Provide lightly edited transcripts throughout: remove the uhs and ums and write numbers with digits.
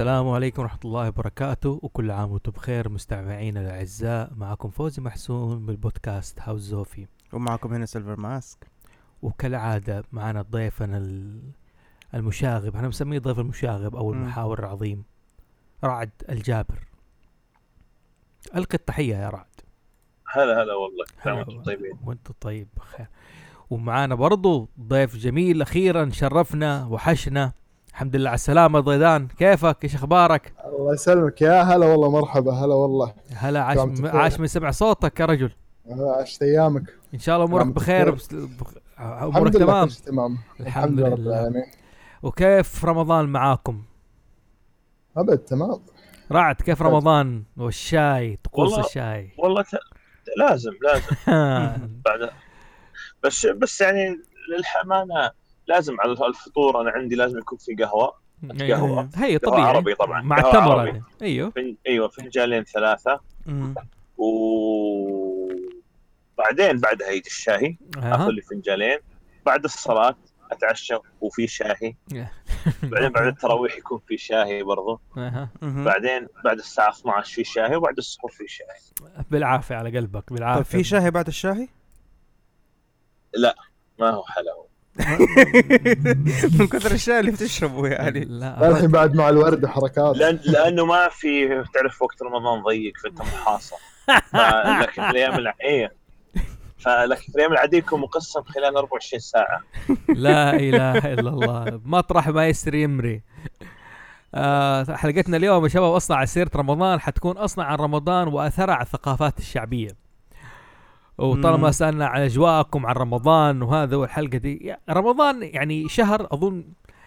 السلام عليكم ورحمة الله وبركاته، وكل عام وانتم بخير مستمعينا الأعزاء. معكم فوزي محسون بالبودكاست هاوس زوفي، ومعكم هنا سيلفر ماسك. وكالعادة معنا ضيفنا المشاغب، احنا مسميه ضيف المشاغب أو المحاور العظيم، رعد الجابر. ألقي التحية يا رعد. هلا والله، هلا طيبين وانتم طيب بخير. ومعانا برضو ضيف جميل، أخيرا شرفنا وحشنا. الحمد لله على السلامة ضيدان، كيفك؟ ايش اخبارك؟ الله يسلمك يا هلا والله، مرحبا هلا والله. هلا، عاش من سمع صوتك يا رجل. عشت ايامك ان شاء الله امورك بخير. امورك تمام؟ تمام الحمد لله رب العالمين. وكيف رمضان معاكم؟ ابد تمام. رعد كيف رمضان والشاي، طقوس الشاي؟ والله لازم بعد بس يعني للحمانة لازم على الفطور. انا عندي لازم يكون في قهوة هي طبيعي، عربي طبعا مع التمر هذا. ايوه فنجالين 3 وبعدين بعدها يجي الشاي. اخذ لي فنجالين بعد الصلاة، اتعشى وفي شاهي. بعدين بعد التراويح يكون في شاهي برضو. بعدين بعد الساعة 12 في شاهي، وبعد السحور في شاهي. بالعافية على قلبك، بالعافية. طيب في شاهي بعد الشاهي؟ لا ما هو حلاوة. من كثر الشاي اللي بتشربه يعني. لا الحين بعد مع الورد حركات. لأنه ما في، تعرف وقت رمضان ضيق فأنت محاصر. لكن في الأيام فلكن في الأيام العادية يكون مقسم خلال 24 ساعة. لا إله إلا الله، مطرح ما يسري يمري. حلقتنا اليوم يا شباب أصلا على سيرة رمضان، حتكون أصلا عن رمضان وأثرها على الثقافات الشعبية. وطالما سألنا عن أجواءكم عن رمضان وهذا، والحلقة دي رمضان يعني شهر أظن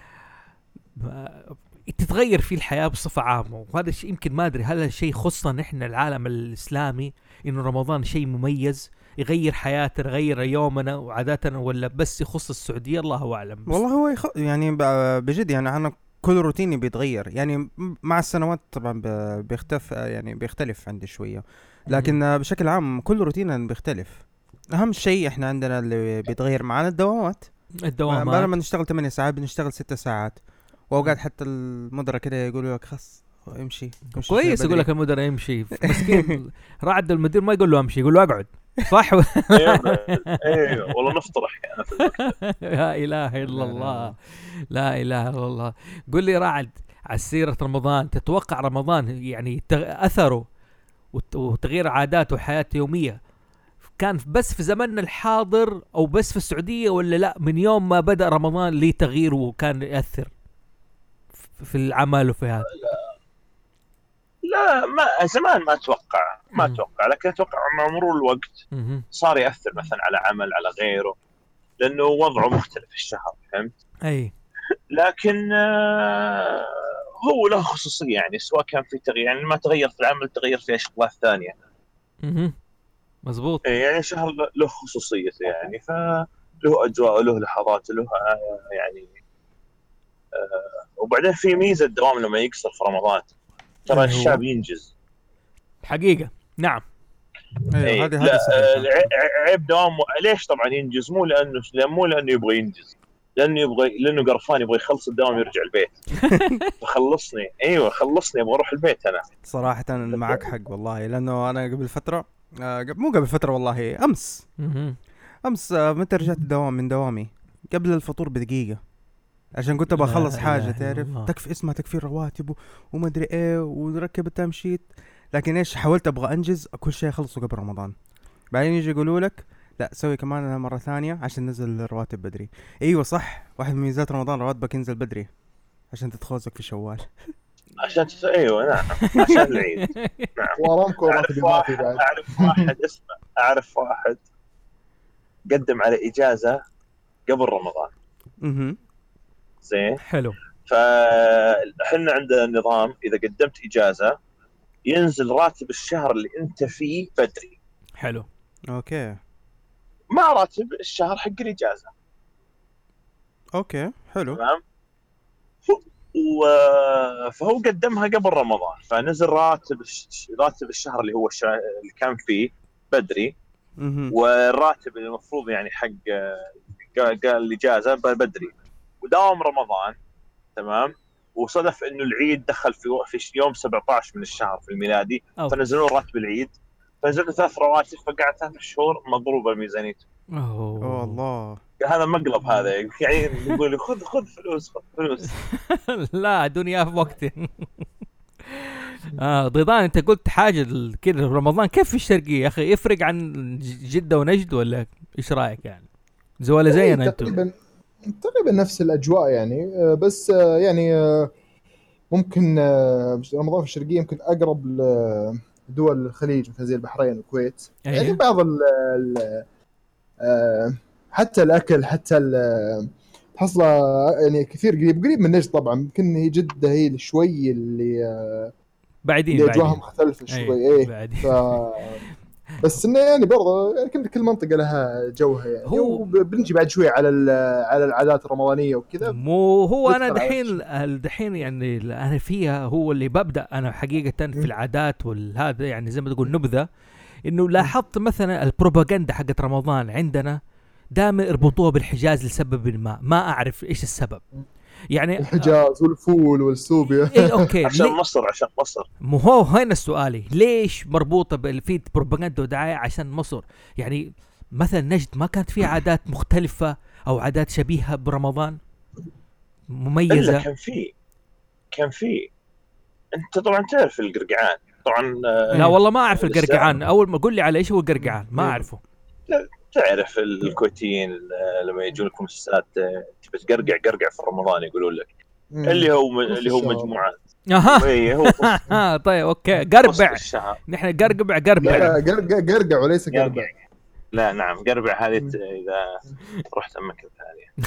تتغير فيه الحياة بصفة عامة، وهذا الشيء يمكن ما أدري هل الشيء خصنا نحن العالم الإسلامي، إنه رمضان شيء مميز يغير حياتنا، يغير يومنا وعاداتنا، ولا بس يخص السعودية؟ الله أعلم. والله هو يعني بجد يعني أنا كل روتيني بيتغير يعني مع السنوات طبعا بيختلف عندي شوية، لكن بشكل عام كل روتين بيختلف. أهم شيء إحنا عندنا اللي بيتغير معنا الدوامات. بدل ما نشتغل 8 ساعات بنشتغل 6 ساعات، وأوقات حتى المدراء كده يقولوا لك خلاص امشي كويس. يقول لك المدير امشي، مسكين رعد المدير ما يقول له امشي، يقول له اقعد. صح. ايوه والله نفطرح يعني. لا اله الا الله، لا اله الا الله. قل لي رعد، على سيرة رمضان، تتوقع رمضان يعني اثره وتغيير عاداته وحياته يومية كان بس في زمننا الحاضر او بس في السعودية، ولا لا من يوم ما بدأ رمضان ليه تغيير وكان يأثر في العمل وفي هذا؟ لا ما زمان ما اتوقع لكن اتوقع مع مرور الوقت صار ياثر مثلا على عمل على غيره، لانه وضعه مختلف الشهر، فهمت؟ اي لكن هو له خصوصيه يعني، سواء كان في تغيير يعني ما تغير في العمل تغير في اشغال ثانيه. مزبوط. يعني شهر له خصوصيته يعني، فله اجواء له لحظات له يعني وبعدين في ميزه الدوام لما يقصر في رمضان، ترى الشعب ينجز حقيقة. نعم. ايوه هذا صحيح. عيب دوام. ليش طبعا ينجز؟ مو لانه يبغى ينجز، لانه قرفان يبغى يخلص الدوام يرجع البيت. فخلصني ابغى اروح البيت. انا صراحة معك حق والله، لانه انا قبل فترة مو قبل فترة والله، امس متى رجعت من دوامي قبل الفطور بدقيقة، عشان كنت بخلص حاجة تعرف تكفي اسمها تكفير رواتب وما ادري ايه وركب التمشيت، لكن ايش حاولت ابغى انجز كل شيء اخلصه قبل رمضان. بعدين يجي يقولوا لك لا سوي كمان مرة ثانية عشان ننزل الرواتب بدري. ايوه صح، واحد من ميزات رمضان رواتبك ينزل بدري عشان تتخوزك في شوال. عشان ايوه نعم عشان العيد. نعم. ورامكو راتبي ما في بعد. اعرف واحد قدم على اجازة قبل رمضان. زين حلو. فاحنا عندنا نظام، اذا قدمت اجازه ينزل راتب الشهر اللي انت فيه بدري. حلو. اوكي. مع راتب الشهر حق الاجازه. اوكي حلو. تمام. فهو قدمها قبل رمضان، فنزل راتب الشهر اللي هو اللي كان فيه بدري، والراتب اللي المفروض يعني حق قال الاجازه بدري، وداوم رمضان. تمام. وصدف انه العيد دخل في يوم 17 من الشهر في الميلادي، فنزلوا راتب العيد، فنزلوا 3 رواتب، فقعد 3 شهور مضروبه ميزانيته. اوه الله، هذا مقلب هذا، يعني يقول خذ فلوس لا دنيا في وقت. ضيضان انت قلت حاجه كده رمضان كيف في الشرقيه يا اخي؟ يفرق عن جده ونجد ولا ايش رايك يعني؟ ولا زينا انتم؟ تقريبا نفس الاجواء يعني، بس يعني ممكن رمضان في الشرقيه يمكن اقرب لدول الخليج مثل زي البحرين والكويت. يعني بعض حتى الاكل، حتى تحصله يعني كثير قريب من نجد. طبعا يمكن هي جده هي شوي اللي بعدين اجواءها مختلفه شوي. بس انه يعني برضه يعني كل منطقه لها جوها يعني. هو بنجي بعد شوي على العادات الرمضانيه وكذا. مو هو انا دحين يعني انا فيها هو اللي ببدا انا حقيقه في العادات والهذا، يعني زي ما تقول نبذه، انه لاحظت مثلا البروباغندا حقت رمضان عندنا دائما يربطوها بالحجاز لسبب ما اعرف ايش السبب. يعني الحجاز والفول والسوبيا. ايه اوكي عشان مصر مو هو هنا السؤالي، ليش مربوطه في بروباغندا ودعايه عشان مصر؟ يعني مثلا نجد ما كانت في عادات مختلفه او عادات شبيهه برمضان مميزه؟ كان في انت طبعا تعرف القرقعان طبعا. لا والله ما اعرف القرقعان، اول ما قول لي على ايش هو القرقعان ما اعرفه. لا تعرف الكويتيين لما يجون لكم السات تبي تقرقع في رمضان يقولوا لك اللي هو مجموعات. ايه هو طيب اوكي قربع، نحن قرقع وليس قربع. لا نعم قربع هذه اذا رحت اماكن ثانيه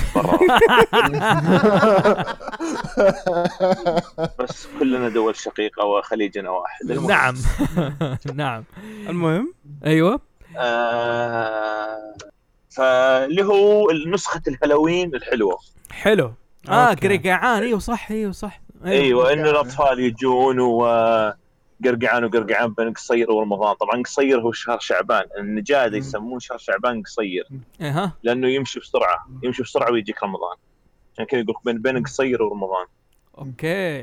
بس كلنا دول شقيقه وخليجنا واحد. نعم نعم المهم ايوه فاللي هو نسخة الهالوين الحلوة. حلو. قرقعان. ايوه صح ايوه انه الاطفال يجون وقرقعان بين قصير ورمضان. طبعا قصير هو شهر شعبان، النجادة يسمون شهر شعبان قصير لانه يمشي بسرعة ويجيك رمضان، عشان كذا يقول بين قصير ورمضان. اوكي.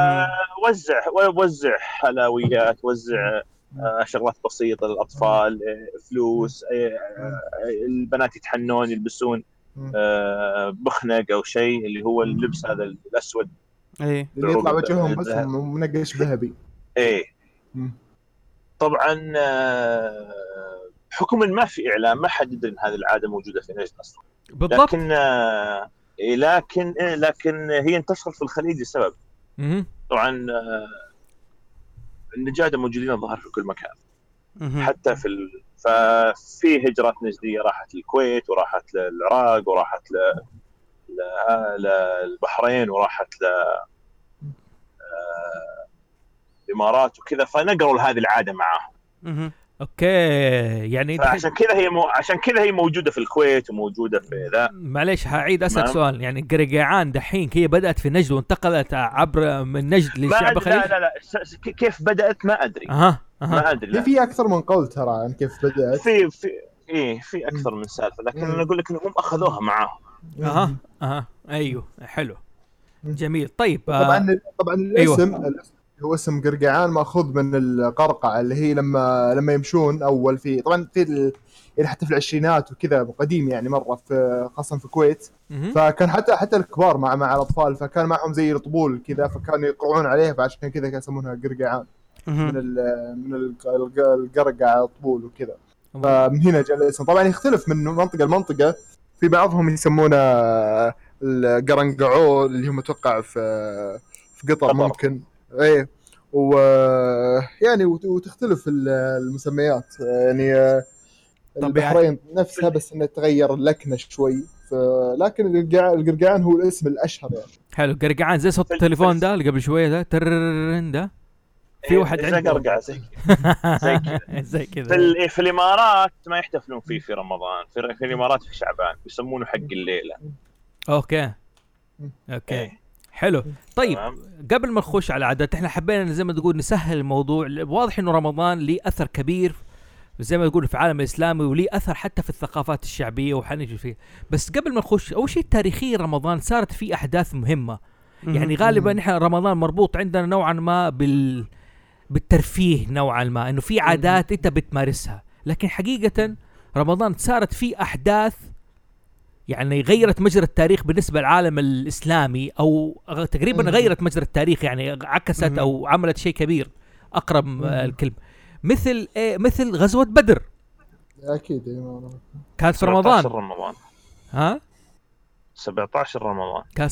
وزع حلويات، وزع شغلات بسيطة للأطفال، فلوس، البنات يتحنون يلبسون بخنق أو شيء اللي هو اللبس هذا الأسود اللي يطلع وجههم بس منقش ذهبي. طبعا حكم ما في إعلام ما حد يدري أن هذه العادة موجودة في نجد أصلا بالضبط. لكن هي انتشرت في الخليج لسبب. طبعا النجادة موجودين الظاهر في كل مكان، حتى ففي هجرات نجدية راحت للكويت وراحت للعراق وراحت للبحرين وراحت الإمارات وكذا، فنقروا هذه العادة معاهم. اوكي يعني عشان كذا هي موجوده في الكويت وموجوده في ذا. معليش هعيد اسالك سؤال، يعني قرقعان دحين هي بدات في نجد وانتقلت عبر من نجد للشعب الخليجي؟ لا كيف بدات ما ادري. ما ادري. في اكثر من قول ترى عن كيف بدات. في اكثر من سالفه، لكن انا اقول لك انهم اخذوها معاهم. ايوه حلو جميل. طيب طبعا الاسم هو اسم قرقعان ماخوذ من القرقعه اللي هي لما يمشون اول في طبعا في يعني حتى في العشرينات وكذا قديم يعني مره في خاصه في الكويت. فكان حتى الكبار مع الاطفال فكان معهم زي الطبول كذا، فكانوا يقرعون عليها، فعشان كذا كانوا يسمونها قرقعان من القرقعه طبول وكذا. فمن هنا جاء الاسم. طبعا يختلف من منطقه لمنطقه، في بعضهم يسمونه القرنقعو اللي هم متوقع في قطر ممكن ايه، ويعني وتختلف المسميات يعني البحرين نفسها بس انه تغير اللكنه شوي، لكن القرقعان هو الاسم الاشهر يعني. حلو. القرقعان زي صوت التليفون ده اللي قبل شويه ده ترن ده، في واحد عنده قرقعه زي كذا في الامارات ما يحتفلون فيه في رمضان، في الامارات في شعبان يسمونه حق الليله. اوكي حلو. طيب قبل ما نخش على عادات، احنا حبينا زي ما تقول نسهل الموضوع. واضح انه رمضان ليه اثر كبير زي ما تقول في العالم الاسلامي، وليه اثر حتى في الثقافات الشعبيه وحنجي فيه. بس قبل ما نخش، اول شيء تاريخيا رمضان صارت فيه احداث مهمه، يعني غالبا نحن رمضان مربوط عندنا نوعا ما بالترفيه نوعا ما، انه في عادات انت بتمارسها، لكن حقيقة رمضان صارت فيه احداث يعني غيرت مجرى التاريخ بالنسبة للعالم الاسلامي، او تقريبا غيرت مجرى التاريخ، يعني عكست او عملت شيء كبير اقرب الكلمة، مثل غزوة بدر. اكيد كانت في رمضان. ها 17 رمضان كان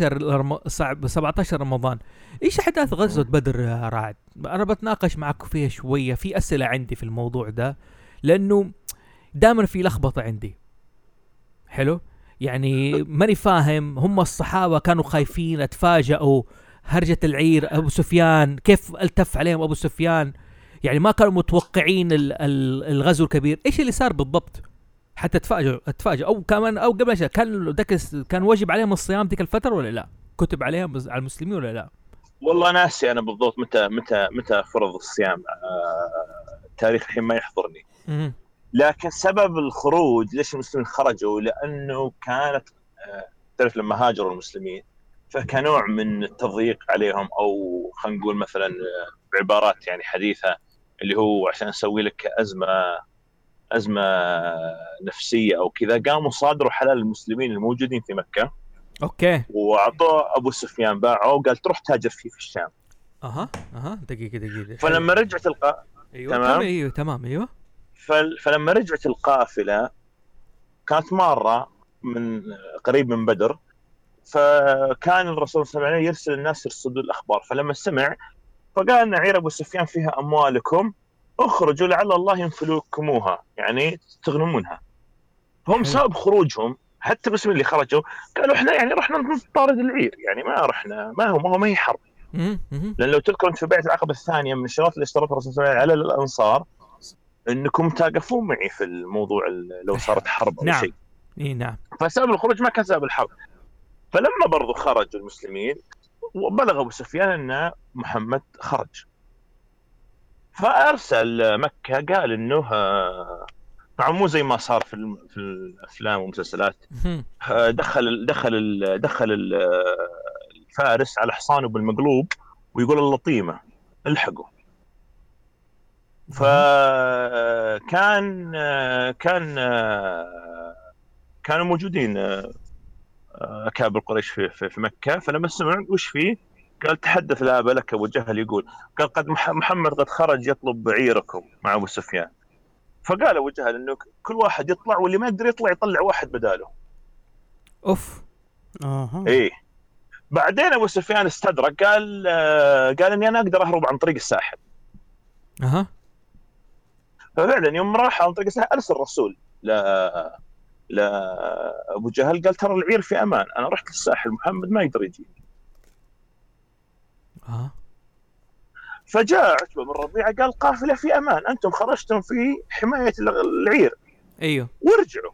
17 رمضان. ايش احداث غزوة بدر يا رعد؟ انا بتناقش معك فيها شوية، في اسئلة عندي في الموضوع ده، لانه دائما في لخبطة عندي. حلو، يعني ماني فاهم، هم الصحابة كانوا خايفين، اتفاجئوا هرجة العير، ابو سفيان كيف التف عليهم ابو سفيان، يعني ما كانوا متوقعين الغزو الكبير. ايش اللي صار بالضبط حتى اتفاجئ؟ او كمان او قبل كان واجب عليهم الصيام ديك الفتره ولا لا؟ كتب عليهم على المسلمين ولا لا؟ والله ناسي انا بالضبط متى فرض الصيام، التاريخ الحين ما يحضرني. لكن سبب الخروج ليش المسلمين خرجوا، لانه كانت تعرف لما هاجروا المسلمين فكنوع من التضييق عليهم، او خلينا نقول مثلا بعبارات يعني حديثه اللي هو عشان نسوي لك أزمة نفسية أو كذا، قاموا صادروا حلال المسلمين الموجودين في مكة. أوكي. وعطوه أبو سفيان باعه وقال تروح تاجر فيه في الشام. دقيقة. فلما رجعت تمام. فلما رجعت القافلة كانت مرة من قريب من بدر، فكان الرسول صلى الله عليه وسلم يرسل الناس يرصدوا الأخبار، فلما سمع فقال نعير أبو سفيان فيها أموالكم، اخرجوا لعل الله ينفلوكموها، يعني تغنمونها. هم سبب خروجهم حتى باسم اللي خرجوا قالوا احنا يعني رحنا نطارد العير، يعني ما رحنا، ما هي حرب. لان لو تذكروا انت في بيعة العقبة الثانية من الشروط اللي اشترطها الرسول صلى الله عليه وسلم على الانصار انكم تقفون معي في الموضوع لو صارت حرب او شيء. نعم. فسبب الخروج ما كان سبب الحرب. فلما برضو خرجوا المسلمين وبلغ ابو سفيان ان محمد خرج، فأرسل مكة قال إنه مو زي ما صار في الأفلام والمسلسلات، دخل الفارس على حصانه بالمقلوب ويقول اللطيمة الحقوا. كانوا موجودين أكابر قريش في مكة، فلما سمعوا وش فيه قال تحدث الآباء لك أبو جهل يقول، قال قد محمد قد خرج يطلب بعيركم مع أبو سفيان. فقال أبو جهل إنه كل واحد يطلع واللي ما يقدر يطلع واحد بداله. أوف. إيه. بعدين أبو سفيان استدرك، قال إني أنا أقدر أهرب عن طريق الساحل. ففعلا يوم راح عن طريق الساحل أرسل الرسول أبو جهل قال ترى العير في أمان، أنا رحت للساحل محمد ما يقدر يجي. فجاء عتبة بن ربيعة قال قافلة في أمان، أنتم خرجتم في حماية العير. أيوه. وارجعوا.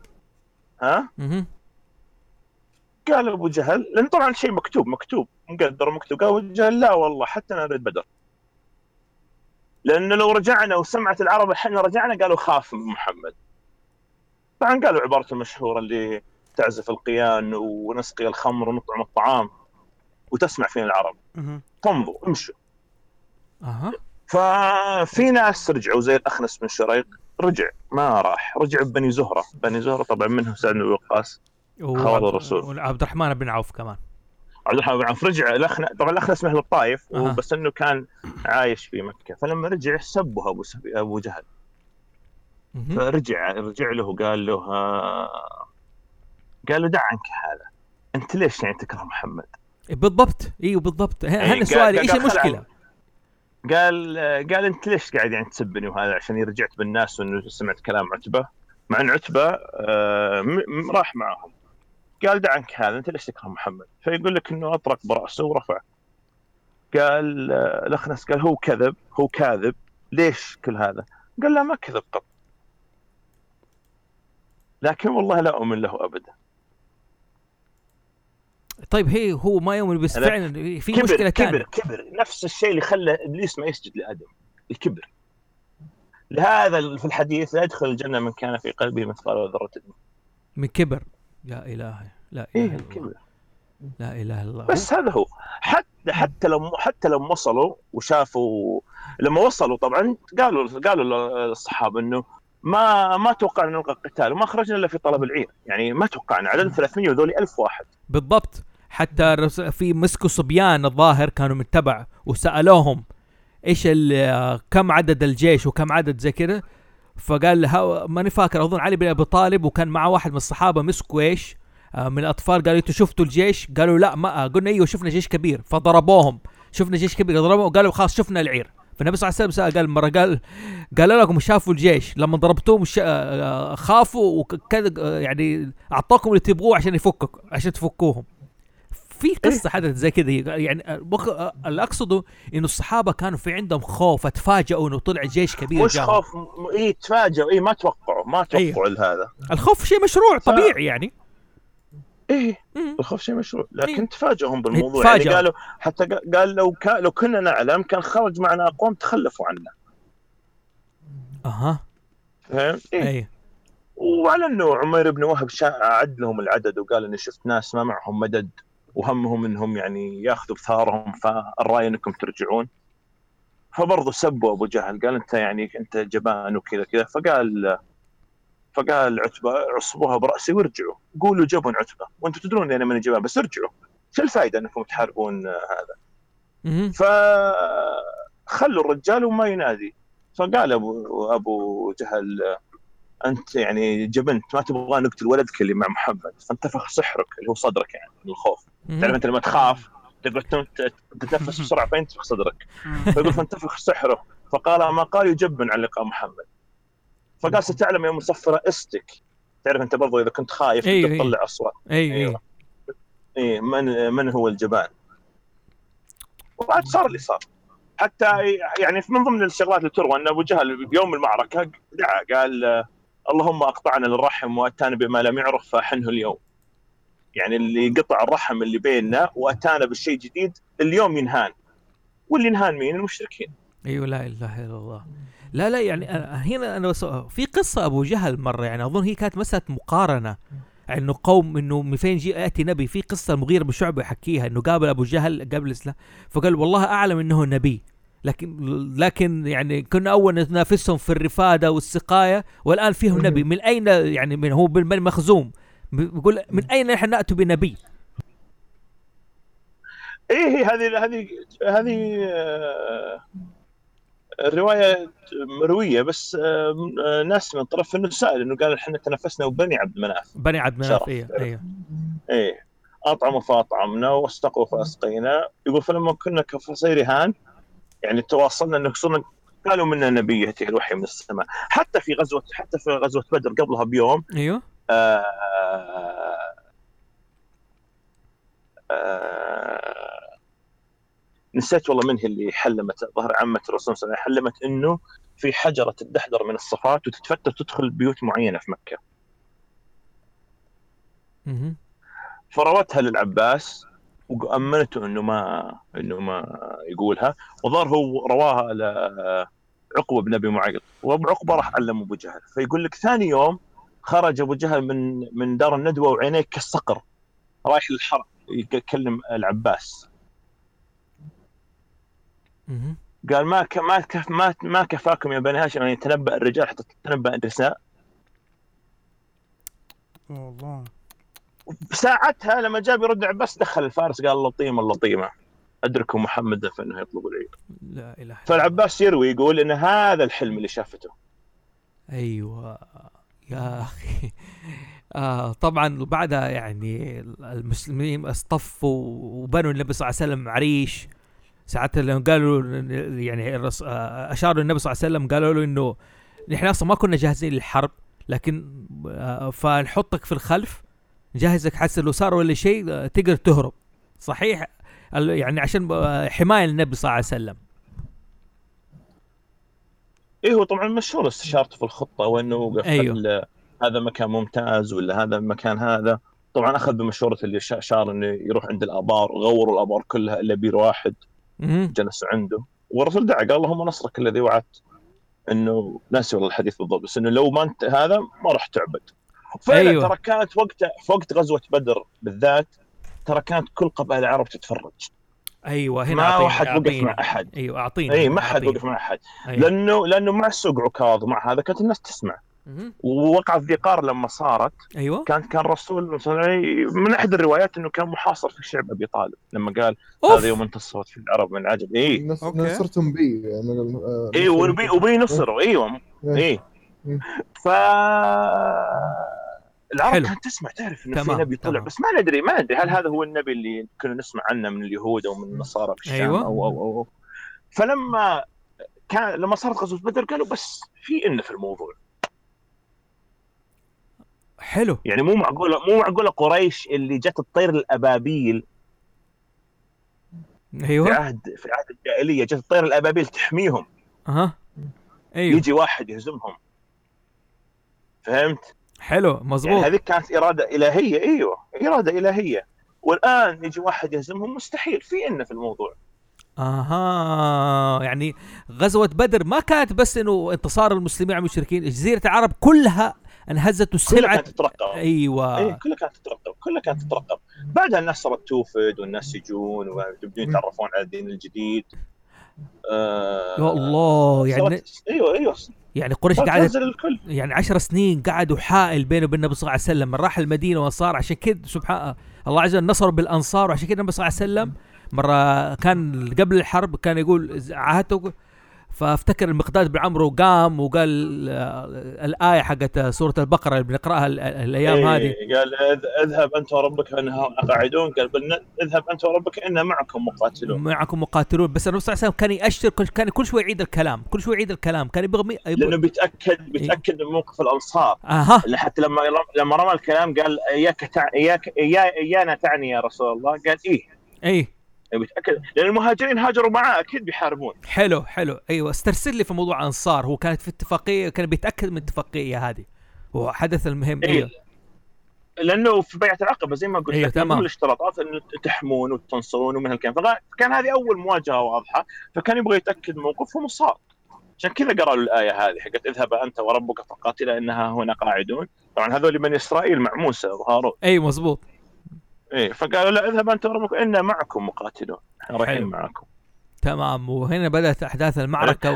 قال أبو جهل، لأن طبعا شيء مكتوب مقدر مكتوب، قال أبو جهل لا والله حتى أنا أريد بدر، لأنه لو رجعنا وسمعت العرب الحين رجعنا قالوا خاف من محمد. طبعا قالوا عبارة المشهورة اللي تعزف القيان ونسقي الخمر ونطعم الطعام وتسمع فينا العرب، تمضوا امشوا. ففي ناس رجعوا زي الأخنس بن شريق، رجع ما راح، رجع بني زهرة طبعا منهم سعد بن وقاص خوال الرسول، وعبد الرحمن بن عوف كمان. عبد الرحمن بن عوف رجع طبعا الأخنس من الطائف بس انه كان عايش في مكة، فلما رجع سبه ابو جهل. فرجع له قال له دع عنك هذا، انت ليش يعني تكره محمد؟ بالضبط. ايوه بالضبط. هنا سؤالي ايش المشكلة؟ قال انت ليش قاعد يعني تسبني وهذا، عشان رجعت بالناس وانه سمعت كلام عتبة، مع ان عتبة راح معهم. قال دع عنك هذا، انت ليش تكره محمد؟ فيقول لك انه اطرق برأسه ورفع. قال الأخنس قال هو كاذب ليش كل هذا؟ قال لا ما كذب قط، لكن والله لا أؤمن له أبدا. طيب هو ما يؤمن، بس فعلا في مشكلة ثانية. كبر نفس الشيء اللي خلى إبليس ما يسجد لآدم، الكبر. لهذا في الحديث لا يدخل الجنة من كان في قلبه مثقال ذرة من كبر. يا إله لا إله إلا الله. لا إله إلا الله. بس هذا هو. حتى لما وصلوا وشافوا، لما وصلوا طبعا قالوا للصحابه انه ما توقعنا نلقى قتال وما خرجنا الا في طلب العير، يعني ما توقعنا عدد 300 وذولي 1000 واحد بالضبط. حتى في مسكوا صبيان الظاهر كانوا من تبع وسالوهم ايش كم عدد الجيش وكم عدد زي كده، فقال ماني فاكر، اظن علي بن ابي طالب وكان معه واحد من الصحابه مسكوا ايش من الاطفال، قالوا انتوا شفتوا الجيش؟ قالوا لا، ما قلنا ايوه شفنا جيش كبير، فضربوهم، شفنا جيش كبير، ضربوهم، قالوا خلاص شفنا العير. فالنبي صلى الله عليه وسلم قال مره، قال لكم شافوا الجيش لما ضربتوهم خافوا وكذا، يعني اعطوكم اللي تبغوه عشان عشان تفكوهم. في قصه حدث زي كذا، يعني اللي اقصده انه الصحابه كانوا في عندهم خوف، اتفاجئوا انه طلع جيش كبير. مش خوف، تفاجئوا، ما توقعوا هذا الخوف شيء مشروع طبيعي يعني. الخوف شيء مشروع، لكن تفاجئهم بالموضوع. يعني قالوا حتى قال لو كنا نعلم كان خرج معنا اقوام تخلفوا عنا. فهم؟ وعلى انه عمير بن وهب عد لهم العدد وقال اني شفت ناس ما معهم مدد وهمهم انهم يعني ياخذوا بثارهم، فالراي انكم ترجعون. فبرضه سبوا ابو جهل، قال انت جبان وكذا كذا. فقال عتبه عصبوها براسي وارجعوا، قولوا جبن عتبه وانتم تدرون اني من جبان، بس ارجعوا، شو الفائده انكم تحاربون هذا؟ فخلوا الرجال وما ينادي. فقال ابو جهل انت يعني جبنت، ما تبغى نقتل ولدك اللي مع محمد، فانتفخ سحرك اللي هو صدرك، يعني من الخوف. تعرف انت لما تخاف تقعد تتنفس بسرعه فينتفخ صدرك. فيقول فانتفخ سحره، فقال ما قال يجبن عن لقاء محمد. فقال ستعلم يا مصفرة استك. تعرف انت برضو اذا كنت خايف تطلع اصوات. ايوه من هو الجبان. وبعد صار اللي صار. حتى يعني من ضمن الشغلات اللي تروى ان ابو جهل بيوم المعركه دعا قال اللهم اقطعنا الرحم واتانا بما لم يعرف فاحنه اليوم. يعني اللي قطع الرحم اللي بيننا واتانا بالشيء جديد اليوم ينهان. واللي ينهان مين؟ المشركين. ايوه لا اله الا الله. لا يعني هنا انا في قصه ابو جهل مره، يعني اظن هي كانت مساله مقارنه، انه قوم انه من فين ياتي نبي. في قصه المغيرة بن شعبة يحكيها انه قابل ابو جهل قبل الاسلام، فقال والله اعلم انه نبي، لكن يعني كنا اول نتنافسهم في الرفاده والسقايه، والان فيهم نبي. من اين يعني من هو بالمخزوم بيقول من اين نحن ناتي بنبي؟ هذه الروايه مرويه، بس ناس من طرف انه سائل انه قال احنا تنافسنا وبني عبد مناف. ايه اطعموا فاطعمنا واستقوا فاسقينا. يقول فلما كنا كفصير هان، يعني تواصلنا انه صرنا قالوا منا نبي يأتيه الوحي من السماء. حتى في غزوه بدر قبلها بيوم. ايوه نسيت والله من هي اللي حلمت، ظهر عمة الرسول صلى الله عليه وسلم، حلمت انه في حجرة تدحضر من الصفات وتتفتت تدخل بيوت معينة في مكة. فروتها للعباس وأمنته انه ما يقولها، وظهر هو رواها لعقبة بن ابي معيط، وابو عقبة راح علم ابو جهل. فيقول لك ثاني يوم خرج ابو جهل من دار الندوة وعينيه كالصقر رايح للحرم يكلم العباس. قال ما كفاكم يا بني هاشم ان يتنبأ الرجال حتى تتنبأ النساء. والله ساعتها لما جاء يرد عباس دخل الفارس قال اللطيمة ادركوا محمدا فانه يطلب العير. لا اله. فالعباس يروي يقول ان هذا الحلم اللي شافته. ايوه يا اخي. طبعا بعدها يعني المسلمين اصطفوا وبنوا النبي صلى الله عليه وسلم عريش. ساعتها لما قالوا يعني اشاروا النبي صلى الله عليه وسلم قالوا له انه نحن اصلا ما كنا جاهزين للحرب، لكن فنحطك في الخلف نجهزك حتى لو صار ولا شيء تقدر تهرب. صحيح يعني عشان حماية النبي صلى الله عليه وسلم. ايه هو طبعا مشهور استشارته في الخطة وانه أيوه. هذا مكان ممتاز ولا هذا المكان هذا. طبعا اخذ بمشورة اللي شار انه يروح عند الابار، غوروا الابار كلها الا بير واحد جلسوا عنده. والرسول دعا قال اللهم نصرك الذي وعدت. انه ناسي والله الحديث بالضبط، بس انه لو ما انت هذا ما راح تعبد. فعلا أيوه. ترى كانت وقت غزوة بدر بالذات، ترى كانت كل قبائل العرب تتفرج. ايوه هنا ما واحد وقف مع احد. ايوه اعطيني. اي ما حد وقف مع احد. أيوة. لانه مع السوق عكاظ ومع هذا كانت الناس تسمع. ووقعت ذي قار لما صارت. ايوه كان الرسول من احد الروايات انه كان محاصر في شعب ابي طالب لما قال هذا يوم انتصرت في العرب من عجب. اي نصرتم بي يعني. اي وبي نصروا. ايوه اي ف العرب كانت تسمع تعرف انه في نبي طلع. بس ما ندري هل هذا هو النبي اللي كنا نسمع عنه من اليهود او من النصارى في الشام. أيوة. أو. فلما لما صارت غزوة بدر قالوا بس في إن في الموضوع. حلو. يعني مو معقولة قريش اللي جت تطير الأبابيل. ايوه في عهد الجاهلية جت تطير الأبابيل تحميهم. ايوه يجي واحد يهزمهم. فهمت؟ حلو مظبوط. يعني هذه كانت إرادة إلهية. ايوه إرادة إلهية. والآن يجي واحد يهزمهم مستحيل. في إن في الموضوع. يعني غزوة بدر ما كانت بس انه انتصار المسلمين على المشركين، جزيرة العرب كلها انهزت السلعة. كلها كانت تترقب. ايوه كلها كانت تترقب. بعدها الناس صارت توفد والناس يجون ويبدون يتعرفون على الدين الجديد. يا الله. يعني ايوه يعني قريش قعدت يعني 10 سنين قعدوا حائل بينه وبين النبي صلى الله عليه وسلم من راح المدينة وصار. عشان كده سبحان الله عز وجل نصروا بالأنصار. وعشان كده النبي صلى الله عليه وسلم مرة كان قبل الحرب كان يقول عهدته، فافتكر المقداد بن عمرو وقام وقال الآية حقت سورة البقرة اللي بنقرأها الأيام هذه. قال اذهب أنت وربك إنها قاعدون. قال اذهب أنت وربك إن معكم مقاتلون. بس النبي صلى الله عليه وسلم كان يأشر، كان كل شوي يعيد الكلام كان يبغى لأنه بيتأكد من موقف الأنصار. اللي حتى لما رمى الكلام قال إيانا تعني يا رسول الله. قال إيه بيتأكد لأن المهاجرين هاجروا معاه أكيد بيحاربون. حلو ايوه استرسل لي في موضوع انصار. هو كانت في اتفاقيه، كان بيتاكد من الاتفاقيه هذه وحدث المهم. ايوه لانه في بيعه العقبه زي ما قلت لك تمام. الاشتراطات انه تحمون وتنصرون ومن هالكلام. فكان هذه اول مواجهه واضحه، فكان يبغى يتاكد موقفهم وصار. عشان كذا قرأوا الايه هذه حقت اذهب انت وربك فقاتلا انها هنا قاعدون. طبعا هذول من اسرائيل مع موسى وهارون. اي مزبوط. فقالوا لا اذهب انت وربك إن معكم مقاتلون. احنا رايحين معكم. تمام. وهنا بدأت أحداث المعركة.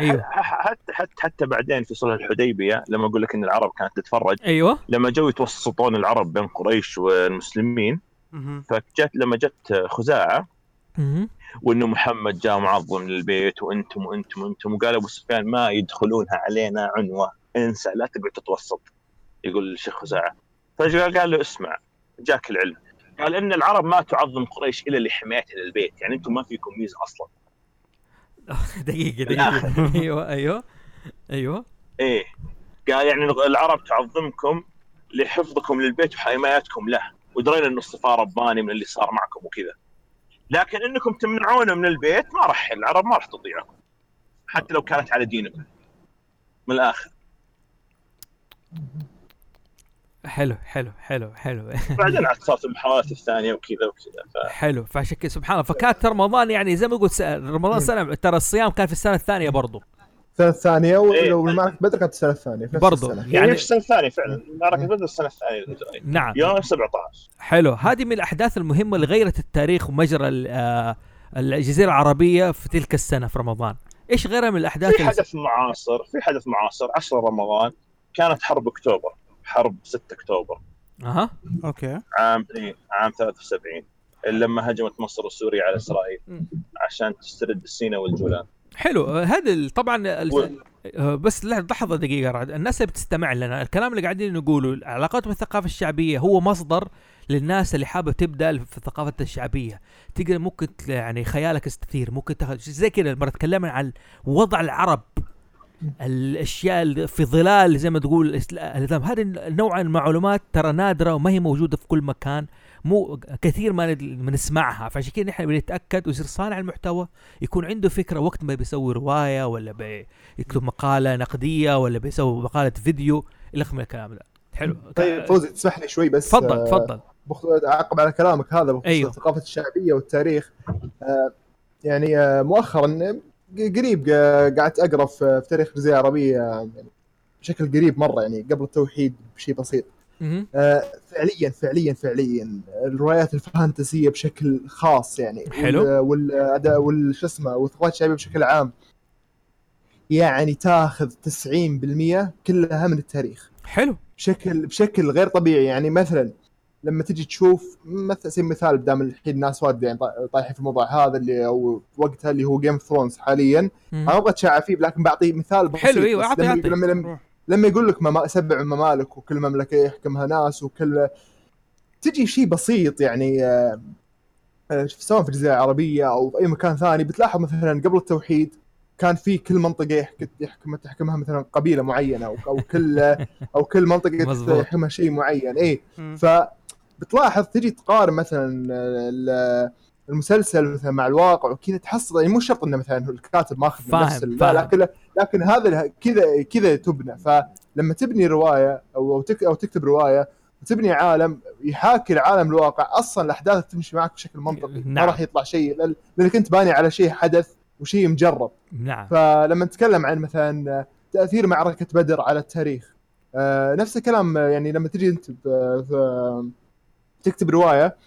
حتى بعدين في صلح الحديبية لما أقول لك إن العرب كانت تتفرج. أيوة. لما جو يتوسطون العرب بين قريش والمسلمين. لما جت خزاعة. وإنه محمد جاء معظم للبيت وأنتم وقال أبو سفيان ما يدخلونها علينا عنوة. انسى لا تقعد تتوسط. يقول الشيخ خزاعة. فقال له اسمع جاك العلم. قال إن العرب ما تعظم قريش إلا لحمايتها للبيت. يعني أنتم ما فيكم ميزة أصلاً. دقيقة. أيوه. إيه قال يعني العرب تعظمكم لحفظكم للبيت وحمايتكم له. ودرينا إنه الصفار رباني من اللي صار معكم وكذا. لكن إنكم تمنعونه من البيت ما راح. العرب ما راح تطيعكم حتى لو كانت على دينكم. من الآخر. حلو بعدين صارت المحاولات الثانيه وكذا حلو. فعشان كذا سبحان الله فكانت رمضان يعني زي ما قلت رمضان سنه. ترى الصيام كان في السنه الثانيه برضو. السنه الثانيه ولو معك بدر كانت السنه الثانيه برضو يعني في السنه الثانيه فعلا. معركه بدر السنه الثانيه الهجريه. نعم يوم 17. حلو. هذه من الاحداث المهمه اللي غيرت التاريخ ومجرى الجزيره العربيه في تلك السنه في رمضان. ايش غيرها من الاحداث؟ في حدث معاصر 10 رمضان كانت حرب اكتوبر. حرب 6 أكتوبر. اوكي. عام 73 لما هجمت مصر وسوريا على اسرائيل عشان تسترد سيناء والجولان. حلو. هذا طبعا بس لحظه دقيقه. الناس اللي بتستمع لنا الكلام اللي قاعدين نقوله العلاقات بالثقافه الشعبيه هو مصدر للناس اللي حابه تبدا في الثقافه الشعبيه. تقدر ممكن يعني خيالك يستثير. ممكن تاخذ زي كذا مره تكلمنا عن وضع العرب الاشياء في ظلال زي ما تقول هذا النوع من المعلومات ترى نادره وما هي موجوده في كل مكان. مو كثير ما نسمعها. فعشان كده نحن بنتاكد ويصير صانع المحتوى يكون عنده فكره وقت ما بيسوي روايه ولا بيكتب مقاله نقديه ولا بيسوي مقاله فيديو الى من الكلام ده. حلو. طيب فوزي تسمح لي شوي بس. تفضل اعقب على كلامك هذا بخصوص أيوه. الثقافه الشعبيه والتاريخ. يعني مؤخرا قريب قعدت أقرأ في تاريخ الجزيرة العربية بشكل قريب مرة يعني قبل التوحيد بشيء بسيط. في فعليا الروايات الفانتسية بشكل خاص يعني حلو. والشو اسمه والثقافات الشعبية بشكل عام يعني تاخذ 90% كلها من التاريخ. حلو. بشكل غير طبيعي. يعني مثلا لما تجي تشوف مثال بدام الحين الناس وايد يعني طايحين في الموضوع هذا اللي او وقتها اللي هو جيم اوف ثرونز حاليا، ما ابغى اتشعب فيه لكن بعطي مثال بسيط. حلو. ايوه اعطي لما يقول لك 7 ممالك وكل مملكه يحكمها ناس وكل تجي شيء بسيط يعني سواء في الجزيره العربيه او في اي مكان ثاني بتلاحظ مثلا قبل التوحيد كان في كل منطقه تحكمها مثلا قبيله معينه او كل منطقه تحكمها شيء معين. اي فبتلاحظ تجي تقارن مثلا المسلسل مثلا مع الواقع وكذا تحصل يعني مو شرط انه مثلا الكاتب ماخذ نفس لكن هذا كذا تبنى. فلما تبني روايه او تكتب روايه وتبني عالم يحاكي العالم الواقع اصلا الاحداث تمشي معك بشكل منطقي. ما راح يطلع شيء لانك انت باني على شيء حدث وشيء مجرب. نعم. فلما نتكلم عن مثلا تاثير معركه بدر على التاريخ نفس الكلام. يعني لما تجي انت تكتب روايه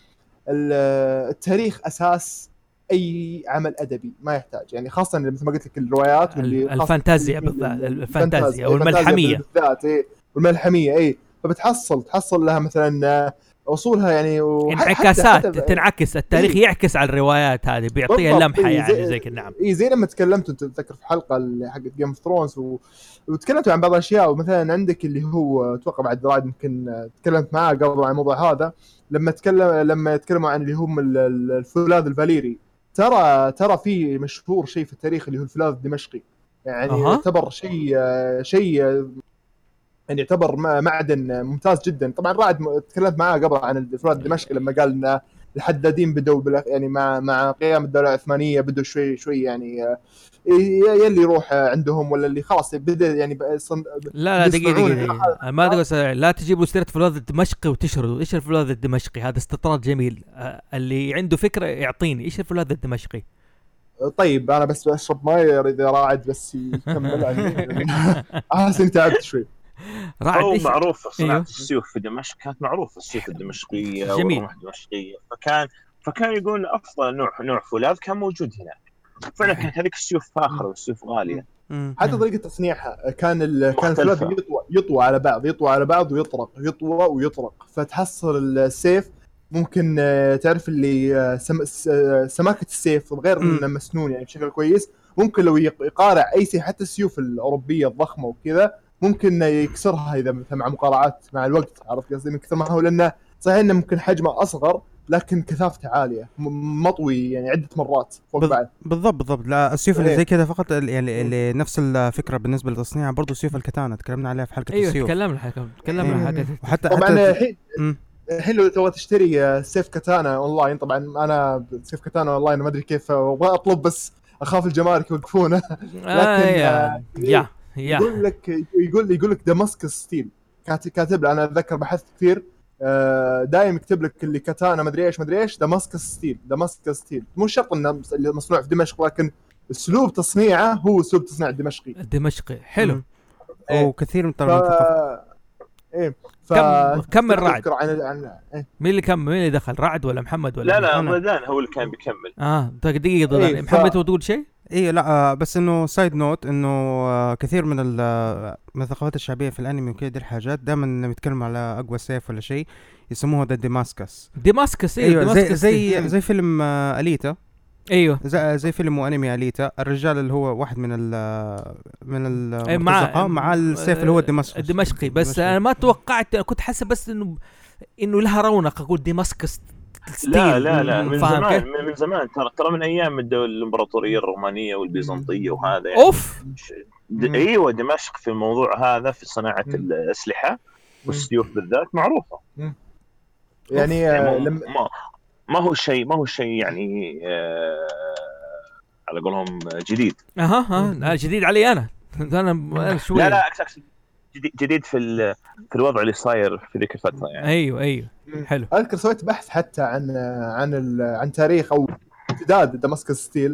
التاريخ اساس اي عمل ادبي ما يحتاج يعني خاصه مثل ما قلت لك الروايات واللي الفانتازيا بالذات الفانتازيا او الملحميه بالذات والملحميه اي فبتحصل لها مثلا وصولها يعني انعكاسات تنعكس التاريخ يعكس على الروايات هذه بيعطيها لمحه يعني زي كذا. نعم زي لما تكلمت انت تذكر في حلقه حقت جيم اوف ثرونز وتكلمت عن بعض الاشياء ومثلا عندك اللي هو اتوقع بعد رائد يمكن تكلمت معاه قبل عن الموضوع هذا لما يتكلموا عن اللي هم الفولاذ الفاليري. ترى في مشهور شيء في التاريخ اللي هو الفولاذ الدمشقي يعني يعتبر شيء يعني يعتبر معدن ممتاز جدا. طبعا رائد تكلمت معاه قبل عن الفولاذ الدمشقي لما قال ان الحدادين بدوا يعني مع قيام الدوله العثمانيه بدوا شوي يعني يلي يروح عندهم ولا اللي خلاص بدا يعني لا دقيقه ما تقول لا تجيبوا سيره الفولاذ الدمشقي وتشردوا. ايش الفولاذ الدمشقي؟ هذا استطراد جميل. اللي عنده فكره يعطيني ايش الفولاذ الدمشقي. طيب انا بس اشرب ماي اذا راعد بس يكمل عني احس تعبت شوي. هو معروف صناعة السيوف في دمشق كانت معروفة السيوف الدمشقية والرمح الدمشقية فكان يقول أفضل نوع فولاذ كان موجود هناك. فعلا كانت هذيك السيوف فاخرة والسيوف غالية. حتى طريقة تصنيعها كان الفولاذ يطوى على بعض ويطرق فتحصل السيف ممكن تعرف اللي سماكة السيف غير انه مسنون يعني بشكل كويس. ممكن لو يقارع اي سيف حتى السيوف الأوروبية الضخمة وكذا ممكن يكسرها إذا مثلا مع مقارعات مع الوقت. عرفت قصدي من كثر ما هو لأنه صحيح إنه ممكن حجمه أصغر لكن كثافته عالية مطوي يعني عدة مرات فوق بعض. بالضبط. لا السيوف اللي زي كذا فقط يعني اللي نفس الفكرة بالنسبة للتصنيع برضو سيوف الكتانة تكلمنا عليها في حلقة السيوف. تكلمنا حتى طبعا الحين لو تبغى تشتري سيف كتانة أونلاين طبعا أنا سيف كتانة أونلاين ما أدري كيف أبغى أطلب بس أخاف الجمارك يوقفونه. لكن يقول لك دمسكس ستيل كاتب له. انا اتذكر بحثت كثير دايم يكتب لك اللي كاتانا ما ادري ايش دمسكس ستيل مو شرط انه مصنوع في دمشق لكن اسلوب تصنيعه هو اسلوب تصنيع الدمشقي حلو. وكثير من المنتخب كمل رعد. مين اللي دخل رعد ولا محمد ولا لا رمضان هو اللي كان بيكمل. دقيقه محمد وتقول شيء لا بس انه سايد نوت انه كثير من الثقافات الشعبيه في الانمي وكذا دي الحاجات دائما بيتكلموا على اقوى سيف ولا شيء يسموه ذا ديماسكس. ايوه زي فيلم اليتا. ايوه زي فيلم انمي اليتا الرجال اللي هو واحد من المرتزقه مع السيف اللي هو الدمشقي. بس انا ما توقعت كنت حاسب بس انه لها رونق اقول ديماسكس ستيل. لا من زمان ترى من ايام الامبراطوريه الرومانيه والبيزنطيه وهذا يعني اوف ايوه دمشق في الموضوع هذا في صناعه الاسلحه والسيوف بالذات معروفه يعني ما هو شيء يعني على قولهم جديد. جديد علي انا شوي. لا عكس جديد في الوضع اللي صاير في ذيك الفتره يعني. ايوه حلو. اذكر سويت بحث حتى عن تاريخ او امتداد دمسكس ستيل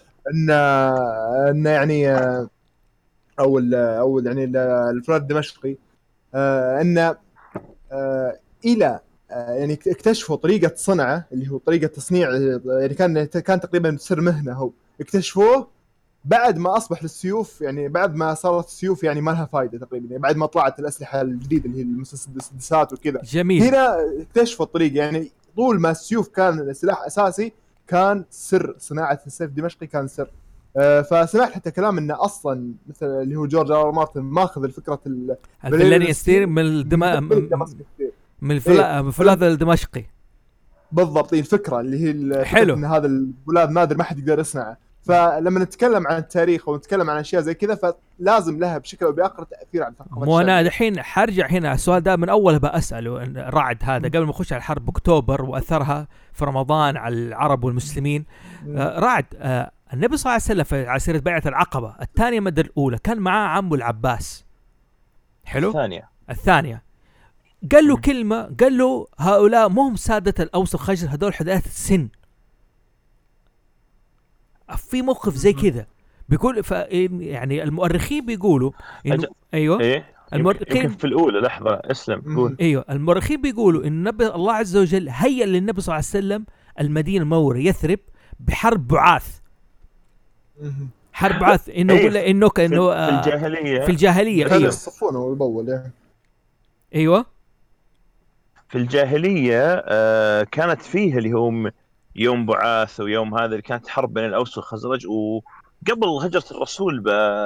ان يعني او يعني الفولاذ الدمشقي ان الى يعني اكتشفوا طريقة صنعه اللي هو طريقة تصنيع، يعني كان تقريبا سر مهنة، هو اكتشفوه بعد ما أصبح السيوف، يعني بعد ما صارت السيوف يعني ما لها فايدة تقريبا، يعني بعد ما طلعت الأسلحة الجديدة اللي هي المسدسات وكذا. جميل. هنا اكتشفوا الطريقة، يعني طول ما السيوف كان سلاح أساسي كان سر صناعة السيف الدمشقي كان سر. فسمعت حتى كلام انه اصلا مثل اللي هو جورج آر مارتن ماخذ الفكره الفلاني ستير من من الفولاذ الدمشقي بالضبط. الفكره اللي هي حلو ان هذا الفولاذ نادر ما حد يقدر يصنعه. فلما نتكلم عن التاريخ ونتكلم عن اشياء زي كذا فلازم لها بشكل او باخر تاثير على الثقافه. مو انا الحين حرجع هنا السؤال ده من اول بساله رعد هذا قبل ما نخش على حرب اكتوبر واثرها في رمضان على العرب والمسلمين. رعد النبي صلى الله عليه وسلم في عسيرة بيعة العقبة الثانية مدى الأولى كان معاه عمه العباس. حلو. الثانية قال له كلمة، قال له هؤلاء مهم سادة الأوس والخزرج، هذول حداثة السن. في موقف زي كذا بيقول يعني المؤرخين بيقولوا إنه أيوة إيه؟ المؤرخين في الأولى لحظة اسلم قول. أيوة المؤرخين بيقولوا إن النبي الله عز وجل هيأ للنبي صلى الله عليه وسلم المدينة المنورة يثرب بحرب بعاث. حرب عث انه يقول انه كانه في الجاهليه ايوه الصفونه والبول يعني. ايوه في الجاهليه كانت فيه اللي هم يوم بعاث ويوم هذا اللي كانت حرب بين الاوس والخزرج، وقبل هجره الرسول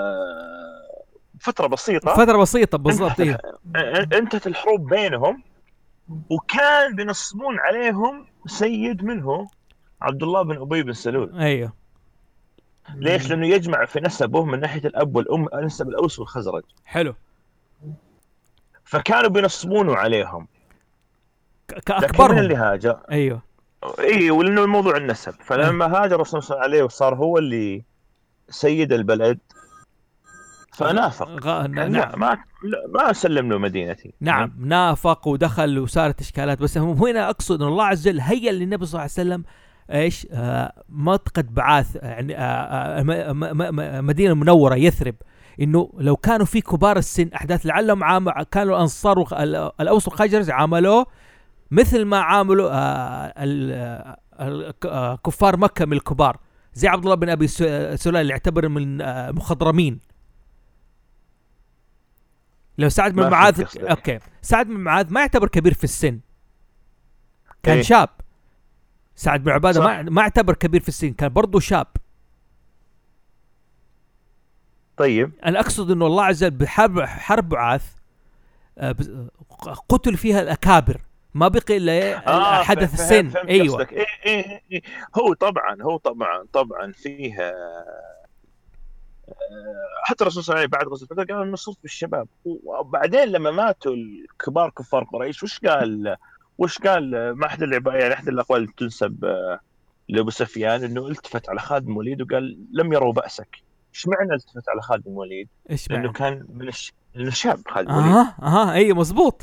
بفتره بسيطه بالضبط. انتهت الحروب بينهم، وكان بينصبون عليهم سيد منه عبد الله بن ابي بن سلول. ايوه ليش؟ لأنه يجمع في نسبه من ناحية الأب والأم نسب الأوس والخزرج. حلو. فكانوا بينصبونه عليهم كأكبرهم اللي هاجر. أيوه ولأنه الموضوع النسب. فلما هاجر الرسول صلى الله عليه وصار هو اللي سيد البلد فنافق. ما سلم له مدينتي. نعم نافق ودخل وصارت إشكالات. بس هنا أقصد أن الله عز وجل هيا للنبي صلى الله عليه وسلم ايش منطقة بعاث، يعني مدينة منورة يثرب، انه لو كانوا في كبار السن احداث لعلهم كانوا الانصار الاوس والخزرج عاملوه مثل ما عاملوا كفار مكة من الكبار، زي عبد الله بن ابي سلول اللي يعتبر من مخضرمين. لو سعد بن معاذ اوكي سعد بن معاذ ما يعتبر كبير في السن، كان شاب. سعد بن عبادة ما اعتبر كبير في السن، كان برضو شاب. طيب أنا أقصد إنه الله عز وجل بحرب بعاث قتل فيها الأكابر، ما بقي إلا حدث السن. أيوة إيه. هو طبعا فيها حتى الرسول صلى الله عليه وسلم بعد غزوة بدر قال النصوص بالشباب. وبعدين لما ماتوا الكبار كفار قريش وش قال ما أحد يعني أحد الأقوال اللي تنسب لأبو سفيان إنه التفت على خالد بن الوليد وقال لم يروا بأسك. إيش معنى التفت على خالد بن الوليد؟ لأنه كان من الشاب خالد بن الوليد. أي مزبوط.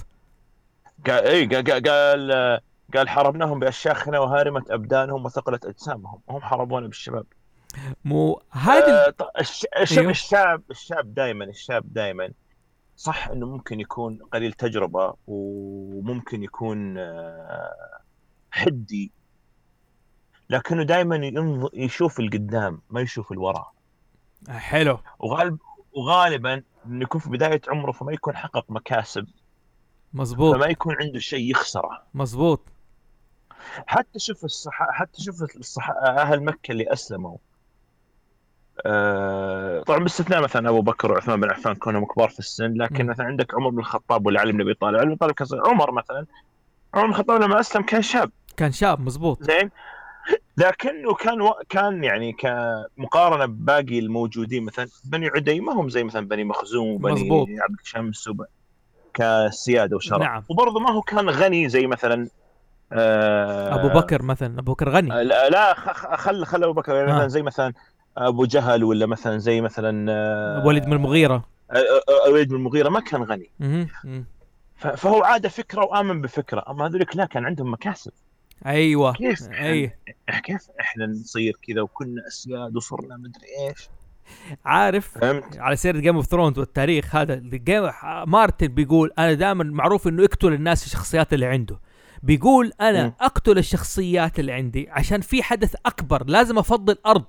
قال حاربناهم بأشياخنا وهارمت أبدانهم وثقلت أجسامهم وهم حاربونا بالشباب. مو هذا الشاب دائما صح انه ممكن يكون قليل تجربة وممكن يكون حدي، لكنه دائما يشوف القدام ما يشوف الوراء. حلو. وغالبا انه يكون في بداية عمره فما يكون حقق مكاسب. مزبوط. فما يكون عنده شيء يخسره. مزبوط. حتى شوف أهل مكة اللي أسلموا طبعا باستثناء مثلا ابو بكر وعثمان بن عفان كونهم كبار في السن، لكن مثلا عندك عمر بن الخطاب ولا علي بن ابي طالب. علي بن طالب كان عمر بن الخطاب لما اسلم كان شاب مزبوط زين، لكنه كان يعني كمقارنه بباقي الموجودين مثلا بني عدي ما هم زي مثلا بني مخزوم وبني عبد شمس كسياده وشرف. نعم. وبرضه ما هو كان غني زي مثلا ابو بكر مثلا. ابو بكر غني. لا خل ابو بكر مثلا زي مثلا ابو جهل ولا مثلا زي مثلا وليد بن المغيرة. وليد بن المغيرة ما كان غني. فهو عاد فكرة وآمن بفكرة. أما هذولك لا كان عندهم مكاسب. أيوة. كيف إحنا نصير كذا وكنا أسياد وصرنا مدري إيش. عارف فهمت؟ على سيرة جيم اوف ثرونز والتاريخ هذا مارتن بيقول أنا دائما معروف إنه يقتل الناس الشخصيات اللي عنده. بيقول أنا أقتل الشخصيات اللي عندي عشان في حدث أكبر لازم أفضل الأرض.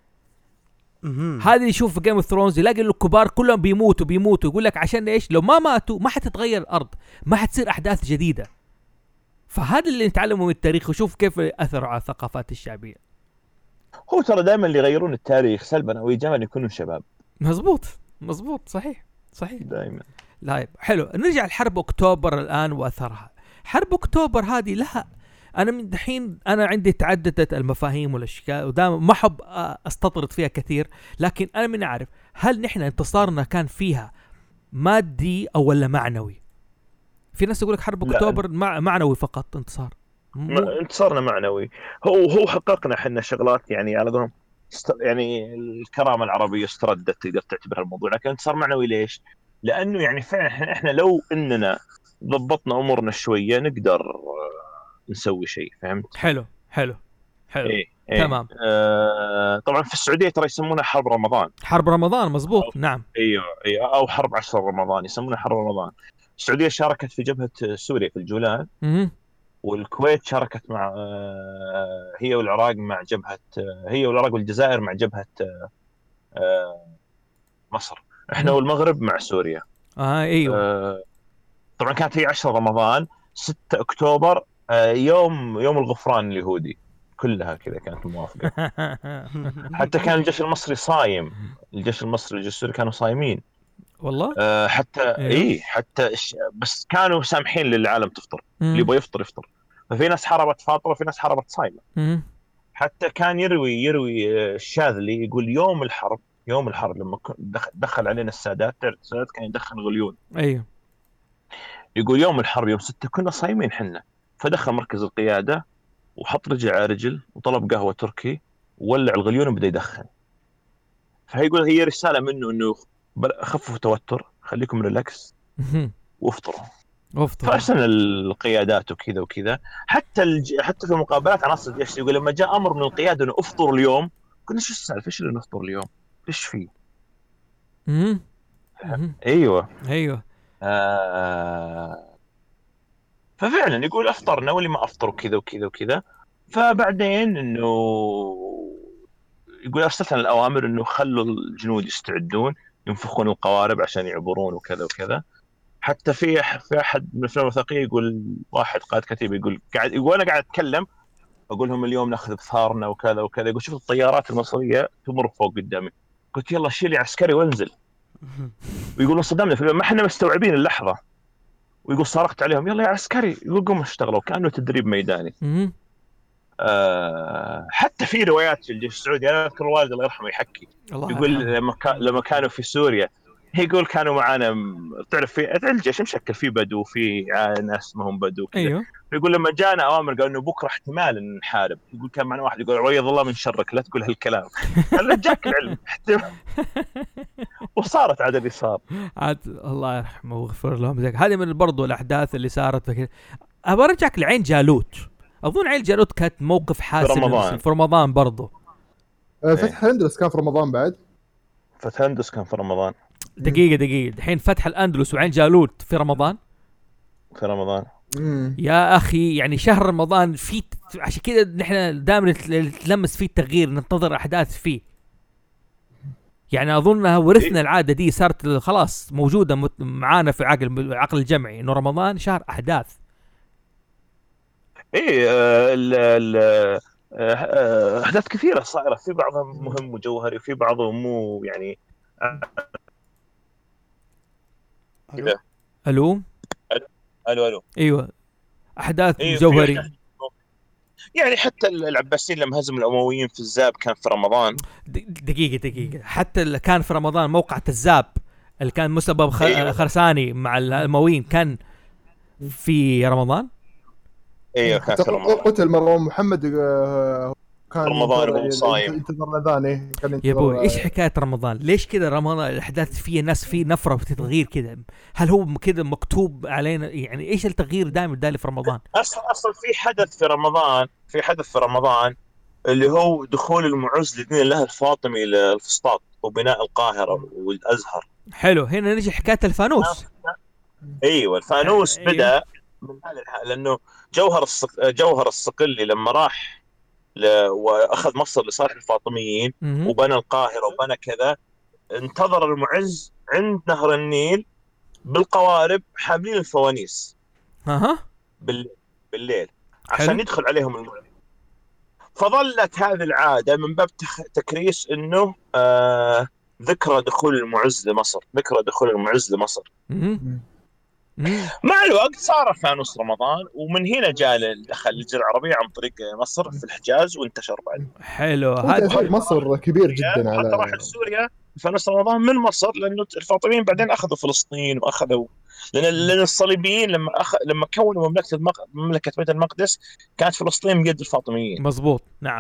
هذا يشوف جيم اوف ثرونز يلاقي الكبار كلهم بيموتوا يقول لك عشان ايش؟ لو ما ماتوا ما حتتغير الارض، ما حتصير احداث جديده. فهذا اللي نتعلمه من التاريخ وشوف كيف اثروا على الثقافات الشعبيه. هو ترى دائما اللي يغيرون التاريخ سلبا او ايجابا يكونوا شباب. مزبوط صحيح دائما. لا حلو، نرجع لحرب اكتوبر الان واثرها. حرب اكتوبر هذه لها انا من دحين انا عندي تعددت المفاهيم والاشكال ودائما ما احب استطرد فيها كثير، لكن انا من اعرف هل نحن انتصارنا كان فيها مادي او ولا معنوي؟ في ناس يقول لك حرب اكتوبر معنوي فقط انتصار. انتصارنا معنوي. هو حققنا احنا شغلات يعني على قولهم يعني الكرامه العربيه استردت تقدر تعتبر الموضوع، لكن انتصار معنوي ليش؟ لانه يعني فعلا احنا لو اننا ضبطنا امورنا شويه نقدر نسوي شيء. فهمت؟ حلو إيه. تمام. طبعا في السعوديه ترى يسمونها حرب رمضان. مظبوط. نعم. ايوه او حرب 10 رمضان يسمونها حرب رمضان. السعوديه شاركت في جبهه سوريا في الجولان، والكويت شاركت مع هي والعراق مع جبهه هي والعراق والجزائر مع جبهه مصر. احنا والمغرب مع سوريا. ايوه. طبعا كانت هي 10 رمضان 6 اكتوبر يوم الغفران اليهودي، كلها كذا كانت موافقه. حتى كان الجيش المصري صايم، الجيش المصري والجيش السوري كانوا صايمين والله. حتى أيوه. حتى بس كانوا سامحين للعالم تفطر، اللي يبغى يفطر. ففي ناس حاربت فاطره وفي ناس حاربت صايمه. حتى كان يروي الشاذلي يقول يوم الحرب لما دخل علينا السادات كان يدخل غليون. ايوه. يقول يوم الحرب يوم 6 كنا صايمين حنا، فدخل مركز القيادة وحط رجل على رجل وطلب قهوة تركي وولع الغليون وبدأ يدخن. فهيقول هي رسالة منه انه خففوا توتر، خليكم ريلاكس وافطروا. فأرسل القيادات وكذا حتى في مقابلات عناصر الجيش يقول لما جاء امر من القيادة انه افطروا اليوم، قلنا شو السالفة؟ ايش اللي نفطر اليوم؟ ايش فيه؟ ايوه. ففعلا يقول افطرنا واللي ما افطروا كذا. فبعدين انه يقول ارسلت لنا الاوامر انه خلوا الجنود يستعدون ينفخون القوارب عشان يعبرون وكذا. حتى في احد من الافلام الوثائقيه يقول واحد قائد كتيبه يقول انا قاعد اتكلم اقول لهم اليوم ناخذ بثارنا وكذا. يقول شوف الطيارات المصريه تمر فوق قدامي، قلت يلا شيلي عسكري وانزل. ويقولون صدمنا في ما احنا مستوعبين اللحظه. ويقول صارخت عليهم يلا يا عسكري، يقول قوموا اشتغلوا كانه تدريب ميداني. حتى في روايات في الجيش السعودي، انا اذكر الوالد الله يرحمه يحكي يقول لما كانوا في سوريا يقول كانوا معانا تعرف في الجيش مشكل في بدو في ناس ما هم بدو كذا. أيوه. يقول لما جانا اوامر قالوا انه بكره احتمال نحارب، يقول كان معنا واحد يقول عويض الله من شرك لا تقول هالكلام. قال جاك العلم وصارت عاد اللي صار عاد الله يرحمه ويغفر لهم. هذه من برضو الاحداث اللي صارت كذا. ابى ارجعك لعين جالوت. اظن عين جالوت كانت موقف حاسم في رمضان برضو. فتح الاندلس كان في رمضان بعد. فتح الاندلس كان في رمضان. دقيقة الحين فتح الأندلس وعين جالوت في رمضان. يا أخي يعني شهر رمضان فيه، عشان كده نحن دائما نتلمس فيه التغيير، ننتظر أحداث فيه. يعني أظنها ورثنا العادة دي، صارت خلاص موجودة معانا في عقل الجمعي إنه رمضان شهر أحداث. إيه أحداث كثيرة صايرة، في بعضها مهم وجوهري وفي بعضه مو يعني. الو ايوه احداث جوهري. يعني حتى العباسيين لما هزموا الامويين في الزاب كان في رمضان. دقيقه حتى اللي كان في رمضان موقعة الزاب اللي كان مسبب خرساني مع الامويين كان في رمضان. ايوه كان في رمضان. قتل مروان محمد كان رمضان وهو صايم انتظر الاذان. يا ابوي ايش حكايه رمضان؟ ليش كذا رمضان الاحداث فيه ناس فيه نفره بتتغير كذا؟ هل هو كذا مكتوب علينا؟ يعني ايش التغيير دائما الدالي في رمضان؟ اصلا في حدث في رمضان اللي هو دخول المعز لدين الله الفاطمي للفسطاط وبناء القاهره والازهر. حلو. هنا نجي حكايه الفانوس. ايوه الفانوس. أيوة. لانه جوهر الصقلي لما راح واخذ مصر لصالح الفاطميين وبنى القاهره وبنى كذا، انتظر المعز عند نهر النيل بالقوارب حاملين الفوانيس بالليل عشان يدخل عليهم المعز. فظلت هذه العاده من باب تكريس انه ذكرى دخول المعز لمصر. مع الوقت صار فانوس رمضان، ومن هنا جاء دخل الجزيرة العربية عن طريق مصر في الحجاز وانتشر بعد. حلو. هذا مصر كبير جدا على راح لسوريا فانوس رمضان من مصر، لأنه الفاطميين بعدين أخذوا فلسطين وأخذوا لأن الصليبيين لما كونوا مملكة بيت المقدس كانت فلسطين بيد الفاطميين. مزبوط نعم.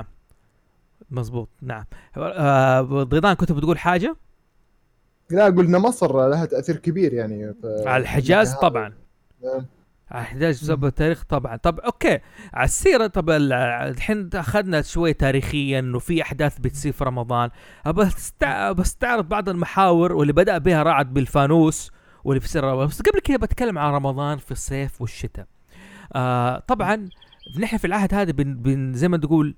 ضيدان كنت بتقول حاجة؟ لا، قلنا مصر لها تأثير كبير يعني على الحجاز طبعا. على الحجاز بسبب التاريخ طبعا. طب اوكي، على السيرة. طب الحين اخذنا شوي تاريخيا انه في احداث بتصير في رمضان. بستعرض بعض المحاور واللي بدأ بها رعد بالفانوس واللي في سر. بس قبل كده بتكلم عن رمضان في الصيف والشتاء. طبعا نحن في العهد هذا زي ما تقول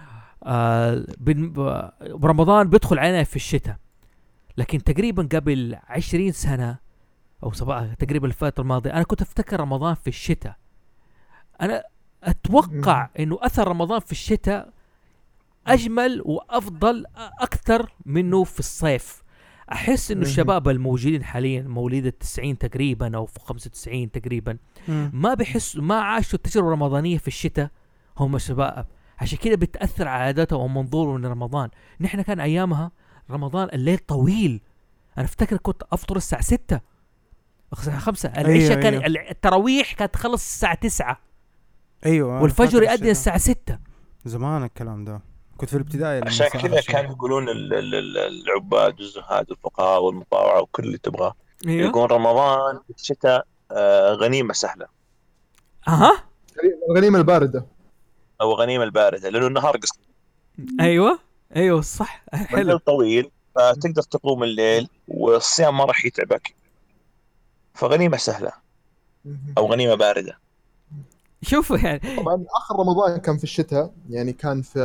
رمضان بيدخل علينا في الشتاء، لكن تقريبا قبل 20 سنة أو تقريبا الفترة الماضية أنا كنت أفتكر رمضان في الشتاء. أنا أتوقع إنه أثر رمضان في الشتاء أجمل وأفضل أكثر منه في الصيف. أحس إنه الشباب الموجودين حاليا مواليد 90 تقريبا أو 95 تقريبا ما بيحسوا، ما عاشوا التجربة الرمضانية في الشتاء هم شباب، عشان كده بتأثر على عاداتهم ومنظورهم من رمضان. نحن كان أيامها رمضان الليل طويل. أنا أفتكر كنت أفطر الساعة 6 الساعة 5. العشاء كان التراويح كانت تخلص الساعة 9. أيوة. والفجر يؤذن الساعة 6. زمان الكلام ده كنت في الابتدائي. عشان كذا كانوا يقولون العباد والزهاد والفقهاء والمطاوعة وكل اللي تبغاه يقول رمضان في الشتاء غنيمة سهلة. الغنيمة الباردة أو غنيمة الباردة لأنه النهار قصير. أيوة صح. الليل طويل فتقدر تقوم الليل والصيام ما راح يتعبك، فغنيمة سهلة أو غنيمة باردة. شوفوا يعني طبعا آخر رمضان كان في الشتاء، يعني كان في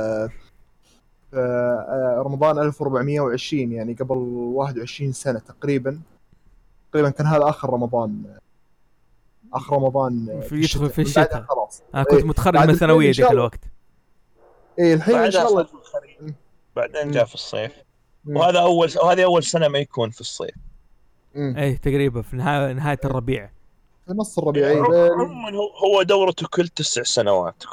رمضان 1420 يعني قبل 21 سنة تقريبا كان هذا آخر رمضان يدخل في الشتاء. خلاص أنا كنت متخرج من الثانوية ذيك الوقت. الحين إن شاء الله بعدين جاء في الصيف. وهذه أول سنة ما يكون في الصيف. تقريبا في نهاية الربيع، في نص الربيع. هو دورته كل 9 سنوات.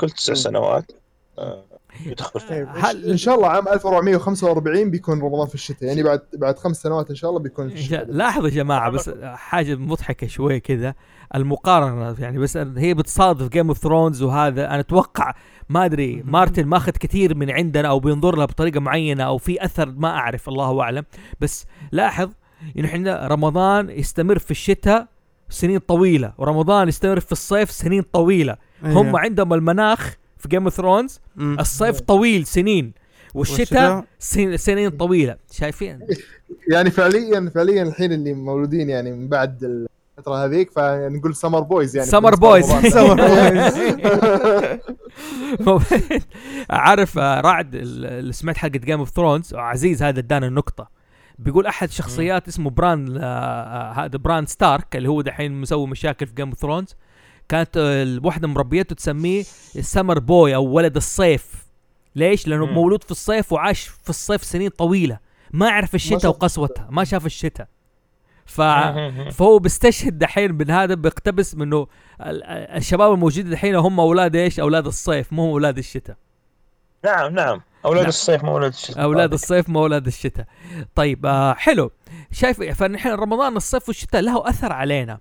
يدخل ان شاء الله عام 1445 بيكون رمضان في الشتاء، يعني بعد 5 سنوات ان شاء الله بيكون في الشتاء. لاحظوا يا جماعه بس حاجه مضحكه شوي كذا المقارنه، يعني بس هي بتصادف جيم اوف ثرونز وهذا. انا اتوقع ما ادري مارتن ماخذ كثير من عندنا او بينظر لها بطريقه معينه او في اثر ما اعرف، الله اعلم. بس لاحظ انه احنا رمضان يستمر في الشتاء سنين طويله ورمضان يستمر في الصيف سنين طويله. هم عندهم المناخ في جيم اوف ثرونز الصيف طويل سنين والشتاء سنين طويله. شايفين يعني فعليا الحين اللي مولودين يعني من بعد الفتره هذيك فنقول سمر بويز، يعني سمر بويز. عارف رعد اللي سمعت حلقه جيم اوف ثرونز عزيز هذا ادانا النقطه. بيقول احد شخصيات اسمه هذا بران ستارك اللي هو دحين مسوي مشاكل في جيم اوف ثرونز، كانت الوحده مربيته تسميه السمر بوي او ولد الصيف. ليش؟ لانه مولود في الصيف وعاش في الصيف سنين طويله، ما عرف الشتاء وقسوتها، ما شاف الشتاء. فهو بيستشهد دحين من هذا، بيقتبس منه الشباب الموجودين دحين هم اولاد ايش؟ اولاد الصيف مو اولاد الشتاء. نعم اولاد الصيف مو اولاد الشتاء. اولاد الصيف مو اولاد الشتاء. طيب حلو. شايف فنحن رمضان الصيف والشتاء له اثر علينا.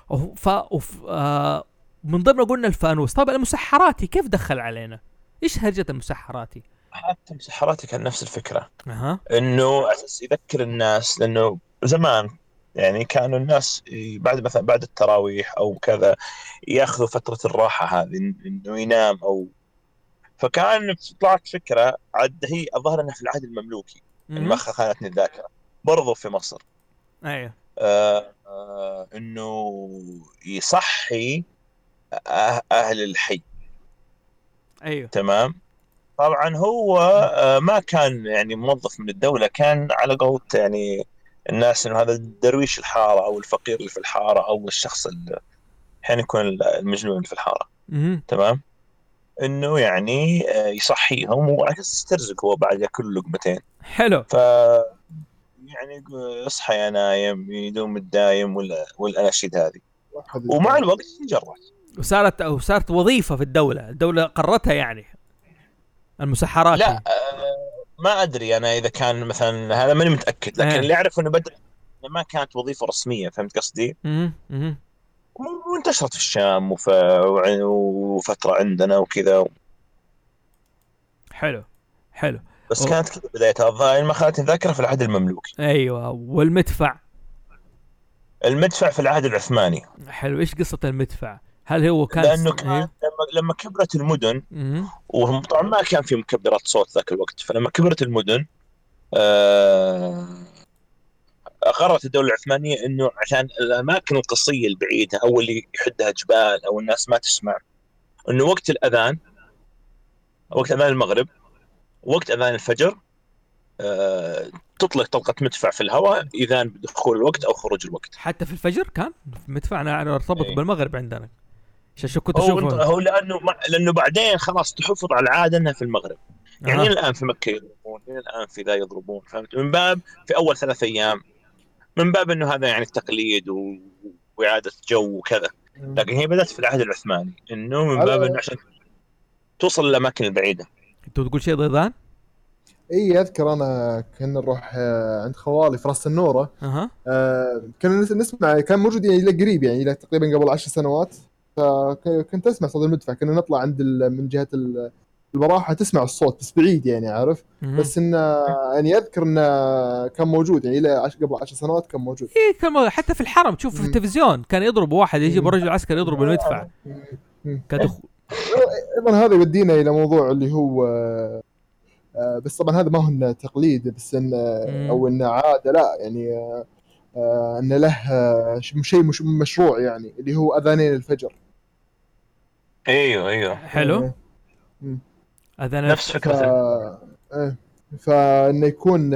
من ضمن قلنا الفانوس. طيب المسحراتي كيف دخل علينا؟ ايش هرجة المسحراتي؟ حتى المسحراتي كان نفس الفكرة. انه اساس يذكر الناس، لانه زمان يعني كانوا الناس بعد التراويح او كذا ياخذوا فترة الراحة هذه انه ينام او فكان طلعت فكرة عاد هي الظاهر انها في العهد المملوكي ما خانتني الذاكرة برضو في مصر. ايوه انه يصحي اهل الحي. ايوه تمام. طبعا هو ما كان يعني موظف من الدولة، كان على قولة يعني الناس انه هذا درويش الحارة او الفقير اللي في الحارة او الشخص اللي احيانا يكون المجنون اللي في الحارة. تمام. انه يعني يصحيهم وعلى اساس يسترزق هو بعد ياكل لقمتين. حلو. ف يعني اصحى يا نايم يدوم الدايم والاناشيد هذه، ومع الوقت جرت وصارت وظيفة في الدولة قررتها يعني المسحرات. لا ما ادري انا اذا كان مثلا، هذا ماني متاكد، لكن اللي اعرف انه بدأ ما كانت وظيفه رسميه، فهمت قصدي؟ وانتشرت في الشام وفتره عندنا وكذا. حلو حلو. بس كانت كذا بدايتها الظاهر ما خلتني ذاكره في العهد المملوكي. ايوه. والمدفع في العهد العثماني. حلو. ايش قصة المدفع؟ هل هو كان لانه كان لما كبرت المدن، وطبعا ما كان في مكبرات صوت ذاك الوقت، فلما كبرت المدن قررت الدولة العثمانية انه عشان الاماكن القصية البعيدة او اللي يحدها جبال او الناس ما تسمع، انه وقت الاذان، وقت اذان المغرب، وقت اذان الفجر تطلق طلقة مدفع في الهواء اذان بدخول الوقت او خروج الوقت. حتى في الفجر كان مدفع. انا ارتبط بالمغرب عندنا. شو كنت اشوفه هو لانه بعدين خلاص تحفظ على العاده انها في المغرب. يعني الان في مكه يضربون، الان في ذا يضربون، فهمت؟ من باب في اول 3 ايام من باب انه هذا يعني التقليد واعاده جو وكذا. لكن هي بدات في العهد العثماني انه من باب انه عشان توصل للاماكن البعيده. انت تقول شيء ضيضان؟ اي اذكر انا كنا نروح عند خوالي في راس النوره. كنا نسمع، كان موجود يعني الى قريب، يعني الى تقريبا قبل 10 سنوات. فكنت اسمع صوت المدفع، كنا نطلع عند من جهه البراحه تسمع الصوت بس بعيد يعني، عارف. بس انه يعني اذكر انه كان موجود يعني الى قبل 10 سنوات كان موجود. ايه كان حتى في الحرم تشوف في التلفزيون كان يضرب واحد، يجي برجل عسكري يضرب المدفع. ايضا هذا يودينا الى موضوع اللي هو بس طبعا هذا ما هو تقليد، بس ان او ان عاده، لا يعني ان له شيء مشروع يعني، اللي هو اذانين الفجر. ايوه حلو. اذان نفس فكره فانه يكون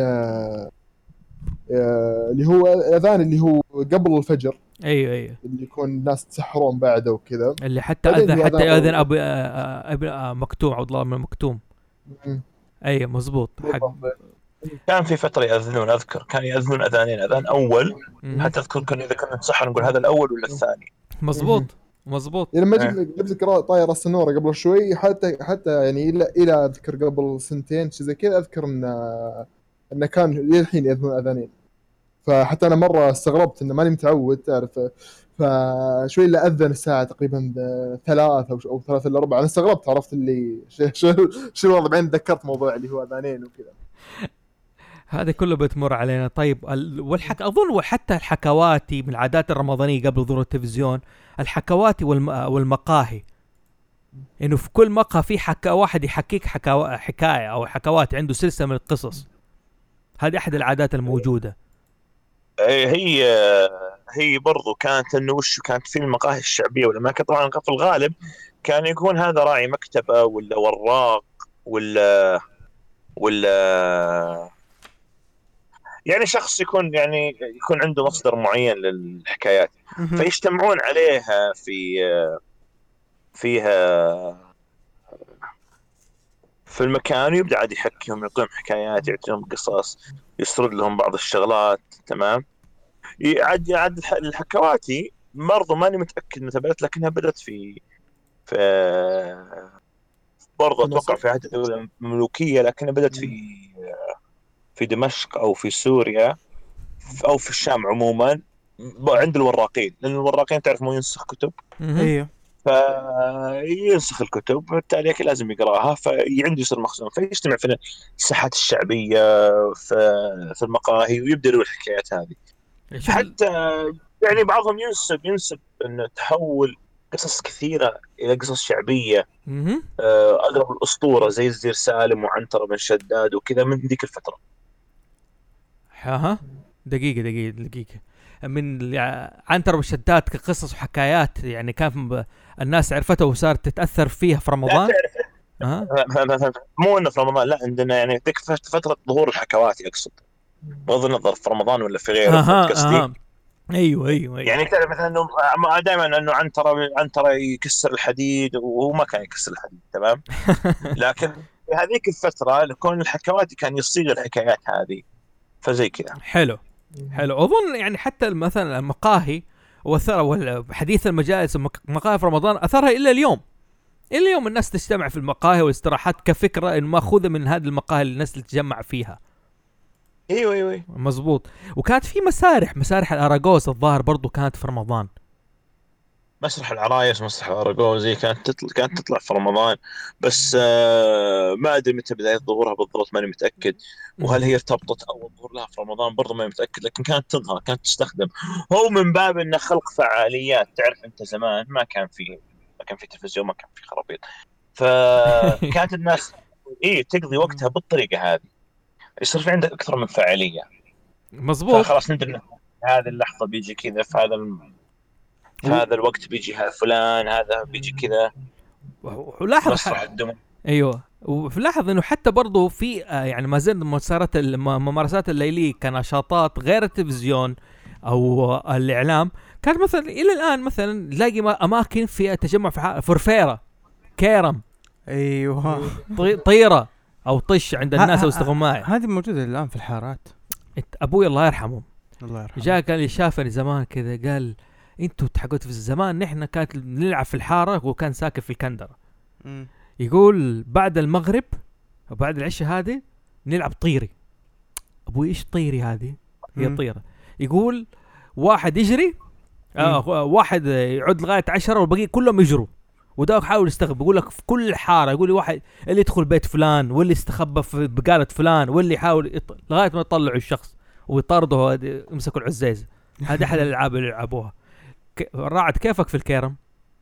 اللي هو اذان اللي هو قبل الفجر. ايوه اللي يكون الناس تسحرون بعده وكذا، اللي حتى اذن ابو مكتوم عبد الله من مكتوم. ايوه مزبوط. كان في فتره ياذنون، اذكر كان ياذنون اذانين، اذان اول حتى اذكر كان اذا كنا نصحر نقول هذا الاول ولا الثاني. مظبوط. لما جبت طاير راس النوره قبل شوي، حتى يعني الى اذكر قبل سنتين شيء زي كذا، اذكر ان كان للحين ياذنون اذانين. فحتى انا مره استغربت انه ماني متعود، تعرف. فشوي اللي اذن الساعه تقريبا 3 او 3 إلا ربع، انا استغربت، عرفت اللي شو الوضع. بعدين تذكرت موضوع اللي هو اذانين وكذا. هذا كله بتمر علينا. طيب اظن وحتى الحكواتي من العادات الرمضانيه قبل ظهور التلفزيون، الحكواتي والمقاهي، انه في كل مقهى في واحد يحكيك حكايه او حكواتي، عنده سلسله من القصص. هذه احد العادات الموجوده. هي برضو كانت انه كانت في المقاهي الشعبيه ولا ما كان، طبعا في الغالب كان يكون هذا راعي مكتبه ولا وراق ولا يعني شخص يكون عنده مصدر معين للحكايات، فيجتمعون عليها في المكان، ويبدأ عاد يحكيهم، يقيم حكايات، يعطيهم قصص، يسرد لهم بعض الشغلات. تمام. عاد الحكواتي برضو ماني متأكد متى بدأت، لكنها بدأت في برضو أتوقع في عهد الدولة المملوكية، لكنها بدأت في دمشق أو في سوريا أو في الشام عموما، عند الوراقين، لأن الوراقين تعرف مو ينسخ كتب. ايوه. فينسخ الكتب، بالتالي لازم يقراها، فعنده يصير مخزون، فيجتمع في الساحات الشعبية في المقاهي، ويبدأ له الحكايات هذه. حتى يعني بعضهم ينسب أن تحول قصص كثيرة إلى قصص شعبية، أقرب الأسطورة زي الزير سالم وعنترة بن شداد وكذا من ذيك الفترة. دقيقة من عنتر والشداد كقصص وحكايات يعني كان الناس عرفتها وصارت تتاثر فيها في رمضان. مو انه في رمضان، لا عندنا يعني ذيك فتره ظهور الحكواتي اقصد، بغض النظر في رمضان ولا في غيره. ايوه يعني تعرف مثلا انه دائما انه عنترة يكسر الحديد وهو ما كان يكسر الحديد تمام. لكن في هذيك الفتره كون الحكواتي كان يصيغ الحكايات هذه فزي كذا. حلو اظن يعني حتى مثلا المقاهي وحديث المجالس المقاهي في رمضان اثرها الى اليوم الناس تجتمع في المقاهي والاستراحات كفكره انه ماخوذه من هذه المقاهي اللي الناس تتجمع فيها. ايوه مزبوط. وكانت في مسارح الأراغوز الظاهر برضو كانت في رمضان. مسرح العرايس مسرح الأراغوزي كانت تطلع في رمضان، بس ما ادري متى بدايه ظهورها بالضبط ماني متاكد، وهل هي ارتبطت اول ظهور لها في رمضان برضو ماني متاكد، لكن كانت تظهر كانت تستخدم هو من باب انه خلق فعاليات. تعرف انت زمان ما كان في تلفزيون، ما كان في خرابيط، فكانت الناس تقضي وقتها بالطريقه هذه، يصير في عندك اكثر من فاعليه. مظبوط. خلاص ندري هذه اللحظه بيجي كذا في هذا الوقت بيجي فلان، هذا بيجي كذا. ولاحظ ايوه، ولاحظ انه حتى برضو في يعني ما زلنا الممارسات الليليه كنشاطات غير التلفزيون او الاعلام. كانت مثلا الى الان مثلا نلاقي اماكن فيها تجمع في فرفيره، كيرم، ايوه، طيره او طش عند الناس واستغماء. هذه موجوده الان في الحارات. ابوي الله يرحمه جاء قال لي شافني زمان كذا، قال انتوا تحققتوا في الزمان، نحن كانت نلعب في الحاره وكان ساكن في الكندره. يقول بعد المغرب وبعد العشاء هذه نلعب طيري. ابوي ايش طيري هذه؟ هي طيره. يقول واحد يجري واحد يعد لغايه 10 والباقي كلهم يجروا، وده يحاول يستخبى. يقول لك في كل الحاره، يقول لي واحد اللي يدخل بيت فلان واللي يستخبى في بقاله فلان واللي يحاول لغايه ما يطلعوا الشخص ويطاردوا يمسكوا العزيز. هذه احد الالعاب اللي يلعبوها. راعد كيفك في الكيرم؟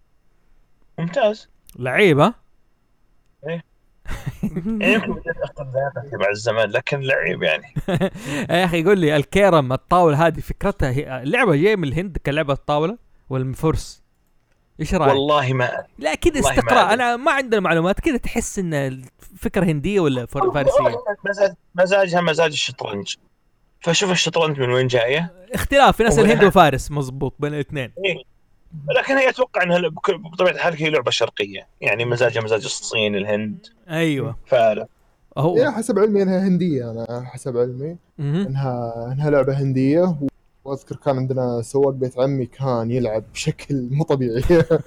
ممتاز، لعيبه. ايه يمكن مع الزمان لكن لعيب يعني. يا اخي يقول لي الكيرم الطاوله هذه فكرتها هي اللعبه جايه من الهند كلعبه طاوله ولا من فرس؟ ايش رايك؟ والله ما لا كذا استقراء، انا ما عندنا معلومات كذا، تحس ان الفكره هنديه ولا فارسيه؟ مزاجها مزاج الشطرنج، فشوف الشطرنج من وين جايه، اختلاف في ناس الهند وفارس. مزبوط بين الاثنين. لكن هي اتوقع انها بطبيعه الحال هي لعبه شرقيه، يعني مزاجها مزاج الصين الهند. ايوه فعلا. هي حسب علمي انها هنديه، انا حسب علمي انها لعبه هنديه. واذكر كان عندنا سواق بيت عمي كان يلعب بشكل مو طبيعي.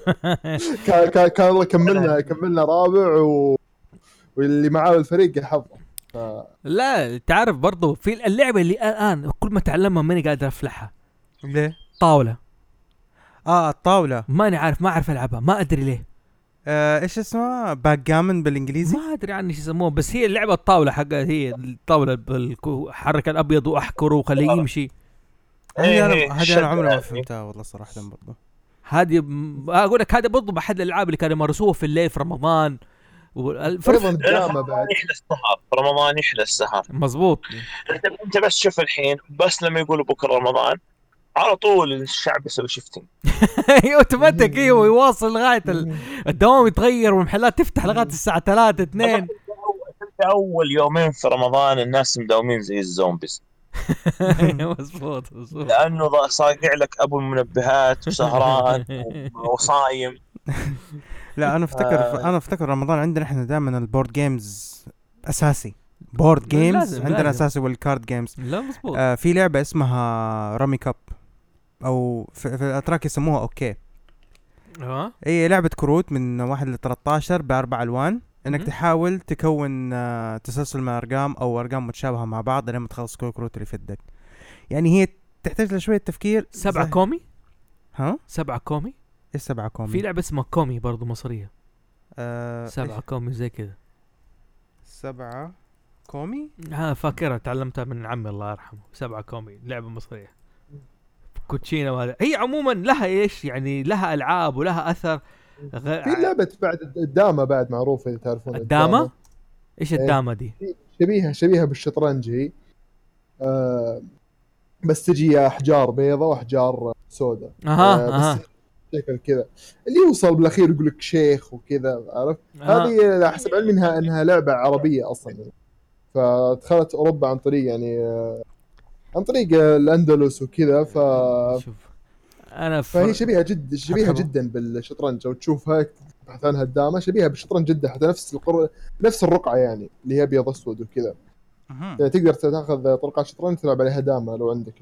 كان كملنا رابع واللي معاه الفريق يحفظه. لا تعرف برضو في اللعبه اللي الان كل ما تعلمها ماني قادر افلحها. ليه؟ طاوله. الطاوله ماني عارف، ما اعرف العبها، ما ادري ليه. ايش اسمها؟ باك جامن بالانجليزي، ما ادري عنه ايش يسموه، بس هي اللعبه الطاوله حقها، هي الطاوله حرك الابيض واحكره وخليه يمشي. هذه انا عمري ما فهمتها والله صراحه. برضه هذه اقول لك هذا برضه احد الالعاب اللي كانوا يمارسوها في الليل في رمضان. رمضان يحلى السهر، رمضان يحلى السهر. مزبوط. انت بس شوف الحين، بس لما يقولوا بكره رمضان على طول الشعب يسوي شيفتنج. اوتوماتيك. ايوه يواصل لغايه الدوام يتغير والمحلات تفتح لغايه الساعه 3 2. اول يومين في رمضان الناس مداومين زي الزومبيز. مزبوط لانه صاقع لك ابو المنبهات وسهران وصايم. لا انا افتكر رمضان عندنا احنا دائما البورد جيمز اساسي. بورد جيمز عندنا اساسي والكارد جيمز. لا مزبوط. في لعبه اسمها رامي كاب او في الاتراك يسموها اوكي. هي لعبه كروت من 1 ل 13 ب4 الوان، انك تحاول تكون تسلسل من ارقام او ارقام متشابهه مع بعض لما تخلص كل الكروت اللي في يدك. يعني هي تحتاج لشويه تفكير. 7 كومي. 7 كومي. ايش 7 كومي؟ في لعبه اسمها كومي برضو مصريه. 7 كومي زي كذا. 7 كومي فاكرها، تعلمتها من عمي الله يرحمه. 7 كومي لعبه مصريه كوتشينا. وهذا هي عموما لها ايش يعني، لها العاب ولها اثر. في لعبه بعد الدامه بعد معروفه اذا تعرفون الدامه. ايش الدامه دي؟ شبيهه بالشطرنج هي. بس تجي احجار بيضة واحجار سوداء. اها شكل كذا اللي يوصل بالاخير يقول لك شيخ وكذا، عرفت؟ هذه حسب علمي انها لعبه عربيه اصلا يعني. فدخلت اوروبا عن طريق يعني عن طريق الاندلس وكذا. شوف انا فهي شبيهه جدا بالشطرنج، او تشوفها تبحث عنها قدامها شبيهه بالشطرنج جدا، حتى نفس الرقعه يعني اللي هي ابيض اسود وكذا. يعني تقدر تاخذ طرقات شطرنج تلعب عليها دامه لو عندك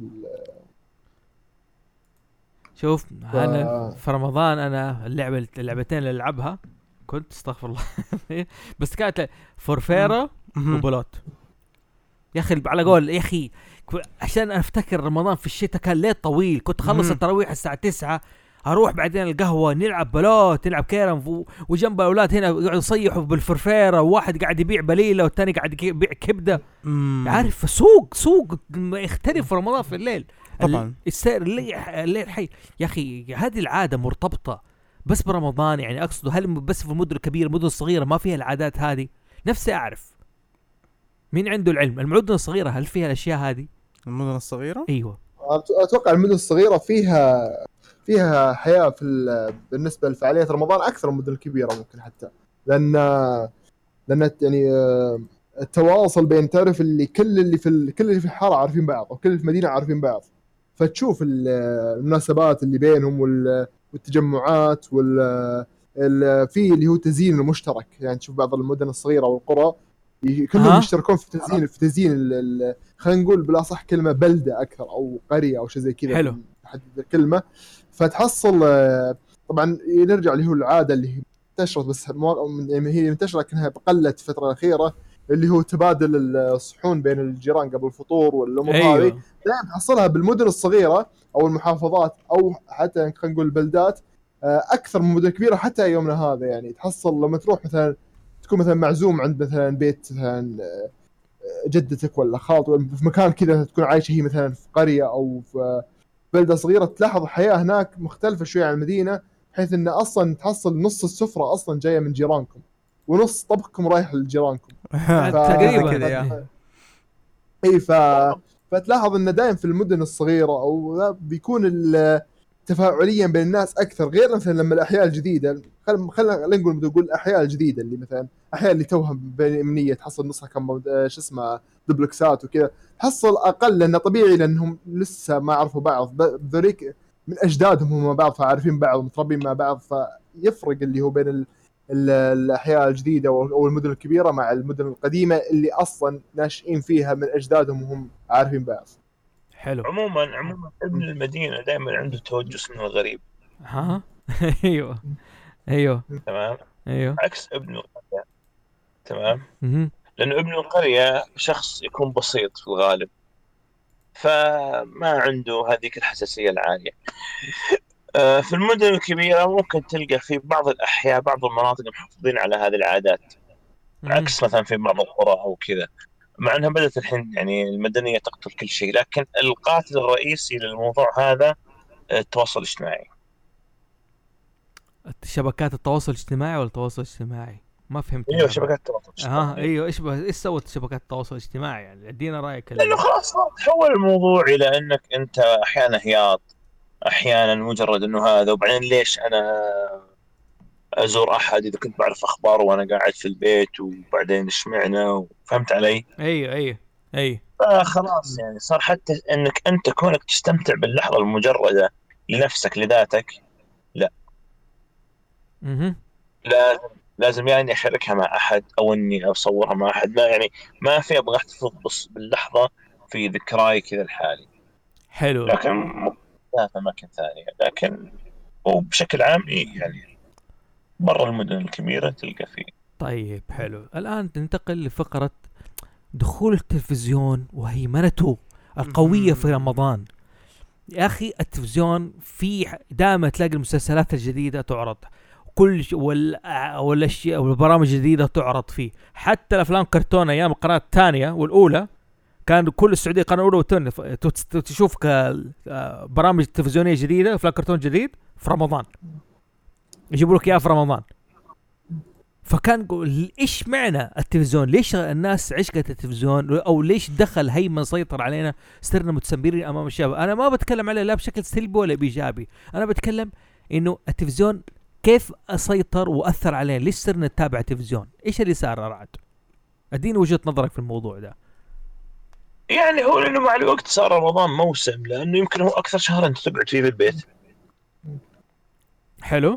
شوف انا في رمضان انا اللعبتين اللي العبها كنت استغفر الله بس كانت فورفيرا وبلوت. يا اخي على قول يا اخي عشان افتكر رمضان في الشتاء كان ليل طويل، كنت اخلص التراويح الساعه 9 اروح بعدين القهوه نلعب بلوت نلعب كيرم، وجنب الاولاد هنا يقعدوا يصيحوا بالفرفيره، وواحد قاعد يبيع بليله والثاني قاعد يبيع كبده. عارف سوق يختلف في رمضان في الليل طبعا السير الليل حي. يا اخي هذه العاده مرتبطه بس برمضان يعني، اقصد هل بس في المدن الكبيره المدن الصغيره ما فيها العادات هذه؟ نفسي اعرف مين عنده العلم، المدن الصغيره هل فيها الاشياء هذه؟ المدن الصغيره ايوه اتوقع المدن الصغيره فيها حياه بالنسبه لفعاليات رمضان اكثر من المدن الكبيره ممكن، حتى لان يعني التواصل بين تعرف اللي كل اللي في الحاره عارفين بعض، او كل اللي في المدينه عارفين بعض، فتشوف المناسبات اللي بينهم والتجمعات في اللي هو تزيين المشترك. يعني تشوف بعض المدن الصغيره والقرى كلهم يشتركون في تزيين خلينا نقول بلا صح كلمه بلده اكثر او قريه او شيء زي كذا، حلو حدد الكلمه. فتحصل طبعا نرجع اللي هو العاده اللي انتشرت بس يعني هي منتشره لكنها بقلت الفتره الاخيره، اللي هو تبادل الصحون بين الجيران قبل الفطور والامور هذه. دائما تحصلها بالمدن الصغيره او المحافظات او حتى خلينا نقول البلدات اكثر من مدن كبيره حتى يومنا هذا. يعني تحصل لما تروح مثلا تكون مثلا معزوم عند مثلا بيت مثلا جدتك ولا خالته في مكان كذا، تكون عايشه هي مثلا في قريه او في بلده صغيره، تلاحظ الحياه هناك مختلفه شويه عن المدينه، بحيث ان اصلا تحصل نص السفره اصلا جايه من جيرانكم ونص طبخكم رايح لجيرانكم تقريبا كذا يعني. اي فتلاحظ ان دائما في المدن الصغيره او بيكون تفاعليا بين الناس اكثر، غير مثلا لما الاحياء الجديده خلينا نقول الاحياء الجديده اللي مثلا احياء اللي توها امنيه تحصل نسخه كم دوبلكسات وكذا، تحصل اقل لانه طبيعي لانهم لسه ما عرفوا بعض ذوليك من اجدادهم هم بعض فعارفين بعض متربين مع بعض. فيفرق اللي هو بين الاحياء الجديده او المدن الكبيره مع المدن القديمه اللي اصلا ناشئين فيها من اجدادهم وهم عارفين بعض. حلو. عموما ابن المدينه دائما عنده توجس من الغريب. ايوه تمام. ايوه عكس ابن القريه. تمام. لانه ابن القريه شخص يكون بسيط في الغالب، فما عنده هذيك الحساسيه العاليه. في المدن الكبيره ممكن تلقى في بعض الاحياء بعض المناطق محافظين على هذه العادات، عكس مثلا في بعض القرى او كذا، مع انها بدأت الحين يعني المدنيه تقتل كل شيء، لكن القاتل الرئيسي للموضوع هذا التواصل الاجتماعي. شبكات التواصل الاجتماعي ولا التواصل الاجتماعي؟ ما فهمت. ايوه شبكات التواصل الاجتماعي. ايوه ايش سوت شبكات التواصل الاجتماعي يعني؟ ادينا رايك. لانه خلاص تحول الموضوع الى انك انت احيانا هياط، احيانا مجرد انه هذا، وبعدين ليش انا ازور احد اذا كنت بعرف اخباره وانا قاعد في البيت، وبعدين اشمعنا. فهمت علي؟ ايوه فخلاص يعني صار حتى انك انت كونك تستمتع باللحظه المجرده لنفسك لذاتك لا. لازم يعني اشاركها مع احد او اني اصورها مع احد. لا يعني ما في ابغى احتفظ بس باللحظه في ذكراي كذا الحالي. حلو. لكن في اماكن ثانيه، لكن وبشكل عام يعني برا المدن الكبيره تلقى فيه. طيب حلو. الان ننتقل لفقره دخول التلفزيون وهيمنته القويه في رمضان. يا اخي التلفزيون فيه دائما تلاقي المسلسلات الجديده تعرض، كل والاشياء والبرامج الجديده تعرض فيه، حتى الافلام كرتون ايام القناه الثانيه والاولى كان كل السعوديه القناه الاولى والثانيه تشوف برامج تلفزيونيه جديده افلام كرتون جديد في رمضان، يجيبوا لك اياها في رمضان. فكان يقول ايش معنى التلفزيون، ليش الناس عشقت التلفزيون، او ليش دخل هيمن سيطر علينا، صرنا متسمرين امام الشباب. انا ما بتكلم عليه لا بشكل سلبي ولا بايجابي، انا بتكلم انه التلفزيون كيف اسيطر واثر علينا، ليش صرنا نتابع التلفزيون، ايش اللي صار رعد؟ اديني وجهة نظرك في الموضوع ده. يعني هو لانه مع الوقت صار رمضان موسم، لانه يمكن هو اكثر شهر انت تقعد فيه في البيت. حلو.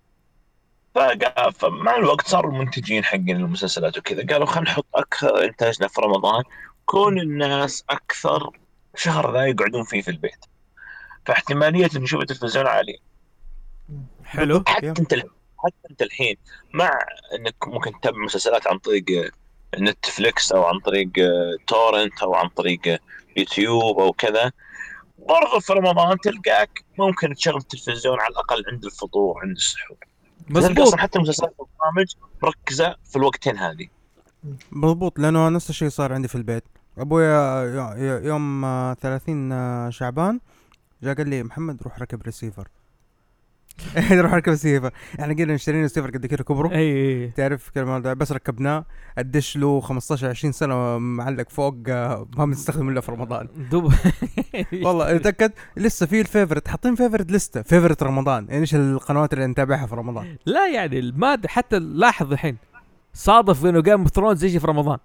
فمع الوقت صاروا المنتجين حقين المسلسلات وكذا قالوا خلينا نحط اكثر انتاجنا في رمضان، كون الناس اكثر شهر ذا يقعدون فيه في البيت، فاحتماليه انه يشوف التلفزيون عاليه. حلو. حتى انت الحين مع انك ممكن تتابع مسلسلات عن طريق نتفليكس او عن طريق تورنت او عن طريق يوتيوب او كذا، برضو في رمضان تلقاك ممكن تشغل التلفزيون على الاقل عند الفطور عند السحور. مظبوط. حتى مسلسلات البرامج مركزه في الوقتين هذه. مضبوط، لانه نفس الشيء صار عندي في البيت. ابويا يوم 30 شعبان جاء قال لي محمد روح ركب ريسيفر. روح ركب ريسيفر. احنا قلنا نشتري ريسيفر قد كده كبره، اي تعرف كلمه بس ركبناه ادش له 15-20 سنه معلق فوق، ما بنستخدم الا في رمضان. والله اتاكد لسه في الفيفورت، حاطين فيفورت لسته فيفورت رمضان، ايش القنوات اللي نتابعها في رمضان. لا يعني المادة حتى لاحظ الحين صادف انه جيم اوف ثرونز يجي في رمضان.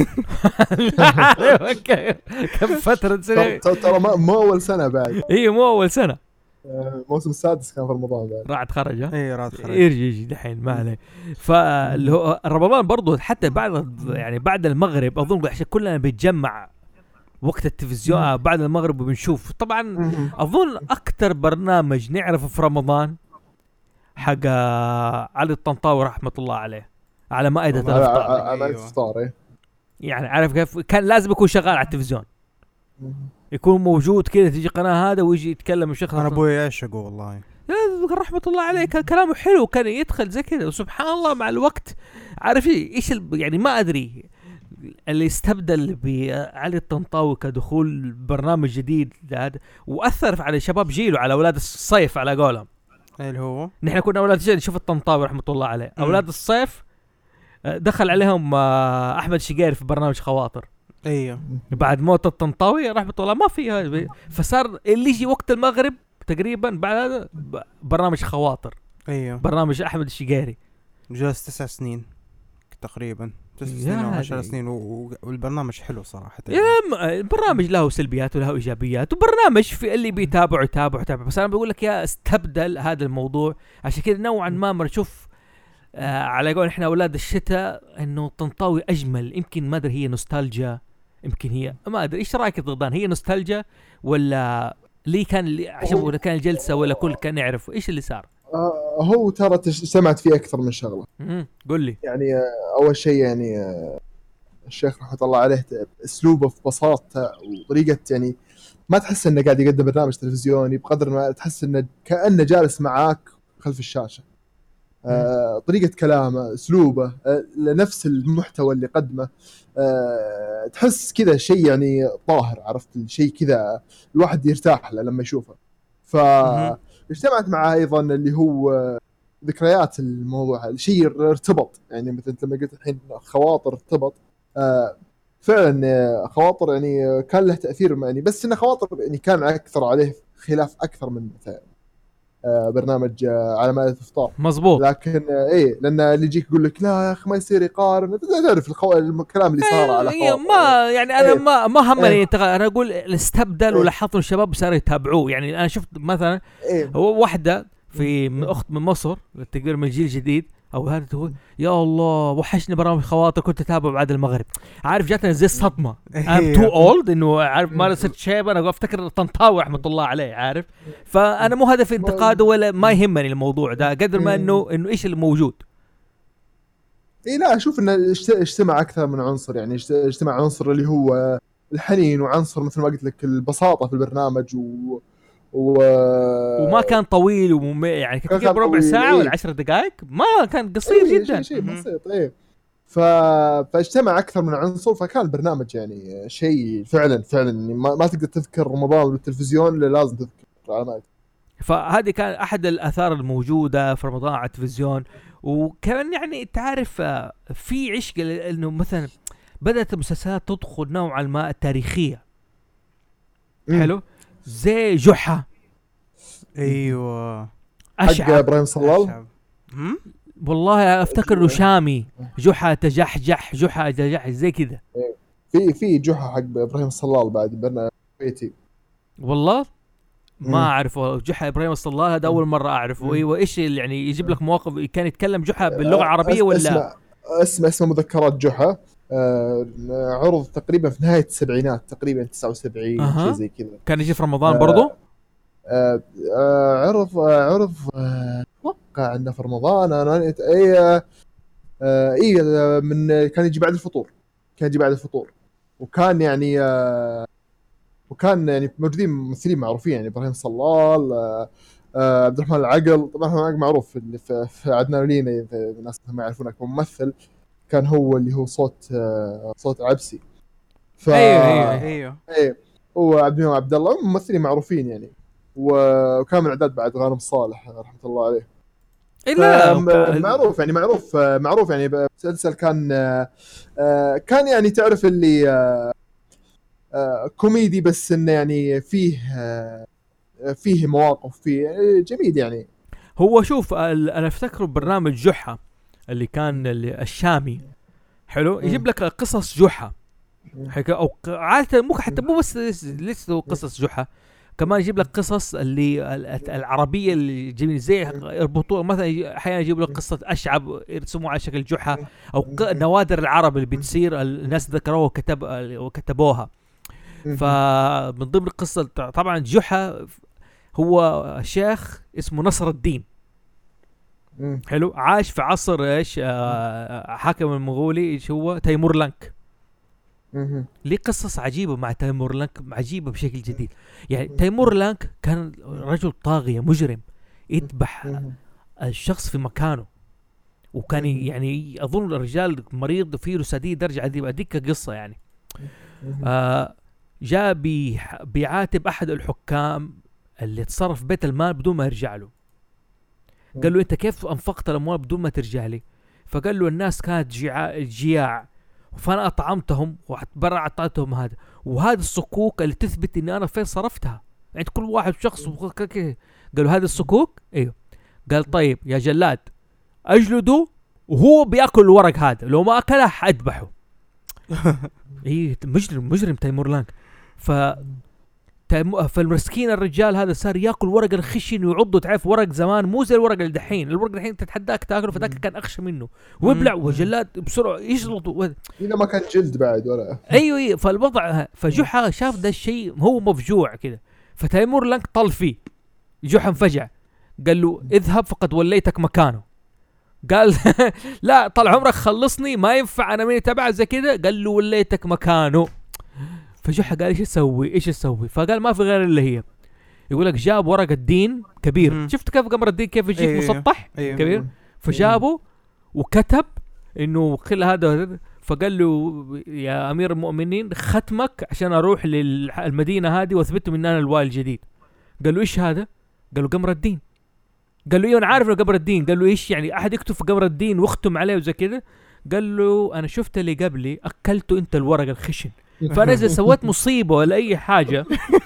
كم فترة سنة ترى مو اول سنة بعد. ايه مو اول سنة، الموسم السادس كان في رمضان بعد. راعد خرج. اي راعد خرج يجي دحين ما عليه. فاللي هو رمضان برضو حتى بعد يعني بعد المغرب اظن عشان كلنا بيتجمع وقت التلفزيون بعد المغرب وبنشوف. طبعا اظن اكتر برنامج نعرفه في رمضان حق علي الطنطاوي رحمة الله عليه على مائدة الافطار. على الافطار يعني عارف كيف كان لازم يكون شغال على التلفزيون، يكون موجود كذا، تيجي قناة هذا ويجي يتكلم الشيخ. انا ابوي يعشقه والله رحمة الله عليه، كان كلامه حلو، كان يدخل زي كذا. وسبحان الله مع الوقت عارف ايش يعني ما ادري اللي استبدل بعلي الطنطاوي كدخول برنامج جديد هذا واثر على شباب جيله، على اولاد الصيف على قولهم. اللي هو نحن كنا اولاد جيل نشوف الطنطاوي رحمة الله عليه. اولاد الصيف دخل عليهم احمد شقيري في برنامج خواطر. ايوه بعد موت الطنطاوي رحمة الله ما في، فصار اللي يجي وقت المغرب تقريبا بعد هذا برنامج خواطر. ايوه برنامج احمد الشقيري جلس 9 سنين تقريبا، 9 سنين او 10 سنين والبرنامج حلو صراحه. البرنامج له سلبيات وله ايجابيات، وبرنامج في اللي بيتابع يتابع. بس انا بقول لك يا استبدل هذا الموضوع، عشان كذا نوعا ما نشوف على قول احنا اولاد الشتاء انه طنطاوي اجمل. يمكن ما ادري هي نوستالجيا، يمكن هي ما ادري ايش رايك ضدان، هي نوستالجيا ولا ليه كان عشان ولا كان الجلسه ولا كل كان يعرف ايش اللي صار؟ هو ترى سمعت فيه اكثر من شغله. قل لي. يعني اول شيء يعني الشيخ رحمه الله عليه اسلوبه في بساطه وطريقه، يعني ما تحس انه قاعد يقدم برنامج تلفزيوني بقدر ما تحس انه كانه جالس معاك خلف الشاشه. طريقه كلامه، اسلوبه، لنفس المحتوى اللي قدمه، تحس كذا شيء يعني طاهر، عرفت الشيء كذا الواحد يرتاح له لما يشوفه. فاجتمعت معه ايضا اللي هو ذكريات الموضوع، الشيء ارتبط. يعني مثل لما قلت الحين خواطر ارتبط، فعلا خواطر يعني كان له تأثير يعني، بس إن خواطر يعني كان أكثر عليه خلاف أكثر من مثلا برنامج على مائدة الإفطار. مظبوط. لكن ايه لان اللي يجيك يقول لك لا يا اخي ما يصير يقارن، تعرف الكلام اللي صار على خواطر. ما يعني انا ما همني انا اقول استبدل ولاحظوا الشباب صاروا يتابعوه. يعني انا شفت مثلا هو واحده في اخت من مصر تقدر من الجيل الجديد او هذا تقول يا الله وحشني برامج خواطر كنت اتابع بعد المغرب. عارف جاتني زي الصدمه I'm too old انه عارف ما صرت شيب. انا افتكر طنطاوي رحمه الله عليه عارف. فانا مو هدفي انتقاده ولا ما يهمني الموضوع ده قدر ما انه ايش اللي موجود. اي لا اشوف انه اجتمع اكثر من عنصر. يعني اجتمع عنصر اللي هو الحنين، وعنصر مثل ما قلت لك البساطه في البرنامج وما كان طويل يعني كان ربع ساعة ولا 10 دقائق، ما كان قصير جدا، شيء بسيط. فاجتمع أكثر من عنصر، فكان البرنامج يعني شيء فعلا ما تقدر تذكر رمضان والتلفزيون اللي لازم تذكر علامات. فهذه كان احد الاثار الموجوده في رمضان على التلفزيون. وكان يعني تعرف في عشق انه مثلا بدات المسلسلات تدخل نوعا ما التاريخيه. حلو زي جحا. ايوه حق ابراهيم صلال. والله افتكر انه شامي. جحا تجحجح جحا تجحجح زي كذا. في جحا حق ابراهيم صلال بعد بنا بيتي والله ما اعرفه. جحا ابراهيم الصلال هذا اول مره اعرفه. ايوه ايش يعني يجيب لك مواقف كان يتكلم جحا باللغه العربيه ولا اسمه مذكرات جحا. عرض تقريبا في نهايه السبعينات تقريبا 79 شيء زي كذا. كان يجي في رمضان برضو. عرض اتوقع انه في رمضان. انا اي من كان يجي بعد الفطور. وكان يعني موجودين ممثلين معروفين يعني ابراهيم صلال، عبد الرحمن العقل. طبعا العقل معروف في عدنان لينا الناس ما يعرفونه كممثل. كان هو اللي هو صوت عبسي. ايوه هو عبد الله ممثلين معروفين يعني. وكان من اعداد بعد غانم صالح رحمه الله عليه. معروف يعني مسلسل كان يعني تعرف اللي كوميدي بس انه يعني فيه مواقف فيه جميل يعني. هو شوف انا افتكره برنامج جحا اللي كان الشامي. حلو يجيب لك قصص جحا او عاده مو بس لسه قصص جحا، كمان يجيب لك قصص اللي العربيه اللي جميل زي يربطوا مثلا احيانا يجيب لك قصه اشعب يرسموها على شكل جحا او نوادر العرب اللي بتصير الناس ذكروها وكتبوها. فمن ضمن القصه طبعا جحا هو شيخ اسمه نصر الدين. حلو عاش في عصر ايش حاكم المغولي ايش هو تيمور لنك. ليه قصص عجيبه مع تيمور لنك عجيبه بشكل جديد. يعني تيمور لنك كان رجل طاغية مجرم يذبح الشخص في مكانه، وكان يعني اظن الرجال مريض فيه رسادية درجة عديدة. اديك قصة يعني جاء بيعاتب احد الحكام اللي تصرف بيت المال بدون ما يرجع له. قال له انت كيف انفقت الاموال بدون ما ترجع لي؟ فقال له الناس كانت جياع فانا اطعمتهم وبرع اعطيتهم هذا، وهذا الصكوك اللي تثبت اني انا فين صرفتها عند كل واحد شخص. قالوا هذا الصكوك. ايوه قال طيب يا جلاد اجلده وهو بياكل الورق هذا، لو ما اكله حاذبحه. ايه مجرم تيمور لانك. فالمسكين الرجال هذا صار ياكل ورق الخشن ويعضه. تعرف ورق زمان مو زي الورق الدحين. الورق الدحين تتحداك تاكله، فذاك كان اخشى منه ويبلع. وجلاد بسرعه يشلطوا اذا ما كان جلد بعد ولا ايوه فالوضع. فجحا شاف ده الشيء هو مفجوع كده، فتيمور لانك طل فيه. جحا انفجع قال له اذهب فقد وليتك مكانه. قال لا طال عمرك خلصني ما ينفع انا مين تبع زي كده. قال له وليتك مكانه. فجحا قال ايش اسوي؟ فقال ما في غير اللي هي يقول لك جاب ورقة الدين كبير. شفت كيف قمر الدين كيف يجيك مسطح كبير. فجابه وكتب انه خل هذا. فقال له يا امير المؤمنين ختمك عشان اروح للمدينة هذه واثبت من انا الوالي الجديد. قال له ايش هذا؟ قال له قمر الدين. قال له ايوه انا عارف انه قمر الدين. قال له ايش يعني احد يكتب في قمر الدين واختم عليه وزي كذا؟ قال له انا شفت اللي قبلي اكلته انت الورق الخشن، فانا اذا سويت مصيبه ولا اي حاجه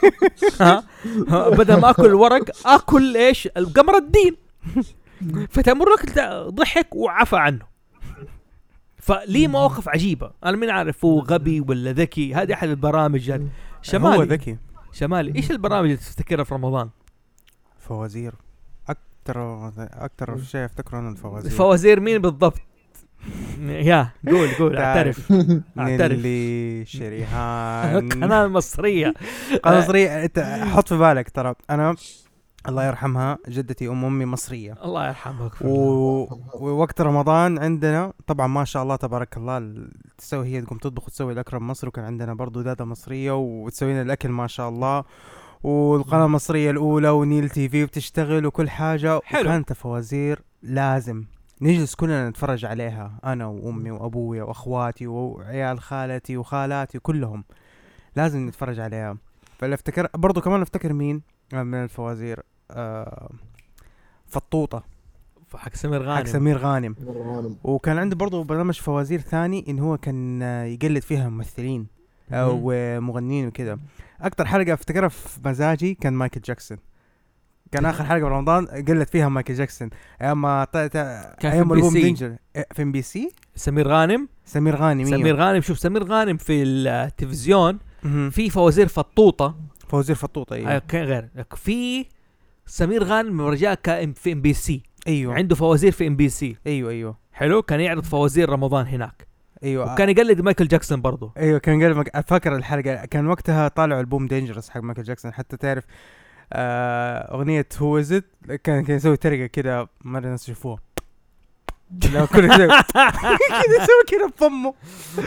بدل ما اكل الورق اكل ايش القمر الدين. فتيمور لك ضحك وعفى عنه. فليه مواقف عجيبه. انا مين عارف هو غبي ولا ذكي. هذه احد البرامج يعني شمالي. هو ذكي شمالي. ايش البرامج اللي تفتكرها في رمضان؟ فوازير. اكثر شيء افتكره انا الفوازير. فوازير مين بالضبط؟ يا قول اعترف نيلي شريهان قناة مصرية. انت حط في بالك ترى انا الله يرحمها جدتي امي مصرية الله يرحمها. ووقت رمضان عندنا طبعا ما شاء الله تبارك الله تسوي هي تقوم تطبخ وتسوي الاكل مصري. وكان عندنا برضو دادة مصرية وتسوي لنا الاكل ما شاء الله. والقناة المصرية الاولى ونيل تي في بتشتغل وكل حاجة. وكانت فوازير لازم نجلس كلنا نتفرج عليها انا وامي وابويا واخواتي وعيال خالتي وخالاتي كلهم لازم نتفرج عليها. فافتكر برضو كمان افتكر مين من الفوازير فطوطة حق سمير غانم. وكان عنده برضو برنامج فوازير ثاني إن هو كان يقلد فيها ممثلين أو مغنيين وكذا. أكتر حلقة افتكرها في مزاجي كان مايكل جاكسون. كان آخر حلقة برمضان قلت فيها مايكل جاكسون أيام أيام البوم دينجر في ام بي سي. سمير غانم شوف سمير غانم في التلفزيون في فوازير فطوطة أيوة. غير في سمير غانم رجاء في ام بي سي. ايوه عنده فوازير في ام بي سي. ايوه حلو. كان يعرض فوازير رمضان هناك. ايوه وكان يقلد مايكل جاكسون برضو. ايوه كان يقلد. افكر الحلقه كان وقتها طالع البوم دينجرس حق مايكل جاكسون. حتى تعرف اغنيه هو از ات كان يسوي طريقه كده ما الناس يشوفوها. لا كل كده يسوي كده بفمه.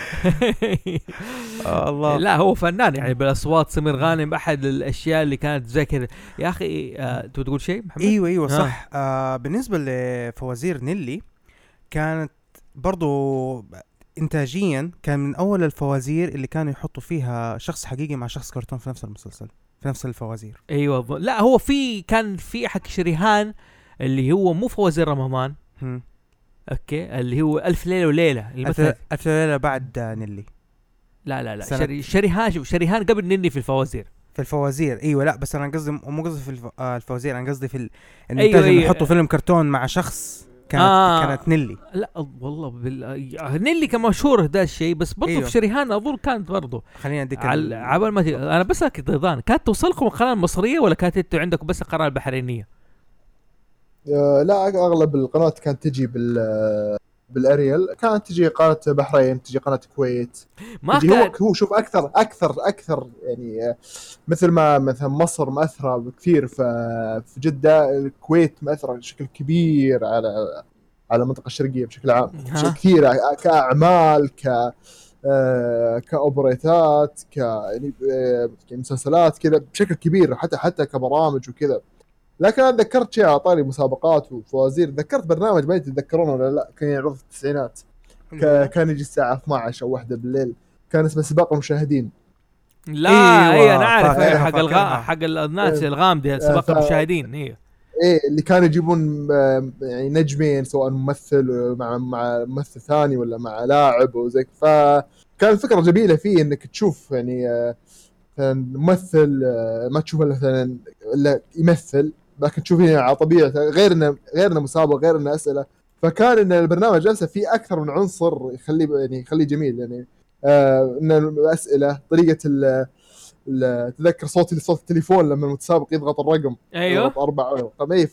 الله. لا هو فنان يعني بالاصوات. سمير غانم احد الاشياء اللي كانت زي كذا يا اخي. تقول شيء محمد؟ ايوه صح. بالنسبه لفوازير نيلي كانت برضو انتاجيا كان من اول الفوازير اللي كانوا يحطوا فيها شخص حقيقي مع شخص كرتون في نفس المسلسل في نفس الفوازير. ايوه لا هو كان في حق شريهان اللي هو مو فوازير رمضان. اوكي اللي هو ألف ليلة وليلة. ألف ليلة بعد نيلي. لا شريهان قبل نيلي في الفوازير. ايوه لا بس انا قصدي مو قصدي في الفوازير. انا قصدي في أيوة يحطوا فيلم كرتون مع شخص كانت نيلي. لا والله نيلي كان مشهور ده الشيء بس برضو أيوة. في شريهان اظن كانت برضو. خلينا نديك عبال ما انا بس ضيضان كانت توصلكم القناه المصريه ولا كانت انتوا عندكم بس القناه البحرينيه؟ لا اغلب القنوات كانت تجي بالاريال. كانت تجي قناه بحرين تجي قناه الكويت. ما كان هو شوف اكثر يعني مثل ما مثلا مصر مأثرة بكثير في جدة. الكويت مأثرة بشكل كبير على المنطقة الشرقية بشكل عام. بشكل كثير كأعمال كأوبريتات يعني مسلسلات كذا بشكل كبير حتى كبرامج وكذا. لكن أنا ذكرت شيء على طاري مسابقات وفوازير. ذكرت برنامج ما تتذكرونه ولا لا كان يعرض في التسعينات. كان يجي الساعة 12 أو 1 بالليل. كان اسمه سباق المشاهدين. لا أيوة أنا أعرف حق الناس الغامدة سباق المشاهدين. إيه اللي كانوا يجيبون يعني نجمين سواء ممثل مع ممثل ثاني ولا مع لاعب وزي. فكان الفكرة جميلة فيه إنك تشوف يعني ممثل ما تشوفه مثلا إلا يمثل لكن تشوفينه على طبيعته غيرنا مسابقة غيرنا أسئلة. فكان إن البرنامج نفسه فيه أكثر من عنصر يخليه جميل يعني. إن الأسئلة طريقة تذكر صوت التليفون لما المتسابق يضغط الرقم. أيوه يضغط 4 رقم. أي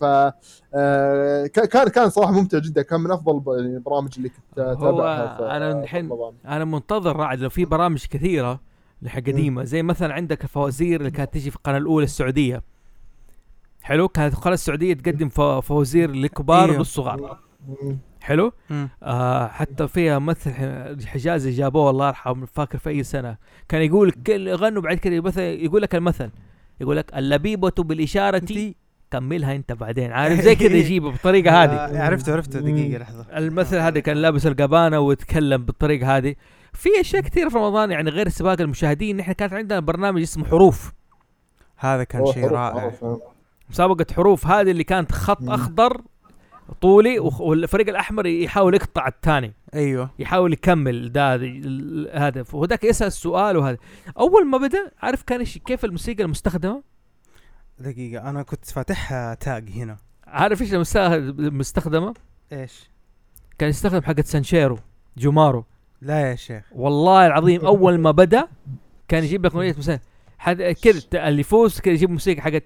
كان صراحة ممتع جدا. كان من أفضل يعني البرامج اللي كنت أتابعها. أنا الحين أنا منتظر راعد لو في برامج كثيرة لحق قديمة زي مثلا عندك الفوازير اللي كانت تيجي في القناة الأولى السعودية. حلو. كانت القناة السعودية تقدم فوازير للكبار والصغار. حلو. حتى فيها مثل حجازي جابوه الله يرحمه فاكر في أي سنة كان يقول غنوا بعد كده مثلا يقول لك المثل يقول لك اللبيبة بالإشارة كملها أنت بعدين عارف زي كده يجيبه بالطريقة هذه. عرفته دقيقة لحظة. المثل هذا كان لابس القبانة ويتكلم بالطريقة هذه. في أشياء كثيرة في رمضان يعني غير سباق المشاهدين. نحن كانت عندنا برنامج اسمه حروف. هذا كان شيء رائع. مسابقة حروف هذه اللي كانت خط أخضر طولي والفريق الأحمر يحاول يقطع الثاني. أيوه يحاول يكمل هذا وهداك يسأل السؤال. وهذا أول ما بدأ عارف كان كيف الموسيقى المستخدمة. دقيقة أنا كنت فاتحها تاج هنا. عارف إيش المستخدمة؟ إيش كان يستخدم حقة سانشيرو جومارو. لا يا شيخ والله العظيم أول ما بدأ كان يجيب لك أغنية مثلا حد كذا اللي يفوز كذا يجيب موسيقى حقت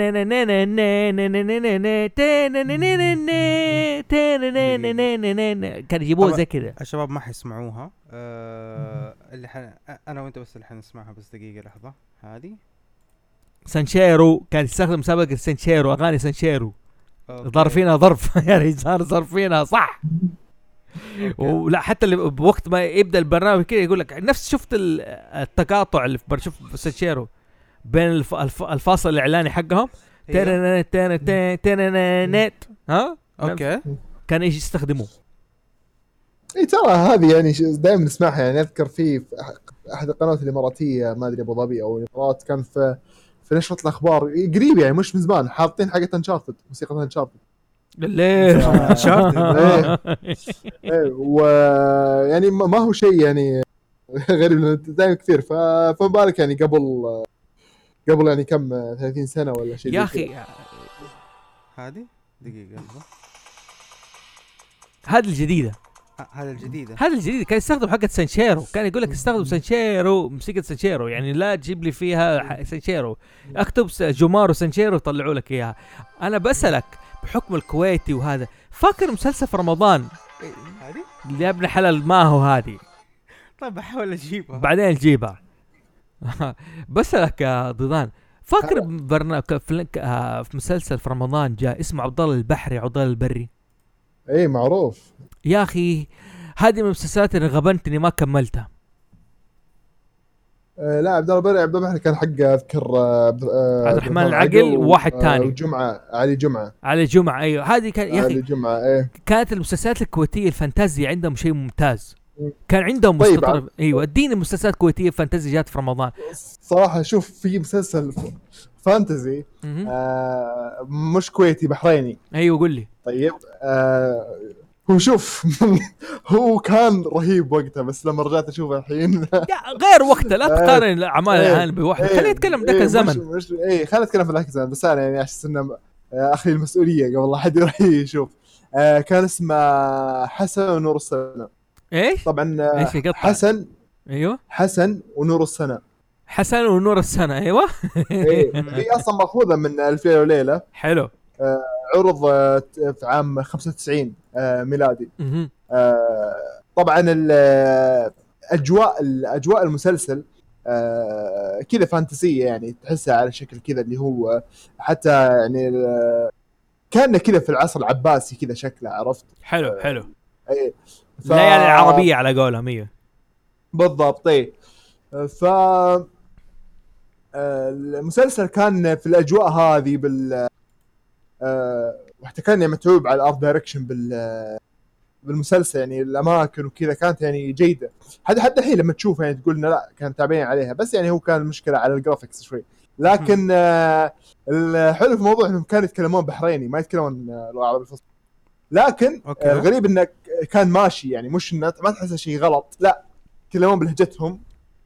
كان يجيبوها زي كذا. الشباب ما حيسمعوها. اللي أنا وأنت بس اللي حنسمعها. بس دقيقة لحظة. هذه سانشيرو كان يستخدم مسابقة سانشيرو أغاني سانشيرو. ظرفينها ظرف يعني صار ظرفينها صح. ولا حتى اللي بوقت ما يبدا البرنامج كده يقول لك نفس شفت التقاطع اللي بشوف سانشيرو بين الفاصل الاعلاني حقهم ها اوكي كان ايش يستخدموه. اي ترى هذه يعني دائما نسمعها. يعني اذكر في احد القنوات الاماراتيه ما ادري ابو ظبي او الامارات كان في في نشرة الأخبار قريب يعني مش من زمان حاطين حاجة انشارتد موسيقى انشارتد ليه انشارتد ويعني ما هو شيء يعني غريب دائما كثير فبالك يعني قبل يعني كم 30 سنة ولا شيء يا أخي هذه دقيقة هذه الجديدة هذا الجديدة كان يستخدم حقة سانشيرو كان يقول لك استخدم سانشيرو موسيقى سانشيرو يعني لا تجيب لي فيها سانشيرو اكتب جومارو سانشيرو طلعوا لك اياها. انا بسألك بحكم الكويتي وهذا فاكر مسلسل في رمضان هذه اللي ابن حلال ما هو هذه طيب بحاول اجيبها بعدين نجيبها بسألك يا ضيضان فاكر في مسلسل في رمضان جاء اسمه عبد الله البحري عبد الله البري ايه معروف يا اخي هذه من المسلسلات اللي غبنتني ما كملتها. لا عبد الله البحري كان حق اذكر عبد الرحمن العقل وواحد ثاني وجمعة علي جمعة ايوه هذه كان يا اخي علي جمعة ايه كانت المسلسلات الكويتية الفانتازيا عندهم شيء ممتاز كان عندهم طيب مستطرف ايوه اديني مسلسلات كويتية فانتازيا جات في رمضان صراحة. شوف في مسلسل فانتزي مش كويتي بحريني ايوه قول لي. طيب هو شوف هو كان رهيب وقتها بس لما رجعت اشوفه الحين غير وقته لا تقارن الاعمال الان بواحد خلينا نتكلم ذاك الزمن مش خلينا نتكلم في ذاك الزمن بس انا يعني عشان انه اخلي المسؤوليه قبل لا حد يروح يشوف. كان اسمه حسن ونور السنه. ايش طبعا ايش يقطع حسن ايوه حسن ونور السنه حسن ونور السنه ايوه هي اصلا ماخوذه من الف ليله وليله. حلو. عرض في عام 95 ميلادي. طبعا الاجواء المسلسل كذا فانتسيه يعني تحسها على شكل كذا اللي هو حتى يعني كان كذا في العصر العباسي كذا شكله عرفت. حلو اي الليالي العربيه على قولهم ايوه بالضبط. اي المسلسل كان في الاجواء هذه وحتى كان يعني متعوب على الارت دايركشن بالمسلسل يعني الاماكن وكذا كانت يعني جيده. حتى الحين لما تشوفها يعني تقول لنا لا كان تعبين عليها بس يعني هو كان المشكله على الجرافيكس شوي. لكن الحلو في الموضوع انهم كانوا يتكلمون بحريني ما يتكلمون لغه عربيه الفصحى. لكن الغريب انك كان ماشي يعني مش ما تحس شيء غلط لا يتكلمون بلهجتهم.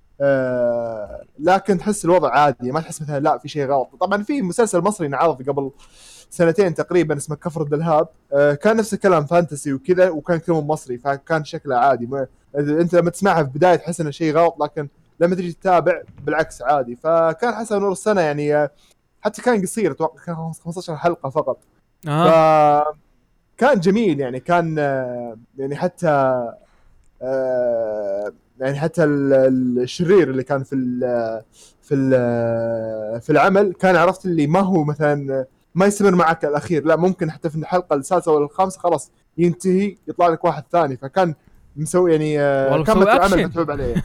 لكن تحس الوضع عادي ما تحس مثلا لا في شيء غلط. طبعا في مسلسل مصري انعرض قبل سنتين تقريبا اسمه كفر الدلهاب كان نفس الكلام فانتسي وكذا وكان كلام مصري فكان شكله عادي. انت لما تسمعها في البدايه تحس انه شيء غلط لكن لما تجي تتابع بالعكس عادي. فكان حسن نور السنه يعني حتى كان قصير اتوقع كان 15 حلقه فقط. كان جميل يعني كان يعني حتى الشرير اللي كان في العمل كان عرفت اللي ما هو مثلا ما يستمر معك الاخير لا ممكن حتى في الحلقه السادسه ولا الخامسه خلاص ينتهي يطلع لك واحد ثاني. فكان مسوي يعني كان العمل متعوب عليه.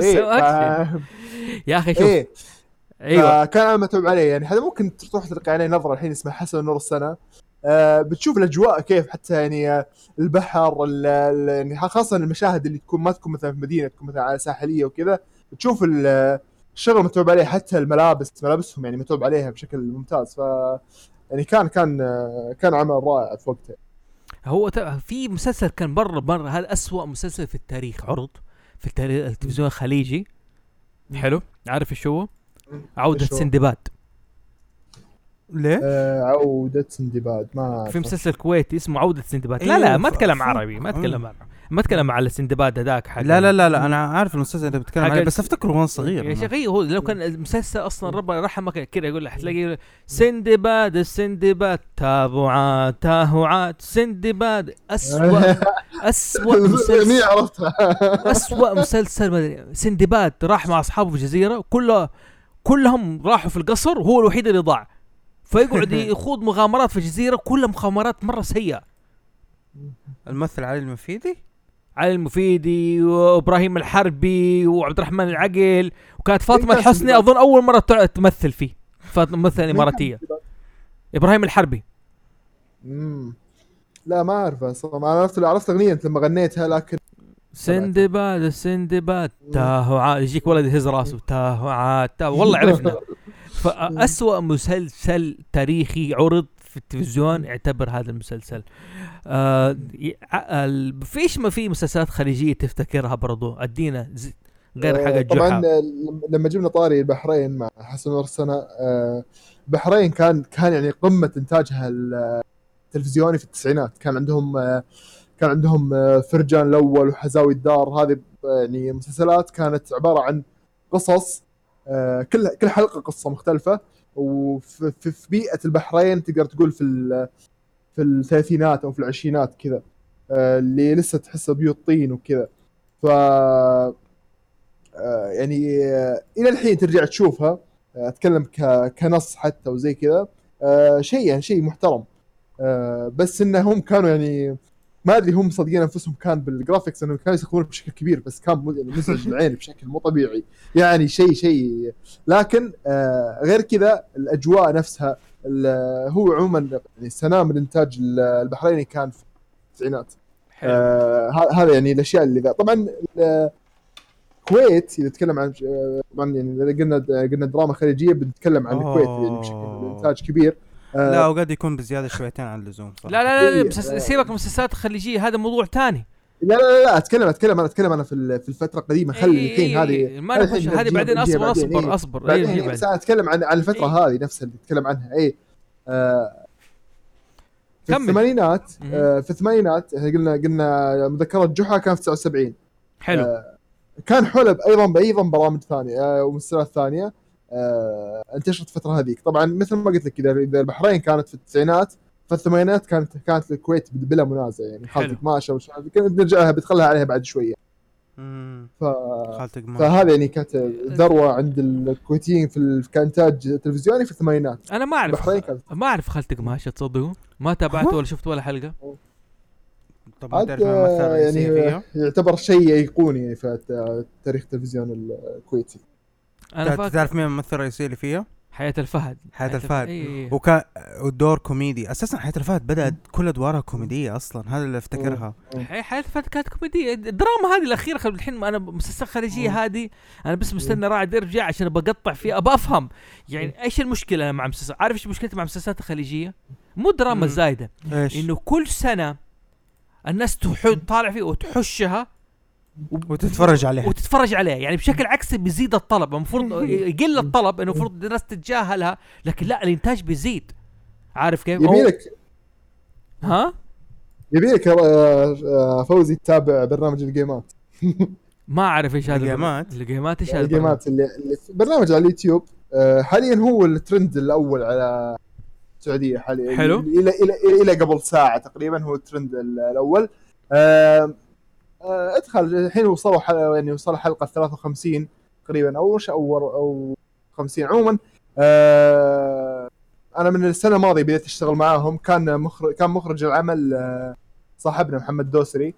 يا اخي شوف ايوه كان متعوب عليه يعني هذا ممكن تروح تلقى عليه نظره الحين اسمه حسن نور السنه. بتشوف الاجواء كيف حتى يعني البحر يعني خاصه المشاهد اللي تكون ما تكون مثلا في مدينه تكون مثلا على ساحليه وكذا تشوف الشغل متعوب عليه حتى ملابسهم يعني متعوب عليها بشكل ممتاز. ف يعني كان عمل رائع في وقته. هو في مسلسل كان برا هذا أسوأ مسلسل في التاريخ عرض في التلفزيون الخليجي. حلو عارف ايش هو؟ عودة سندباد. ليه؟ عودة سندباد ما في مسلسل كويتي اسمه عودة سندباد. لا ما اتكلم عربي ما اتكلم على السندباد هذاك حق. لا انا عارف المسلسل اللي بتكلم عليه بس افتكره وانا صغير يا شيخ. هو لو كان المسلسل اصلا ربنا رحمك كذا يقول لك تلاقي سندباد تابعات سندباد أسوأ مسلسل أسوأ مسلسل. سندباد راح مع اصحابه في جزيرة كلهم راحوا في القصر وهو الوحيد اللي ضاع فيقعد يخوض مغامرات في جزيرة كلها مغامرات مرة سيئة. الممثل علي المفيدي وابراهيم الحربي وعبد الرحمن العقل وكانت فاطمه الحسني اظن اول مره تمثل فيه فاطمه ممثله اماراتيه. ابراهيم الحربي لا ما اعرف اصلا ما عرفت اغنيه لما غنيتها لكن سندباد تاهو يجيك ولد يهز راسه تاهو والله عرفنا. فأسوأ مسلسل تاريخي عرض في التلفزيون يعتبر هذا المسلسل. فيش ما في مسلسلات خليجية تفتكرها برضو؟ أدينا غير حاجة جحا. طبعا لما جبنا طاري البحرين مع حسن ورسنة، البحرين كان يعني قمة إنتاجها التلفزيوني في التسعينات. كان عندهم فرجان الأول وحزاوي الدار. هذه يعني مسلسلات كانت عبارة عن قصص، كل حلقة قصة مختلفة، وفي بيئة البحرين تقدر تقول في الثلاثينات أو في العشرينات كذا، اللي لسه تحسه بيوت طين وكذا. ف يعني إلى الحين ترجع تشوفها، أتكلم كنص حتى وزي كذا، شيء محترم. بس إنهم كانوا يعني ما أدري هم صدقين أنفسهم كان بالجرافيكس إنهم كانوا يستخدمونه بشكل كبير، بس كان مزعج العين بشكل مو طبيعي يعني. شيء لكن غير كذا الأجواء نفسها. هو عموما يعني سنة من إنتاج البحريني كان في التسعينات. هذا يعني الأشياء اللي طبعا الكويت إذا نتكلم عن طبعا يعني قلنا دراما خليجية بنتكلم عن الكويت يعني بشكل إنتاج كبير. لا وقد يكون بزيادة شويتين عن اللزوم صراحة. لا سيبك من المسلسلات الخليجية، هذا موضوع تاني. لا أتكلم أنا في الفترة القديمة. خلي الحين هذه بعدين أصبر بعدين أتكلم عن الفترة هذه نفسها اللي نتكلم عنها. في الثمانينات. في الثمانينات قلنا مذكرة جحا كان في 79. حلو. كان حلب أيضا برامج ثانية ومسلسلات ثانية انتشرت الفترة هذيك. طبعا مثل ما قلت لك إذا البحرين كانت في التسعينات، فالثمانينات كانت الكويت بلا منازع يعني. خالتك ماشا كانت نرجعها بتخلها عليها بعد شوية. فهذا يعني كانت ذروة عند الكويتيين في كإنتاج تلفزيوني في الثمانينات. أنا ما أعرف خالتك ماشا، تصدقوا ما تابعته ولا شفت ولا حلقة. طبعا تعرف ممثل رئيسي فيه، يعتبر شيء أيقوني في تاريخ التلفزيون الكويتي. أنا تعرف مين الممثل الرئيسي اللي فيه؟ حياة الفهد. وكان الدور كوميدي اساسا. حياة الفهد بدأت كل ادوارها كوميدية اصلا، هذا اللي افتكرها. حياة الفهد كانت كوميدية. الدراما هذه الاخيرة الحين انا مسلسل خارجية هذه انا بس مستني راعد يرجع عشان بقطع فيه، ابى افهم يعني ايش المشكلة مع مسلسل. عارف ايش مشكلتي مع المسلسلات الخليجية؟ مو دراما زايدة، انه كل سنة الناس طالع فيه وتحشها وتتفرج عليها يعني بشكل عكسي بيزيد الطلب. المفروض يقل الطلب، انه المفروض الناس تتجاهلها، لكن لا الانتاج بيزيد. عارف كيف؟ يبيلك فوزي تتابع برنامج الجيمات. ما اعرف ايش هذا الجيمات ايش هذا الجيمات اللي برنامج على اليوتيوب. حاليا هو الترند الاول على السعوديه حاليا. حلو. الى قبل ساعه تقريبا هو الترند الاول. ادخل الحين وصلوا حلقه 53 تقريبا او 50 عموما. انا من السنه الماضيه بديت اشتغل معاهم. كان مخرج العمل صاحبنا محمد دوسري.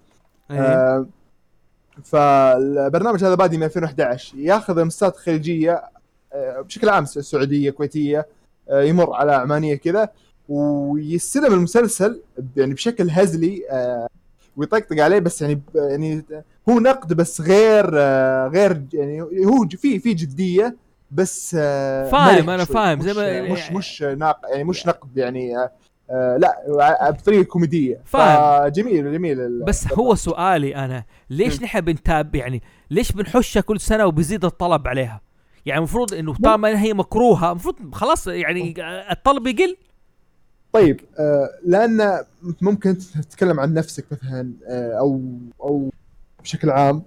فالبرنامج هذا بادي من 2011 ياخذ مسلسلات خليجيه بشكل عام، سعوديه كويتيه، يمر على عمانيه كذا، ويستلم المسلسل يعني بشكل هزلي ويطقطق عليه. بس يعني هو نقد بس غير يعني هو في جديه بس فاهم. انا فاهم زي ما مش يعني مش نقد يعني لا بطريقه كوميديه. جميل بس هو سؤالي انا ليش نحن بنتابع يعني ليش بنحشها كل سنه وبيزيد الطلب عليها؟ يعني المفروض انه طالما هي مكروهه المفروض خلاص يعني الطلب يقل. طيب لأن ممكن تتكلم عن نفسك مثلا أو بشكل عام.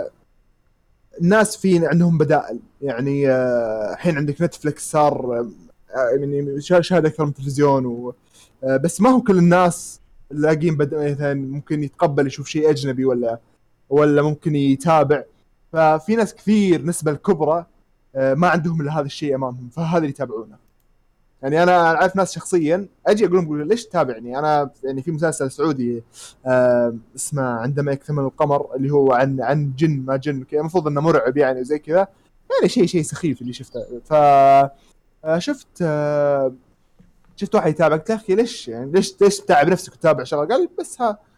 الناس في عندهم بدائل يعني. حين عندك نتفليكس صار يعني شاهد أكثر من تلفزيون بس ما هو كل الناس لاقين مثلا ممكن يتقبل يشوف شيء أجنبي ولا ممكن يتابع. ففي ناس كثير نسبة الكبرى ما عندهم إلا هذا الشيء أمامهم، فهذا اللي يتابعونه. يعني أنا أعرف ناس شخصيا أجي أقول ليش تتابعني؟ أنا يعني في مسلسل سعودي اسمه عندما يكتمل القمر، اللي هو عن جن ما جن كذا، المفروض إنه مرعب يعني وزي كذا، يعني شيء سخيف اللي شفته. فشفت واحد يتابع، قلت له أخي ليش تتعب نفسك وتتابع شغله؟ قال بس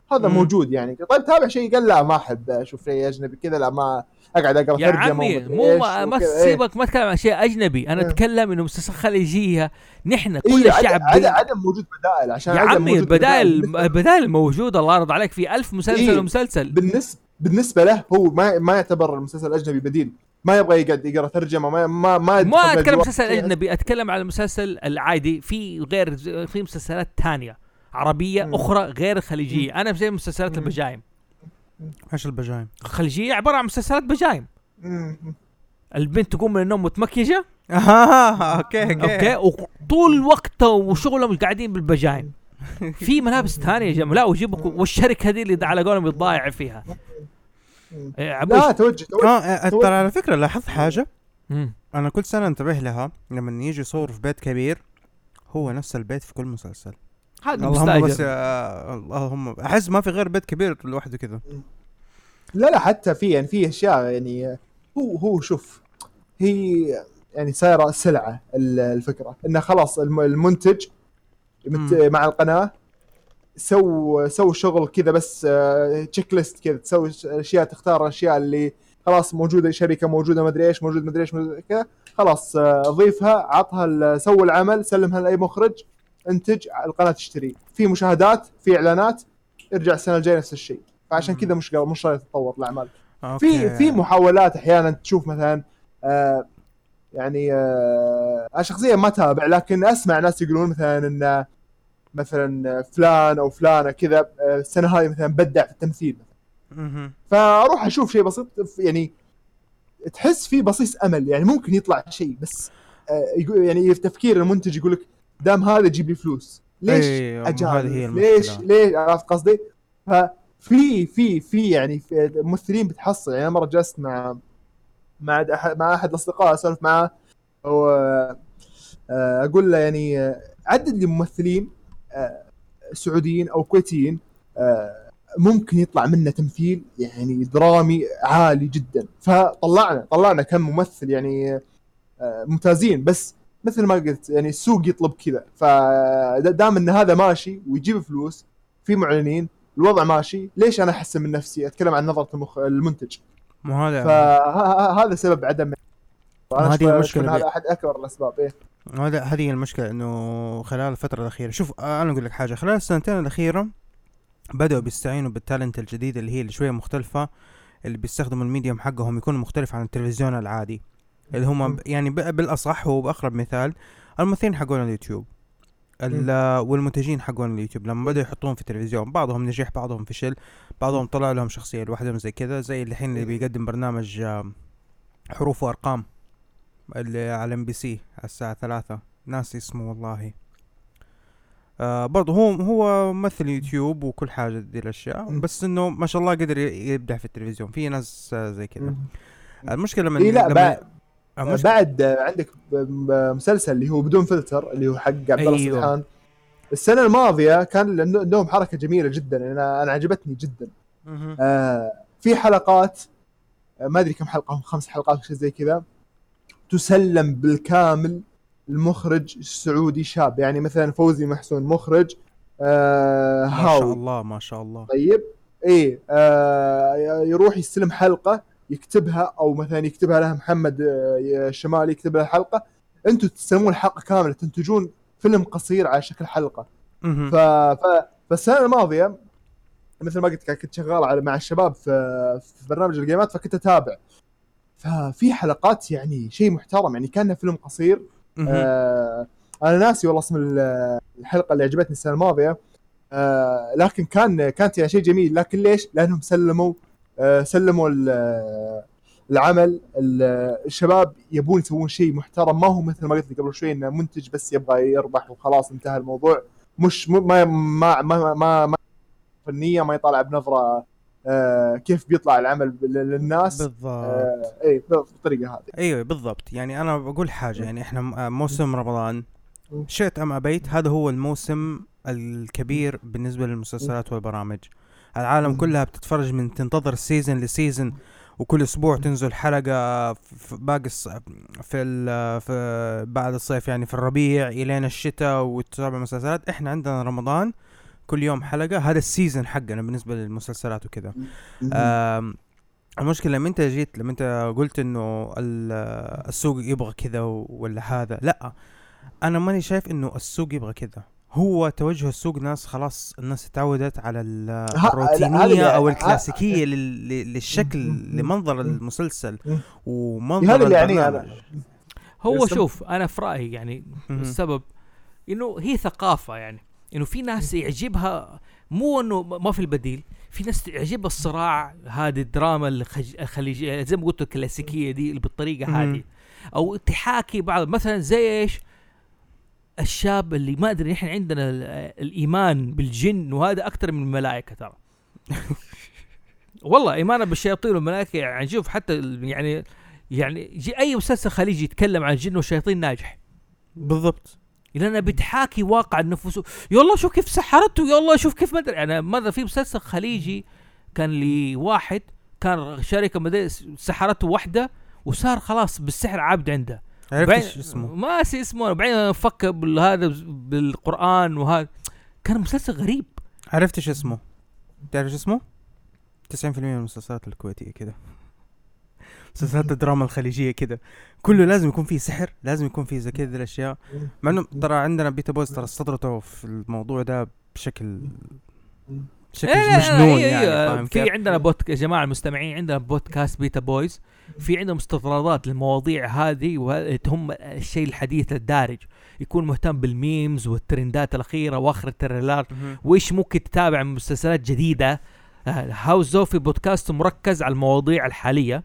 هذا موجود يعني. طيب تابع شيء؟ قال لا ما احب اشوف شيء اجنبي كذا، لا ما اقعد اقرا يا ترجمه عمي مو ما تسيبك ما تتكلم عن شيء اجنبي، انا اتكلم انه مسلسل خليجيه نحن كل الشعب عدم وجود بدائل. عشان يا عمي البدائل موجوده، الله يرضى عليك، في 1000 مسلسل ومسلسل. بالنسبه له هو ما يعتبر المسلسل الاجنبي بديل، ما يبغى يقعد يقرا ترجمه، ما اتكلم مسلسل اجنبي، اتكلم على المسلسل العادي. في مسلسلات تانية عربيه اخرى غير الخليجيه. انا زي مسلسلات البجايم. ايش البجايم؟ الخليجيه عباره عن مسلسلات بجايم. البنت تقوم من النوم متمكيجه اوكي وطول الوقت وشغلهم قاعدين بالبجايم. في ملابس ثانيه يا جماعه، لا وجيبك والشركه هذه اللي على قولهم يتضايع فيها. لا توجه ترى على فكره لاحظت حاجه انا كل سنه انتبه لها، لما يجي يصور في بيت كبير هو نفس البيت في كل مسلسل. هذا اللهم بس اللهم احس ما في غير بيت كبير لوحده كذا. لا حتى في اشياء يعني هو شوف، هي يعني صايره سلعه. الفكره انه خلاص المنتج مع القناه سووا شغل كذا بس تشيك ليست كذا، تسوي اشياء، تختار الاشياء اللي خلاص موجوده، شركه موجوده مدري ايش موجود كذا، خلاص ضيفها، عطها، سووا العمل، سلمها لاي مخرج، انتج، القناه تشتري، في مشاهدات، في اعلانات، ارجع السنه الجايه نفس الشيء. فعشان كذا مش راضي تتطور الاعمال. في محاولات احيانا تشوف مثلا يعني انا شخصيا ما تابع، لكن اسمع ناس يقولون مثلا ان مثلا فلان او فلانه كذا السنه هذه مثلا بدع في التمثيل، فاروح اشوف شيء بسيط، يعني تحس فيه بصيص امل، يعني ممكن يطلع شيء، بس يعني في تفكير المنتج يقول لك دام هذا يجيب لي فلوس، ليش اجانب؟ ليش عرفت قصدي؟ ففي يعني في ممثلين بتحصل. يعني انا مره جلست مع احد الاصدقاء اسولف معه، اقول له يعني عدد لي ممثلين سعوديين او كويتيين ممكن يطلع منه تمثيل يعني درامي عالي جدا. فطلعنا كم ممثل يعني ممتازين، بس مثل ما قلت يعني السوق يطلب كذا. فدام ان هذا ماشي ويجيب فلوس، في معلنين، الوضع ماشي، ليش انا احسن من نفسي؟ اتكلم عن نظرة المنتج. فهذا سبب عدم. هذه المشكلة، هذا احد اكبر الاسباب. هذه المشكلة، انه خلال الفترة الاخيرة، شوف انا اقول لك حاجة، خلال السنتين الاخيرة بدأوا بيستعينوا بالتالنت الجديد اللي شوية مختلفة، اللي بيستخدموا الميديوم حقهم يكون مختلف عن التلفزيون العادي، اللي هم يعني بالاصح وباقرب مثال الممثلين حقون اليوتيوب والمنتجين حقون اليوتيوب. لما بدأوا يحطون في التلفزيون، بعضهم نجح بعضهم فشل، بعضهم طلع لهم شخصية لوحدهم زي كذا، زي الحين اللي بيقدم برنامج حروف وارقام اللي على MBC الساعة 3، ناس اسمه والله، برضه هو ممثل يوتيوب وكل حاجة دي الاشياء، بس انه ما شاء الله قدر يبدع في التلفزيون. في ناس زي كذا. المشكلة بعد عندك مسلسل اللي هو بدون فلتر، اللي هو حق عبد الله سبحان، السنة الماضية كان عندهم حركة جميلة جدا، انا عجبتني جدا. في حلقات ما ادري كم حلقة، هم 5 حلقات شيء زي كذا، تسلم بالكامل المخرج السعودي شاب، يعني مثلا فوزي محسون مخرج ما شاء الله. طيب يروح يستلم حلقة يكتبها، او مثلا يكتبها له محمد الشمالي يكتب له الحلقة، انتم تستلمون الحلقة كاملة، تنتجون فيلم قصير على شكل حلقة. فالسنة الماضية مثل ما قلت كنت شغال مع الشباب في برنامج الجيمات، فكنت اتابع، ففي حلقات يعني شيء محترم، يعني كان فيلم قصير. انا ناسي والله اسم الحلقة اللي عجبتني السنة الماضية، لكن كانت يعني شيء جميل. لكن ليش؟ لانهم سلموا العمل، الشباب يبون يسوون شيء محترم، ما هو مثل ما قلت لك قبل شوي انه منتج بس يبغى يربح وخلاص انتهى الموضوع. مش ما فنية، ما يطالع بنظرة كيف بيطلع العمل للناس بالضبط. بالطريقة هذه. ايوه بالضبط. يعني انا بقول حاجة، يعني احنا موسم رمضان شئت ام ابيت هذا هو الموسم الكبير بالنسبة للمسلسلات والبرامج. العالم كلها بتتفرج من تنتظر سيزن لسيزن، وكل اسبوع تنزل حلقة في باقي في بعد الصيف، يعني في الربيع الين الشتاء، وتتابع مسلسلات. احنا عندنا رمضان كل يوم حلقة. هذا السيزن حقنا بالنسبة للمسلسلات وكذا. المشكلة لما انت قلت انه السوق يبغى كذا ولا هذا، لا انا ماني شايف انه السوق يبغى كذا. هو توجه السوق ناس خلاص الناس تعودت على الروتينية او الكلاسيكية للشكل لمنظر المسلسل ومنظر البرنامج. هو شوف انا في رأيي يعني السبب انه هي ثقافة، يعني انه في ناس يعجبها، مو انه ما في البديل، في ناس يعجبها الصراع، هذه الدراما الخليجية زي ما قلت الكلاسيكية دي اللي بالطريقة هذه، او تحاكي بعض مثلا زي ايش الشاب اللي ما ادري احنا عندنا الايمان بالجن وهذا اكثر من الملائكة ترى. والله ايماننا بالشياطين والملائكة يعني نشوف حتى يعني اي مسلسل خليجي يتكلم عن الجن والشياطين ناجح بالضبط، لأنه بتحاكي واقع النفوس. يلا شوف كيف سحرته، يلا شوف كيف مدري أنا ماذا. في مسلسل خليجي كان لي واحد كان شركة مدري سحرته واحدة وصار خلاص بالسحر عابد عنده. عرفت اسمه؟ ما اسمه، بعدين فك هذا بالقرآن وهذا كان مسلسل غريب. عرفت ايش اسمه؟ تعرف اسمه؟ 90% من المسلسلات الكويتية كده، مسلسلات الدراما الخليجية كده كله لازم يكون فيه سحر، لازم يكون فيه زي كده الاشياء. مع انه ترى عندنا بيتا بويز ترى استطرتوا في الموضوع ده بشكل مجنون يعني. في عندنا يا جماعة المستمعين، عندنا بودكاست بيتا بويز في عندهم استطرادات للمواضيع هذه، وهم الشيء الحديث الدارج، يكون مهتم بالميمز والترندات الأخيرة وآخر التريلات وإيش ممكن تتابع من مسلسلات جديدة. هاوس زوفي بودكاست مركز على المواضيع الحالية،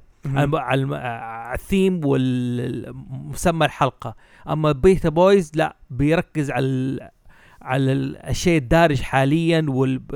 على الثيم والمسمى الحلقة. أما بيتا بويز لا، بيركز على الشيء الدارج حاليا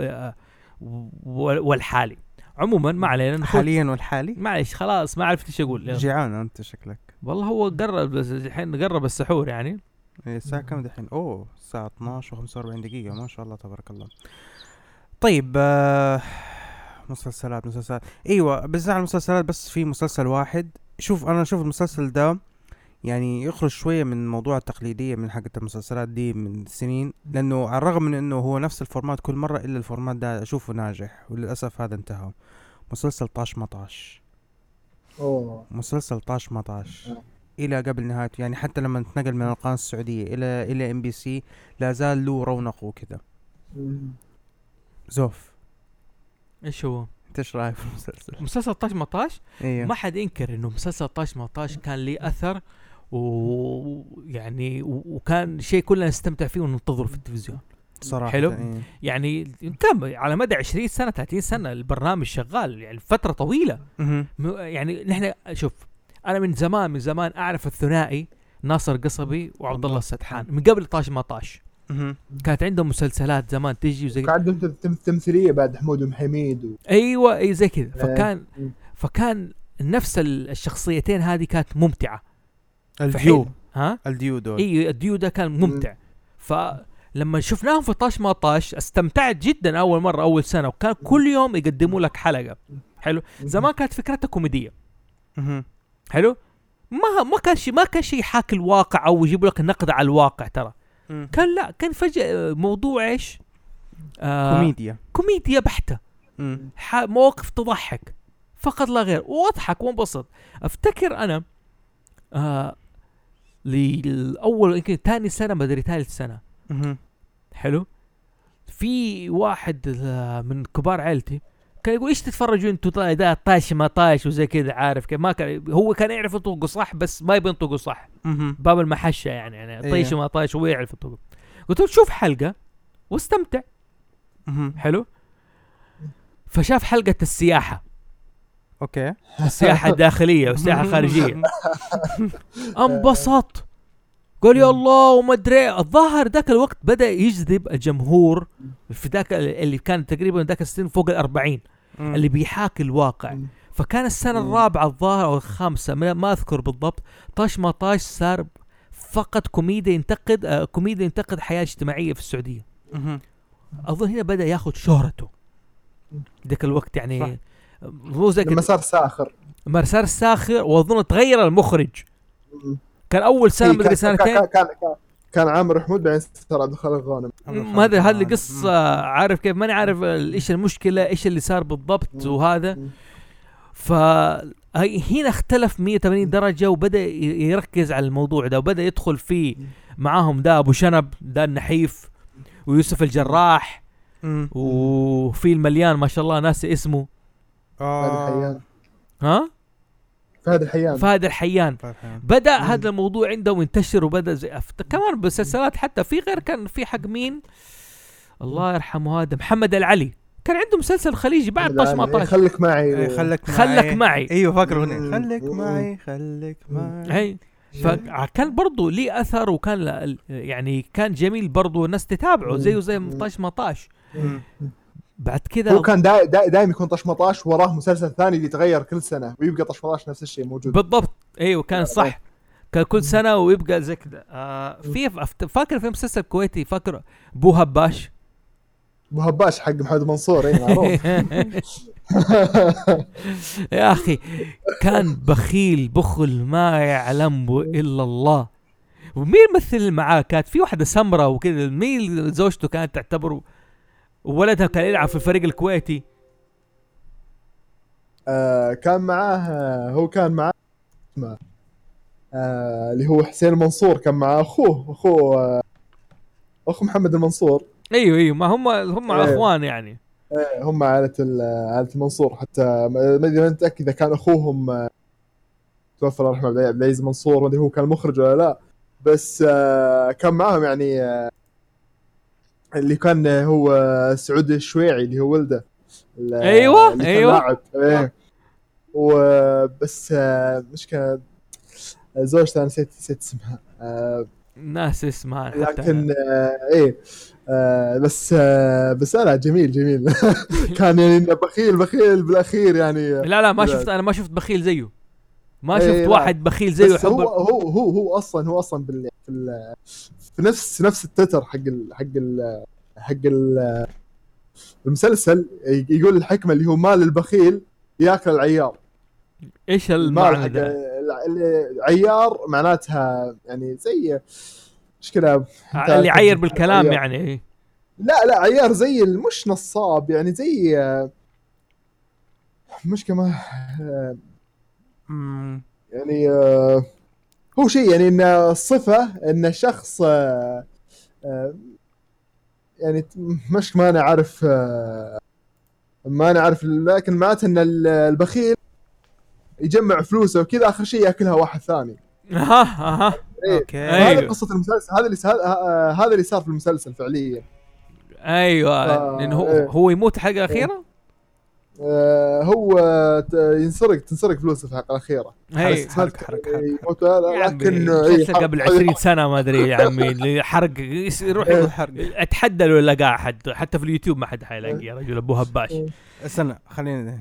والحالي. عموما ما علينا حاليا والحالي، معلش خلاص ما عرفت ايش اقول. جيعان انت شكلك. والله هو قرب الحين، قرب السحور يعني. الساعة كم دحين؟ الساعة 12:45 دقيقة، ما شاء الله تبارك الله. طيب مسلسلات ايوه بس على المسلسلات، بس في مسلسل واحد انا اشوف المسلسل ده يعني يخرج شوية من موضوع التقليدية من حقة المسلسلات دي من سنين، لأنه على الرغم من أنه هو نفس الفورمات كل مرة إلا الفورمات ده أشوفه ناجح، وللأسف هذا انتهى. مسلسل طاش مطاش. مسلسل طاش مطاش إلى قبل نهايته، يعني حتى لما انتقل من القناة السعودية إلى MBC لا زال له رونق وكذا. زوف إيش هو؟ إيش رأيك في المسلسل؟ مسلسل طاش مطاش؟ إيه. ما حد ينكر إنه مسلسل طاش مطاش كان لي أثر، ويعني وكان شيء كلنا نستمتع فيه وننتظره في التلفزيون صراحة. حلو يعني كم على مدى 20 سنة 30 سنة البرنامج شغال، يعني فترة طويلة. يعني نحن شوف، أنا من زمان أعرف الثنائي ناصر قصبي وعبد الله السدحان من قبل طاش مطاش. كانت عندهم مسلسلات زمان تجي وزي كان عندهم تمثيلية بعد حمود ومحميد أيوة أي زي كذا. فكان نفس الشخصيتين هذه كانت ممتعة. الديو دول الديو ده كان ممتع. فلما شفناهم في طاش ما طاش استمتعت جدا أول مرة أول سنة، وكان كل يوم يقدموا لك حلقة. حلو. زمان كانت فكرتها كوميدية. حلو. ما كان شيء يحاكي الواقع أو يجيبوا لك النقد على الواقع. ترى كان لا، كان فجأة موضوع إيش كوميديا بحتة. مواقف تضحك فقط لا غير، واضحك وانبسط. افتكر انا للأول يمكن تاني سنة ما ادري ثالث سنة. حلو. في واحد من كبار عائلتي كان يقول ايش تتفرجوا انتوا ده طاش ما طاش وزي كذا، عارف كيف ما كان هو كان يعرف ينطق صح بس ما يبي ينطق صح. باب المحشة يعني طيش ما طاش هو يعرف ينطق. قلت له شوف حلقة واستمتع. حلو. فشاف حلقة السياحة. اوكي. السياحة الداخلية والسياحة الخارجية. انبسط. قال يا الله وما ادري. الظاهر ذاك الوقت بدأ يجذب الجمهور في ذاك اللي كان تقريبا ذاك السن فوق 40 اللي بيحاكي الواقع. فكان السنة الرابعة الظاهر أو الخامسة ما أذكر بالضبط. طاش ما طاش صار فقط كوميديا ينتقد حياة اجتماعية في السعودية. أظن هنا بدأ ياخد شهرته ذاك الوقت يعني. مو زي لما صار ساخر وأظن تغير المخرج. كان أول سنة مدري سنتين كان عامر محمود بعدين صار عبد الخالق غانم. هذه قصة عارف كيف ماني عارف ايش المشكلة ايش اللي صار بالضبط وهذا. فهنا اختلف 180 درجة وبدأ يركز على الموضوع ده وبدأ يدخل فيه معاهم ده أبو شنب ده النحيف ويوسف الجراح وفي المليان ما شاء الله ناس اسمه فهد الحيان. بدأ هذا الموضوع عنده ينتشر وبدأ كمان بالسلسلات حتى في غير كان في حق مين الله يرحمه هذا محمد العلي كان عنده مسلسل خليجي بعد طاش ما طاش خلك معي خلك معي ايوه فاكره خلك معي هي فكان برضو ليه اثر وكان يعني كان جميل برضو الناس تتابعه زي طاش ما طاش. بعد كده هو كان دائما يكون طاش ما طاش وراه مسلسل ثاني يتغير كل سنه ويبقى طاش ما طاش نفس الشيء موجود بالضبط. ايوه كان صح كان كل سنه ويبقى زي كده. فاكر في مسلسل كويتي فاكر بو هباش حق محمد منصور اي معروف. يا اخي كان بخل ما يعلمه الا الله. ومين مثل معاه كانت في واحده سمراء وكذا مين زوجته كانت تعتبره وولدها كان يلعب في الفريق الكويتي. كان معاه هو كان معاه اللي هو حسين المنصور كان معاه اخو محمد المنصور. ايوه ما هم اخوان يعني هم عائله المنصور حتى ما متاكد اذا كان اخوهم توفى الله يرحمه عبد العزيز منصور ما ادري هو كان مخرج ولا لا بس كان معهم يعني اللي كان هو سعود الشويعي اللي هو ولده ايوه لاعب وبس مش كان زوجته نسيت اسمها ناس اسمها لكن بس لا جميل كان يعني بخيل بالاخير يعني لا ما شفت انا ما شفت بخيل زيه ما شفت واحد بخيل زيه بس هو اصلا في نفس التتر حق المسلسل يقول الحكمه اللي هو مال البخيل ياكل العيار. ايش المعنى ده؟ عيار معناتها يعني زي مشكله اللي يعير بالكلام عيار. يعني لا عيار زي مش نصاب يعني زي مش كمان يعني هو شيء يعني ان الصفه ان شخص يعني مش ما انا عارف لكن معناته ان البخيل يجمع فلوسه وكذا اخر شيء ياكلها واحد ثاني. اوكي هذه قصه المسلسل هذا اللي صار في المسلسل فعليا. ايوه لانه هو يموت الحلقه الاخيره هو تنسرق فلوسه في الحلقه الاخيره. حرق لكن قبل 20 سنه ما ادري يا عمي اللي حرق يروح اتحدى له لقى احد حتى في اليوتيوب ما حد حيلاقي يا رجل ابو هباش. استنى خلينا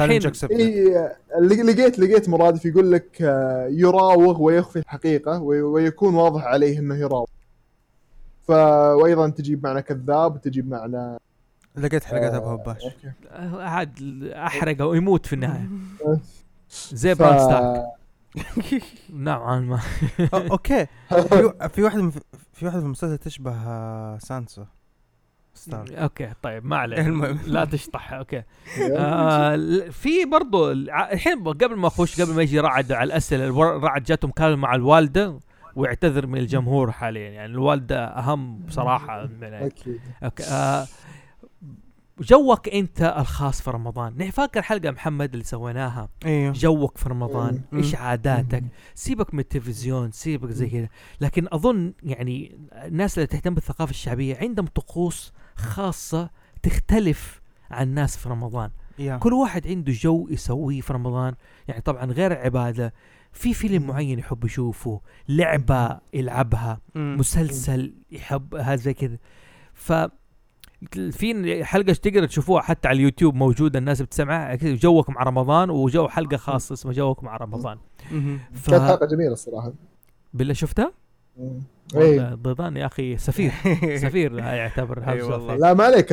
لقيت مرادف يقول لك يراوغ ويخفي الحقيقه ويكون واضح عليه انه يراوغ وايضا تجيب معنى كذاب وتجيب معنى لقيت حلقات ابو هباش عاد احرقه ويموت في النهايه زي بران ستارك نوعا ما. اوكي في واحد في المسلسل تشبه سانسا ستارك. اوكي طيب ما عليه لا تشطح. اوكي في برضو الحين قبل ما يجي رعد على الاسئله رعد جاته مكالمه مع الوالده ويعتذر من الجمهور حاليا يعني الوالده اهم بصراحه من اوكي جوك انت الخاص في رمضان. فاكر حلقه محمد اللي سويناها أيوه. جوك في رمضان ايش عاداتك سيبك من التلفزيون سيبك زي كذا لكن اظن يعني الناس اللي تهتم بالثقافه الشعبيه عندهم طقوس خاصه تختلف عن الناس في رمضان. كل واحد عنده جو يسويه في رمضان يعني طبعا غير العباده في فيلم معين يحب يشوفه لعبه يلعبها مسلسل يحب هذا زي كذا. ف في حلقة تقدر تشوفوها حتى على اليوتيوب موجودة الناس بتسمعها جوك مع رمضان وجو حلقة خاصة اسمها جوك مع رمضان. كانت حلقة جميلة الصراحة. بالله شفتها؟ ضيدان يا اخي سفير لا يعتبر هاوس زوفي. لا ما عليك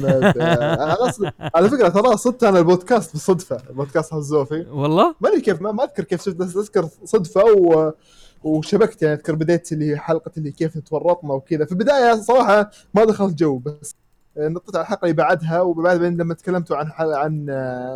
على فكره ترى صدت انا البودكاست بالصدفه، بودكاست هاوس زوفي والله ما ادري كيف، ما اذكر كيف شفت، بس اذكر صدفه وشبكت يعني. اذكر بديت اللي هي حلقه اللي كيف تورطنا وكذا في البدايه صراحه ما دخلت جو، بس نطيت على الحلقه اللي بعدها، وبعد لما تكلمتوا عن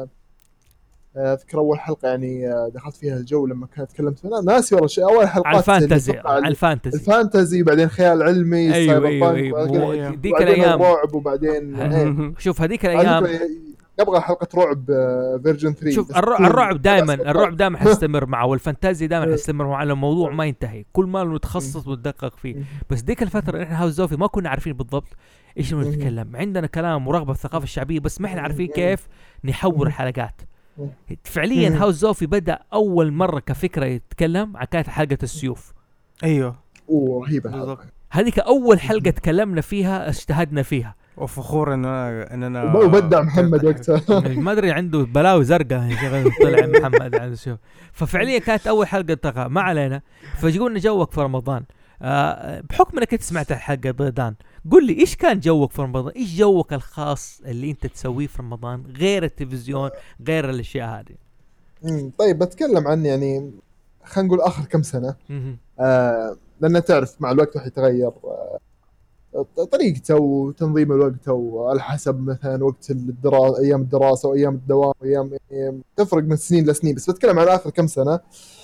اذكر اول حلقه يعني دخلت فيها الجو لما كانت تكلمت فيها ناسي والله شيء. اول حلقات على الفانتزي بعدين خيال علمي أيوة. ديك الايام رعب، وبعدين شوف هذيك الايام نبغى حلقه رعب فيرجن 3. شوف الرعب دائما حيستمر معه، والفانتازي دائما حيستمر معه، الموضوع ما ينتهي كل ما نتخصص وندقق فيه. بس ديك الفتره احنا هاوس زوفي ما كنا عارفين بالضبط ايش نتكلم، عندنا كلام ورغبه في الثقافه الشعبيه بس ما احنا عارفين كيف نحور الحلقات. فعليا هاوس زوفي بدأ أول مرة كفكرة يتكلم عن كانت حلقة السيوف. أيوه رهيبة هذيك أول حلقة تكلمنا فيها، اجتهدنا فيها، وفخور إننا وبدع محمد وقتها ما أدري عنده بلاوي زرقاء طلع محمد عن السيوف. ففعليا كانت أول حلقة تقع ما علينا. فقلنا جوك في رمضان، بحكم انك سمعت الحلقه ضيدان، قل لي ايش كان جوك في رمضان؟ ايش جوك الخاص اللي انت تسويه في رمضان غير التلفزيون غير الاشياء هذه؟ طيب بتكلم عن يعني خلينا نقول اخر كم سنه، لان تعرف مع الوقت راح يتغير طريقته وتنظيم الوقت، وعلى حسب مثلا وقت الدراسه، ايام الدراسه وايام الدوام، ايام تفرق من سنين لسنين. بس بتكلم عن اخر كم سنه.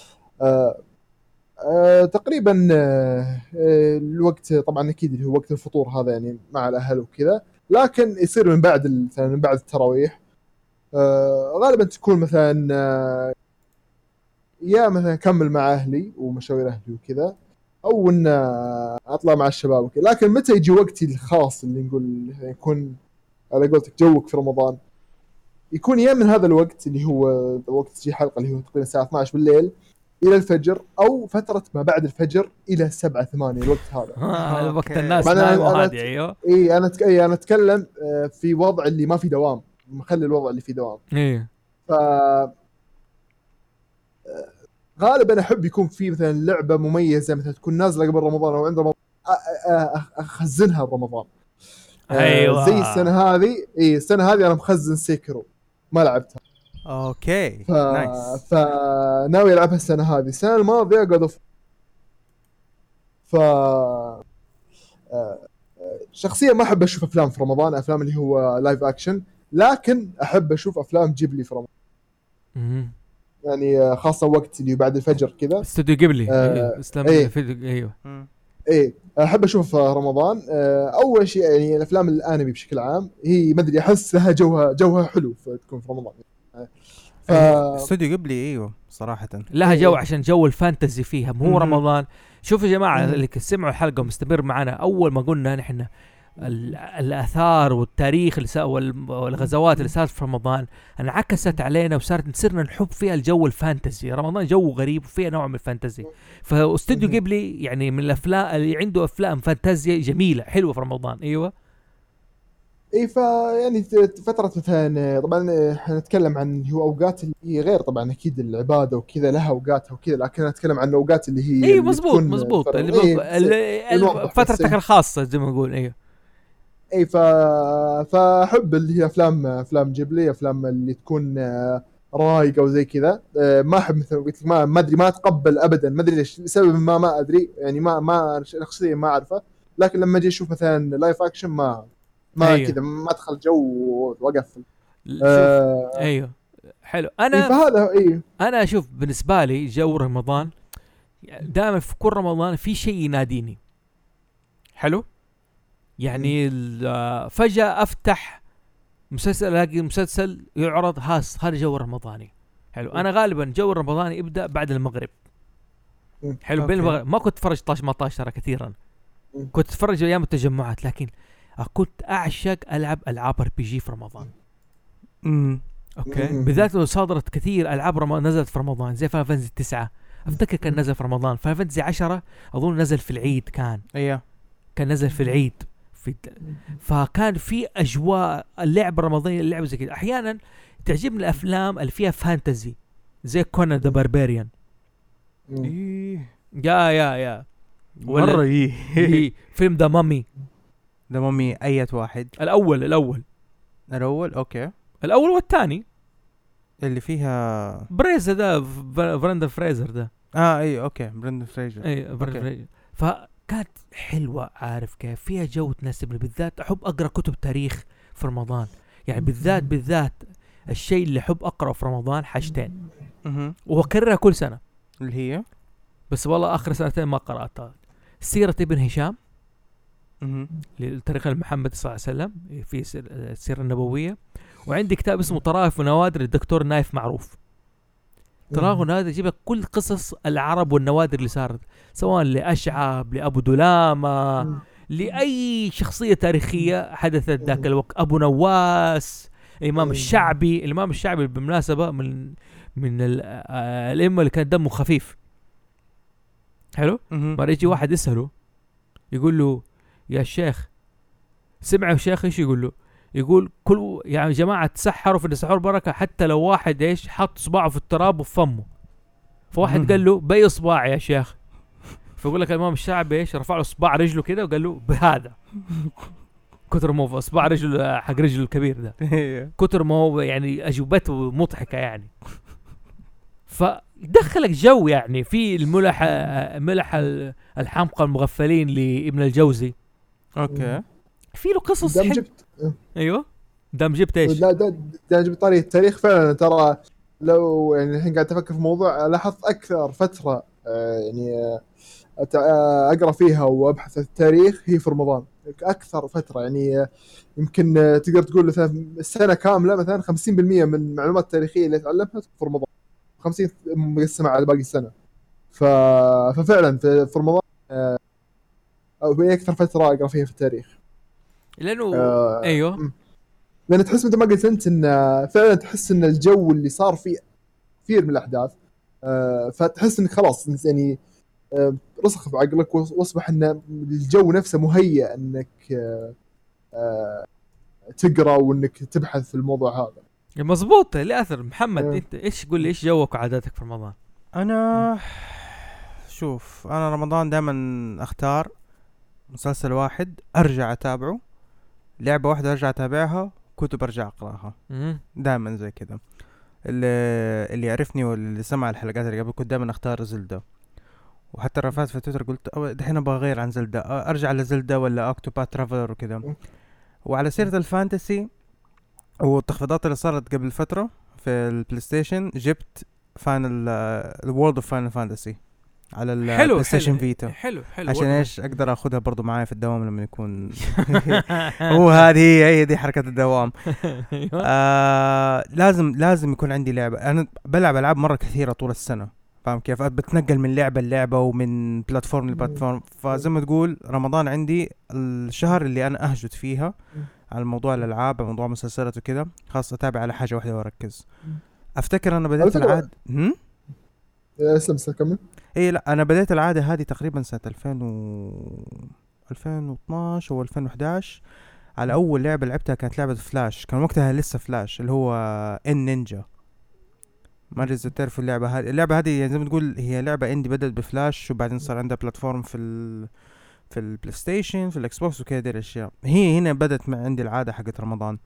تقريبا الوقت طبعا اكيد اللي هو وقت الفطور هذا يعني مع الاهل وكذا، لكن يصير من بعد مثلا من بعد التراويح. غالبا تكون مثلا يا مثلا اكمل مع اهلي ومشاوير اهلي وكذا، او ان اطلع مع الشباب وكذا. لكن متى يجي وقتي الخاص اللي نقول يكون على قولتك جوك في رمضان، يكون يا من هذا الوقت اللي هو وقت تجي حلقه اللي هو تقريبا الساعه 12 بالليل الى الفجر، او فتره ما بعد الفجر الى 7-8 الوقت هذا. وقت الناس نايمه هذه. ايوه انا اتكلم في وضع اللي ما في دوام، مخلي الوضع اللي في دوام. ف غالبا احب يكون في مثلا لعبه مميزه مثلا تكون نازله قبل رمضان او عند رمضان، اخزنها برمضان. ايوه زي السنه هذه. السنه هذه انا مخزن سيكرو ما لعبتها. اوكي نايس. فناوي العبها السنه هذه. السنه الماضيه قد شخصيا ما احب اشوف افلام في رمضان، افلام اللي هو لايف اكشن، لكن احب اشوف افلام جيبلي في رمضان. يعني خاصه وقت اللي بعد الفجر كذا، استوديو جيبلي. ايوه احب اشوف رمضان. اول شيء يعني الافلام الانمي بشكل عام هي ما ادري احس لها جوها حلو تكون في رمضان. استوديو جيبلي ايوه صراحه لها جو عشان جو الفانتزي فيها مو رمضان. شوفوا يا جماعه اللي سمعوا الحلقه ومستمر معنا، اول ما قلنا نحن الآثار والتاريخ والغزوات اللي صارت في رمضان انعكست علينا وصارت صرنا نحب فيها الجو الفانتزي. رمضان جو غريب وفيها نوع من الفانتزي. فاستوديو جيبلي يعني من الافلام اللي عنده افلام فانتازيا جميله حلوه في رمضان. ايوه يعني فتره مثلا طبعا احنا نتكلم عن هو اوقات اللي هي غير طبعا اكيد العباده وكذا لها اوقاتها وكذا، لكن نتكلم عن اوقات اللي هي مزبوط فترتك الخاصه زي ما نقول. ايوه فاحب اللي هي افلام جيبلي، افلام اللي تكون رايقه وزي كذا. ما احب مثل قلت لك ما ادري ما اتقبل ابدا، ما ادري ليش سبب ما ادري يعني ما شخصيا ما اعرفه. لكن لما اجي اشوف مثلا لايف اكشن ما أيوه. كذا ما ادخل جو واقفل. ايوه حلو. انا فهذا انا اشوف بالنسبه لي جو رمضان دائما في كل رمضان في شيء يناديني حلو. يعني فجأة افتح مسلسل الاقي مسلسل يعرض هذا جو رمضاني حلو. انا غالبا جو الرمضاني يبدا بعد المغرب حلو. بين المغرب ما كنت اتفرج 18 ترى كثيرا، كنت اتفرج ايام التجمعات، لكن كنت اعشق العاب RPG في رمضان. اوكي بالذات لو صادرت كثير العاب رمضان نزلت في رمضان زي فاينل فانتسي 9 افتكر كان نزل في رمضان. فاينل فانتسي 10 اظن نزل في العيد كان نزل في العيد فكان في اجواء اللعب الرمضاني اللعب زي كده. احيانا تعجبني الافلام اللي فيها فانتزي زي كونان ذا باربيريان. يا مرة فيلم ذا مامي. ذا مامي أي واحد؟ الأول أوكي. الأول والثاني اللي فيها بريزر ده، برندن فريزر ده. أي أوكي برندن فريزر. أي برندن فريزر. فكانت حلوة، عارف كيف فيها جو تناسبني. بالذات أحب أقرأ كتب تاريخ في رمضان، يعني بالذات الشيء اللي أحب أقرأ في رمضان حاجتين وأكررها كل سنة، اللي هي بس والله آخر سنتين ما قرأتها. سيرة ابن هشام للتاريخ المحمد صلى الله عليه وسلم في السيرة النبوية. وعندي كتاب اسمه طرائف ونوادر الدكتور نايف معروف. طرائف ونوادر يجيب لك كل قصص العرب والنوادر اللي صارت، سواء لأشعب، لأبو دلامة، لأي شخصية تاريخية حدثت ذاك الوقت، أبو نواس، الإمام الشعبي بالمناسبة من الأئمة اللي كان دمه خفيف. حلو. مرة يجي واحد يسأله يقول له يا شيخ، سمعوا الشيخ ايش يقول له؟ يقول كل يعني جماعة تسحروا في السحور بركة، حتى لو واحد ايش حط صباعه في التراب وفي فمه. فواحد قال له بأي صباع يا شيخ؟ فيقول لك الإمام الشعبي ايش رفع له صباع رجله كده وقال له بهذا، كتر ما هو صباع رجله حق رجله الكبير ده، كتر ما هو يعني أجوبته مضحكة يعني. فدخلك جو يعني في ملح الحمقى المغفلين لابن الجوزي. اوكي. في له قصص ايوه دام جبت ايش؟ لا ده جبت طريقة التاريخ فعلا. ترى لو يعني الحين قاعد افكر في موضوع، لاحظت اكثر فترة يعني اقرا فيها وابحث عن التاريخ هي في رمضان. اكثر فترة يعني يمكن تقدر تقول السنة كاملة مثلا 50% من المعلومات التاريخية اللي اتعلمها في رمضان، 50 مقسمة على باقي السنة. ففعلا في رمضان أو أكثر فترة أقرأ فيها في التاريخ، لأنه أيوه، لأن تحس مثل ما قلت أنت إن فعلا تحس إن الجو اللي صار فيه كثير من الأحداث، فتحس إنك خلاص يعني رسخ في عقلك واصبح إن الجو نفسه مهيأ إنك تقرأ وإنك تبحث في الموضوع هذا. مظبوط. لأثر محمد أنت إيش قول لي إيش جوك وعاداتك في رمضان؟ أنا شوف، أنا رمضان دائما أختار مسلسل واحد أرجع أتابعه، لعبة واحدة أرجع أتابعها، كتب أرجع أقرأها. دائما زي كده. اللي يعرفني واللي سمع الحلقات اللي قبل كنت دائما أختار زلدة، وحتى رفعت في تويتر قلت دحين أبغى أغير عن زلدة، أرجع لزلدة ولا أكتوبات ترافلر وكده. وعلى سيرة الفانتسي والتخفيضات اللي صارت قبل فترة في البلاي ستيشن، جبت فاينل الورلد اوف فاينل فانتسي على البلاي ستيشن فيتا. حلو عشان ايش اقدر اخذها برضو معايا في الدوام لما يكون هو هذه هي دي حركة الدوام. لازم يكون عندي لعبة. انا بلعب العاب مرة كثيرة طول السنة، فاهم كيف؟ بتنقل من لعبة للعبة ومن بلاتفورم لبلاتفورم. فزي ما تقول رمضان عندي الشهر اللي انا اهجد فيها على موضوع الالعاب، موضوع مسلسلات وكده، خاص اتابع على حاجة واحدة واركز. افتكر انا بدأت العادة كمل. ايه لا، انا بدأت العادة هذه تقريبا سنة 2012 او 2011. على اول لعبة لعبتها كانت لعبة فلاش، كان وقتها لسه فلاش اللي هو ان نينجا. ما ادري اذا تعرفوا اللعبة هذه يعني زي ما تقول هي لعبة اندي بدأت بفلاش، وبعدين صار عندها بلاتفورم في البلاي ستيشن، في الاكس بوكس وكذا. دي الاشياء هي هنا بدأت مع عندي العادة حقت رمضان.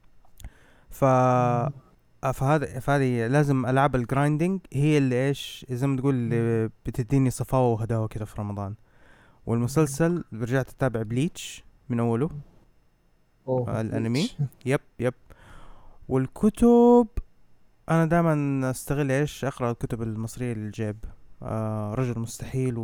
فهذه لازم العاب الجرايندينج هي اللي ايش زي ما تقول اللي بتديني صفاوة وهداوة كده في رمضان. والمسلسل رجعت اتابع بليتش من اوله، الانمي. يب. والكتب انا دائما استغل ايش اقرا الكتب المصرية للجيب. رجل مستحيل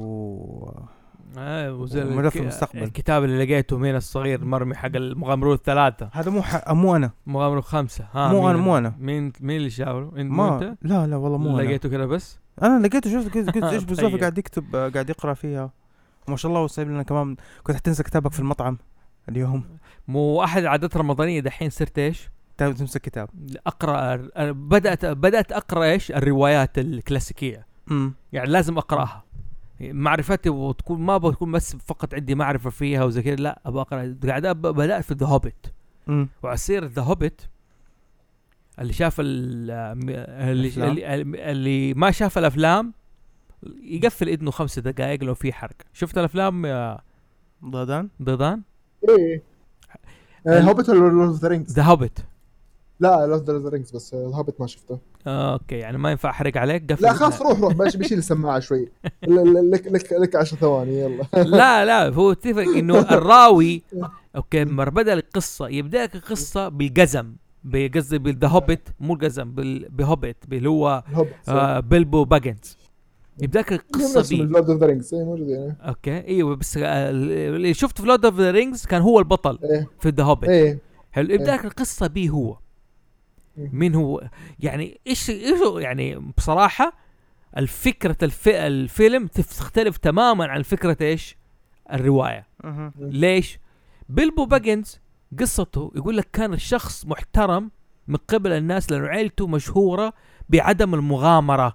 وملف المستقبل. الكتاب اللي لقيته من الصغير مرمي حق المغامرون 3 هذا مو انا مغامرون 5. مو انا مين اللي شافه؟ انت؟ لا والله مو انا لقيته كده. بس انا لقيته شفت قلت ايش بالضبط قاعد يكتب قاعد يقرا فيها. ما شاء الله. وسايب لنا كمان كنت حتنسى كتابك في المطعم اليوم. مو احد عادات رمضانيه دحين صرت ايش تمسك كتاب اقرا. بدات اقرا ايش الروايات الكلاسيكيه. يعني لازم اقراها، معرفتي وتكون ما بتكون بس فقط عندي معرفة فيها وزي كده، لا أبغى أقرأ. قاعد بدأت في ذا هوبيت. وعسير ذا هوبيت اللي شاف اللي ما شاف الأفلام يقفل إذنه 5 دقائق لو في حرق. شفت الأفلام يا ضدان؟ إيه هوبت ولا لورد اوف ذا رينجز؟ ذا هوبت. لا لورد اوف ذا رينجز بس هوبت ما شفته. اوكي يعني ما ينفع احرق عليك. قفل. لا خلاص روح بشيل السماعه شوي. لك 10 ثواني يلا. لا هو اتفق انه الراوي اوكي مربدا القصه يبدا لك القصه بالقزم، بقصدي بالذا هوبت، مو القزم بهوبت اللي هو بيلبو باجنز. يبدا لك القصه بي لورد اوف ذا رينجز موجود يعني. اوكي ايوه بس اللي شفت في لورد اوف ذا رينجز كان هو البطل في ذا هوبت. حلو. يبدا لك القصه بيه هو مين هو، يعني ايش يعني بصراحه الفكره الفيلم تختلف تماما عن فكره ايش الروايه. ليش؟ بيلبو باجنز قصته يقول لك كان الشخص محترم من قبل الناس لانه عيلته مشهوره بعدم المغامره.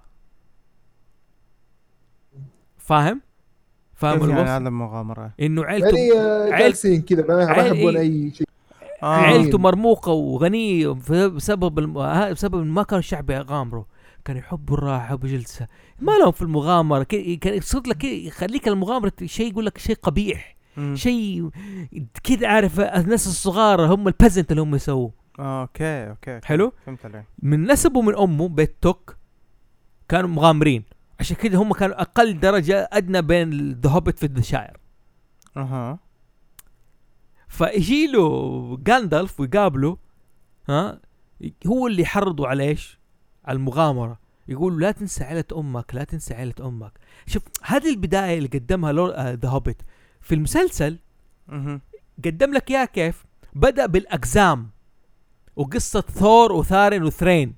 فاهم يعني عدم المغامره انه عيلته يعني جالسين كذا ما يحبون اي شيء. عيلته مرموقة وغنية بسبب ما كان الشعب يغامروا، كانوا يحبوا الراحة وجلسة، ما لهم في المغامرة. كان يصير لك يخليك المغامرة شيء يقول لك شيء قبيح، شيء كده. عارف الناس الصغار هم البازنت اللي هم يسووه. اوكي حلو. فهمت عليك. من نسبه من امه بيت توك كانوا مغامرين، عشان كده هم كانوا اقل درجة ادنى بين ذا هوبت في الشاعر. فيجي له غاندالف ويقابله، هو اللي يحرضوا على ايش؟ على المغامرة. يقول لا تنسى عيلة أمك، لا تنسى عيلة أمك. شوف هذه البداية اللي قدمها ذا هوبت في المسلسل. قدم لك يا كيف بدأ بالأقزام وقصة ثور وثارين وثرين.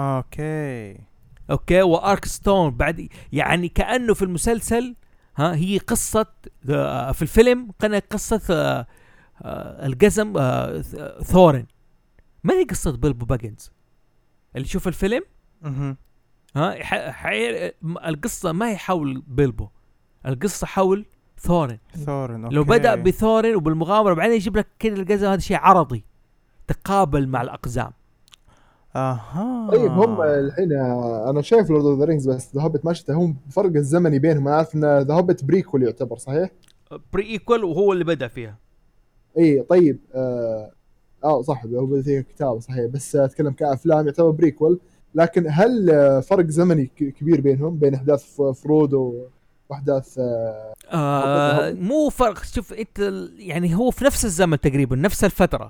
اوكي وارك ستون بعد، يعني كأنه في المسلسل هي قصة في الفيلم كانت قصة القزم ثورن، ما هي قصة بيلبو باجنز اللي شوف الفيلم. القصة ما هي حول بيلبو، القصة حول ثورن. لو بدأ بثورن وبالمغامرة بعدين يجيب لك كده القزم، هذا شيء عرضي تقابل مع الأقزام. طيب هم الحين انا شايف لورد اوف ذا رينجز بس ذا هوبت ما شفته، هم فرق الزمني بينهم. انا عارف ان ذا هوبت بريكول يعتبر صحيح؟ بريكول وهو اللي بدأ فيها. اي طيب صح هو بدأ كتاب صحيح، بس اتكلم كأفلام يعتبر بريكول. لكن هل فرق زمني كبير بينهم بين احداث فرودو واحداث مو فرق. شوف انت يعني هو في نفس الزمن تقريبا، نفس الفترة.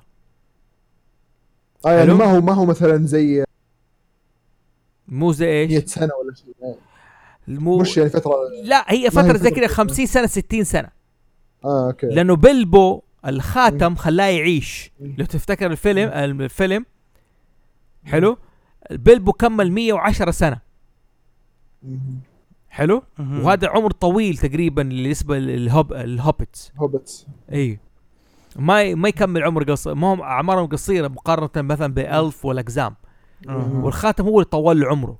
يعني ما هو مثلا زي مو زي ايش 100 سنة ولا شيء. مش يعني فترة، لا هي فترة زي كده 50 سنة 60 سنة. اوكي. لانه بيلبو الخاتم خلاه يعيش. لو تفتكر الفيلم حلو، بيلبو كمل 110 سنة. حلو. وهذا عمر طويل تقريبا بالنسبة للهوبتس. اي ما يكمل عمر قصير، ما هم اعمارهم قصيرة مقارنة مثلا بألف والأقزام. والخاتم هو اللي طول له عمره.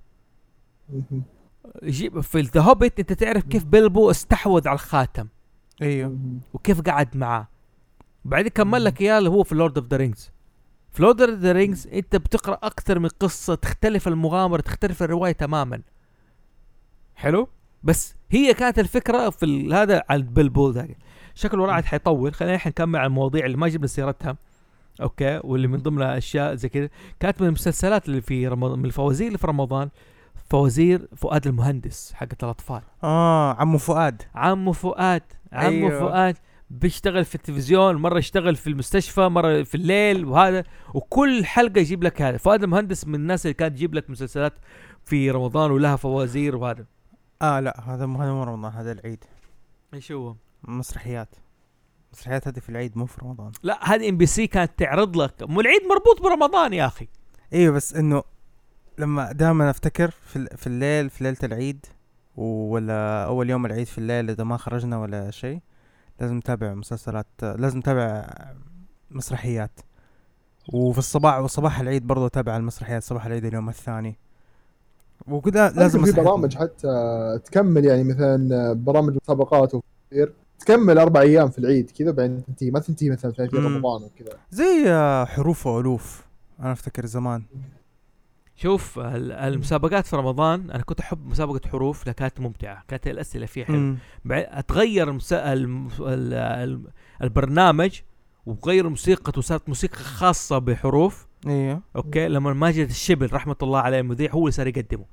في ذا هوبت انت تعرف كيف بيلبو استحوذ على الخاتم. ايوه. وكيف قعد معاه. بعدين كمل لك اياه اللي هو في لورد اوف ذا رينجز. في لورد اوف ذا رينجز انت بتقرا اكثر من قصه، تختلف المغامره، تختلف الروايه تماما. حلو. بس هي كانت الفكره في هذا على بيلبو ده. شكله راعد حيطول. خلينا الحين نكمل على المواضيع اللي ما جبنا سيرتها. اوكي. واللي من ضمنها اشياء زي كذا كانت من المسلسلات اللي في رمضان، من الفوازير اللي في رمضان، فوازير فؤاد المهندس حقت الأطفال. عمو فؤاد. أيوه. فؤاد بيشتغل في التلفزيون، مرة يشتغل في المستشفى، مرة في الليل، وهذا وكل حلقة يجيب لك هذا. فؤاد المهندس من الناس اللي كانت تجيب لك مسلسلات في رمضان ولها فوازير وهذا. لا هذا مو رمضان، هذا العيد. ايش هو؟ مسرحيات هذه في العيد مو في رمضان. لا هذه MBC كانت تعرض لك، مو العيد مربوط برمضان يا أخي. ايوه بس انه لما دائما افتكر في الليل، في ليلة العيد ولا اول يوم العيد في الليل اذا ما خرجنا ولا شيء لازم نتابع مسلسلات، لازم نتابع مسرحيات. وفي صباح العيد برضو تابع المسرحيات. صباح العيد اليوم الثاني وكذا لازم في برامج حتى تكمل، يعني مثلا برامج مسابقات وكثير تكمل 4 أيام في العيد كذا بعدين تنتهي، ما تنتهي مثلا في رمضان وكذا. زي حروف وألوف انا افتكر زمان شوف المسابقات في رمضان انا كنت احب مسابقه حروف، كانت ممتعه، كانت الاسئله فيها حلوه. اتغير البرنامج وغير الموسيقى وصارت موسيقى خاصه بحروف. ايوه اوكي، لما ماجد الشبل رحمه الله عليه المذيع هو اللي صار يقدمه.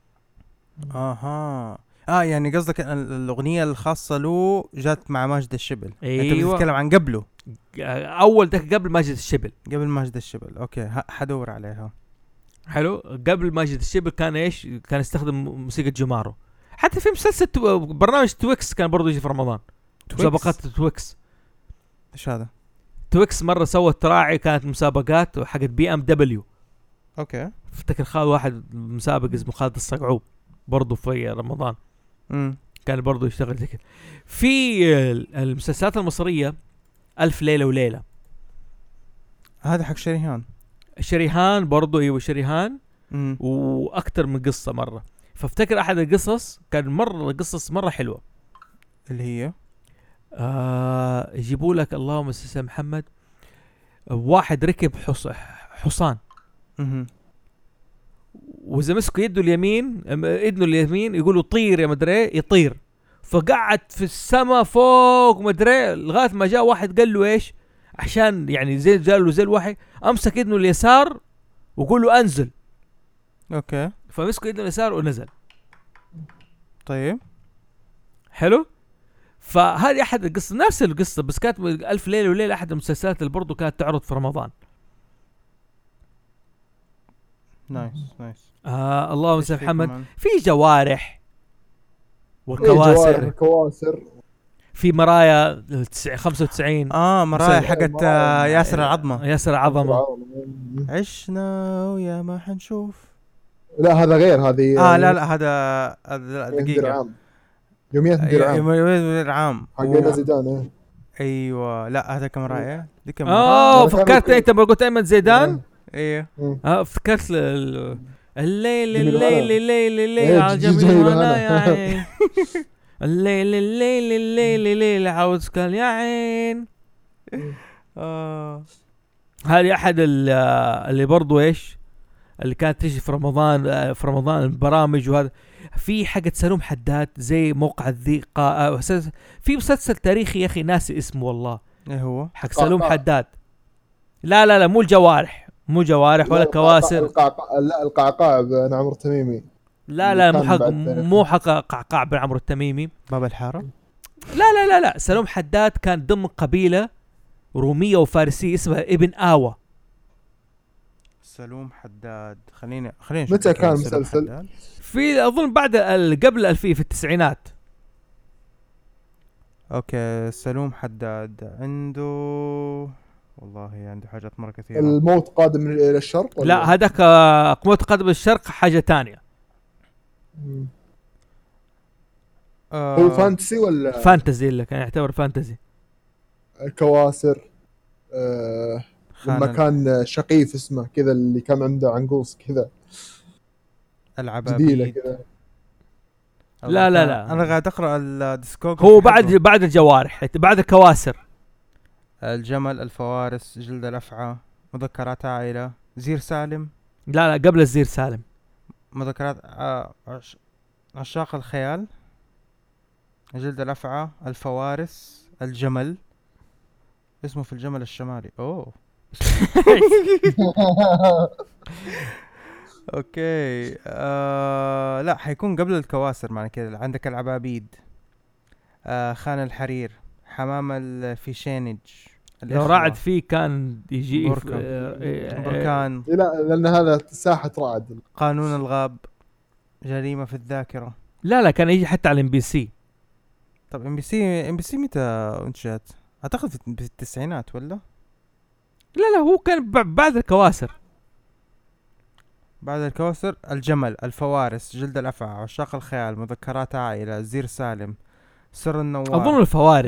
يعني قصدك الاغنيه الخاصه له جات مع ماجد الشبل. أيوة. انت بتتكلم عن قبله، اول ده قبل ماجد الشبل. قبل ماجد الشبل. اوكي حدور عليها. حلو. قبل ماجد الشبل كان ايش؟ كان يستخدم موسيقى جمارو. حتى في مسلسل برنامج تويكس كان برضو يجي في رمضان، مسابقات تويكس. ايش هذا؟ تويكس مره سوت تراعي، كانت مسابقات حقت BMW. اوكي. افتكر خالد واحد مسابق اسمه خالد الصقعوب برضو في رمضان. كان برضو يشتغل زي كده. في المسلسلات المصريه ألف ليلة وليلة، هذا حق شريهان. شريهان برضو. ايوه شريهان. واكثر من قصه مره. فافتكر احد القصص كان مره قصص مره حلوه، اللي هي يجيبوا لك اللهم صل محمد، واحد ركب حصان، واذا مسكوا يده اليمين يقولوا طير يا مدري، يطير. فقعد في السماء فوق مدري لغايه ما جاء واحد قال له ايش، عشان يعني زي جاله زي الوحي، امسك ايده اليسار وقول له انزل. اوكي. فمسك ايده اليسار ونزل. طيب حلو. فهذه احد القصص، نفس القصه بس كانت ألف ليله وليله، احد المسلسلات اللي برضو كانت تعرض في رمضان. نايس. اللهم صل محمد. في جوارح والكواسر. في مرايا 95. مرايا حقت ياسر العظمة. عشنا ويا ما حنشوف. لا هذا غير هذه. لا هذا دقيقة. يوميات مدير عام حقنا زيدان. ايوه لا هذا كمرايا دي فكرت انت ما قلت ايمن زيدان. ايوه فكرت الليل عجبني يا عين. الليل عاوز كان يا عين. هذه احد اللي برضو ايش اللي كانت تيجي في رمضان البرامج. وهذا في حاجة سلوم حداد زي موقع الذيقة. في مسلسل تاريخي يا اخي ناسي اسمه والله. ايه هو؟ حق سلوم حداد. لا مو الجوارح ولا كواسر. لا القعقاع بن عمرو التميمي. لا مو حق قعقاع بن عمرو التميمي. باب الحارة. لا سلوم حداد كان ضمن قبيلة رومية وفارسية اسمها ابن آوى. سلوم حداد. خليني متى كان مسلسل؟ في اظن بعد قبل الفي في التسعينات. اوكي. سلوم حداد عنده والله عنده حاجات مرة كثيرة. الموت قادم الى الشرق لا هذاك موت قادم الشرق حاجة تانية. هو فانتسي ولا فانتزي اللي كان يعتبر فانتزي. كواسر. لما كان شقيف اسمه كذا اللي كان عنده عنقوس كذا العبابيد كذا. لا انا قاعد اقرا الديسكوج. هو بعد الجوارح، بعد الكواسر. الجمل، الفوارس، جلد الافعى، مذكرات عائله، زير سالم. لا قبل الزير سالم. مذكرات عشاق الخيال، جلد الافعى، الفوارس، الجمل. اسمه في الجمل الشمالي. اوكي. لا حيكون قبل الكواسر معنى كده. عندك العبابيد، خان الحرير، حمام الفيشينج. لو راعد فيه كان يجي بركان. لا لان هذا ساحة رعد. قانون الغاب، جريمة في الذاكرة. لا كان يجي حتى على MBC. طب MBC متى انشأت؟ اعتقد في التسعينات ولا؟ لا هو كان بعد الكواسر. بعد الكواسر. الجمل، الفوارس، جلد الافعى، عشاق الخيال، مذكرات عائلة، زير سالم، سر النوار. اظن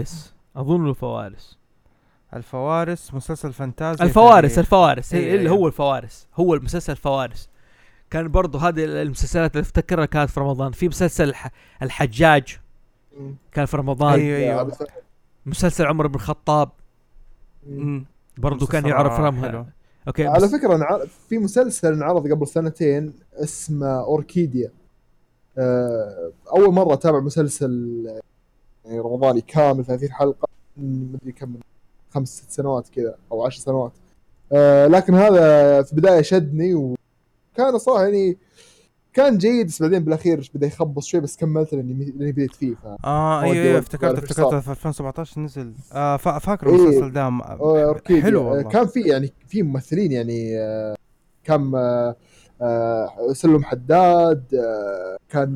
الفوارس مسلسل فانتازي. الفوارس اللي هو الفوارس، هو المسلسل الفوارس. كان برضو هذه المسلسلات اللي افتكرها كانت في رمضان. في مسلسل الحجاج كان في رمضان. ايوه. مسلسل عمر بن الخطاب برضو كان يعرف رمها. اوكي على فكره في مسلسل انعرض قبل سنتين اسمه اوركيديا. اول مره اتابع مسلسل يعني رمضاني كامل 30 حلقه، مدري كم، 5 سنوات كذا او 10 سنوات. لكن هذا في بدايه شدني وكان صراحه يعني كان جيد، بس بعدين بالاخير بدا يخبص شوي، بس كملت لاني بديت فيه. ايوه افتكرت في 2017 نزل. فاكر المسلسل ده حلو كان فيه يعني في ممثلين يعني كان سلم حداد، كان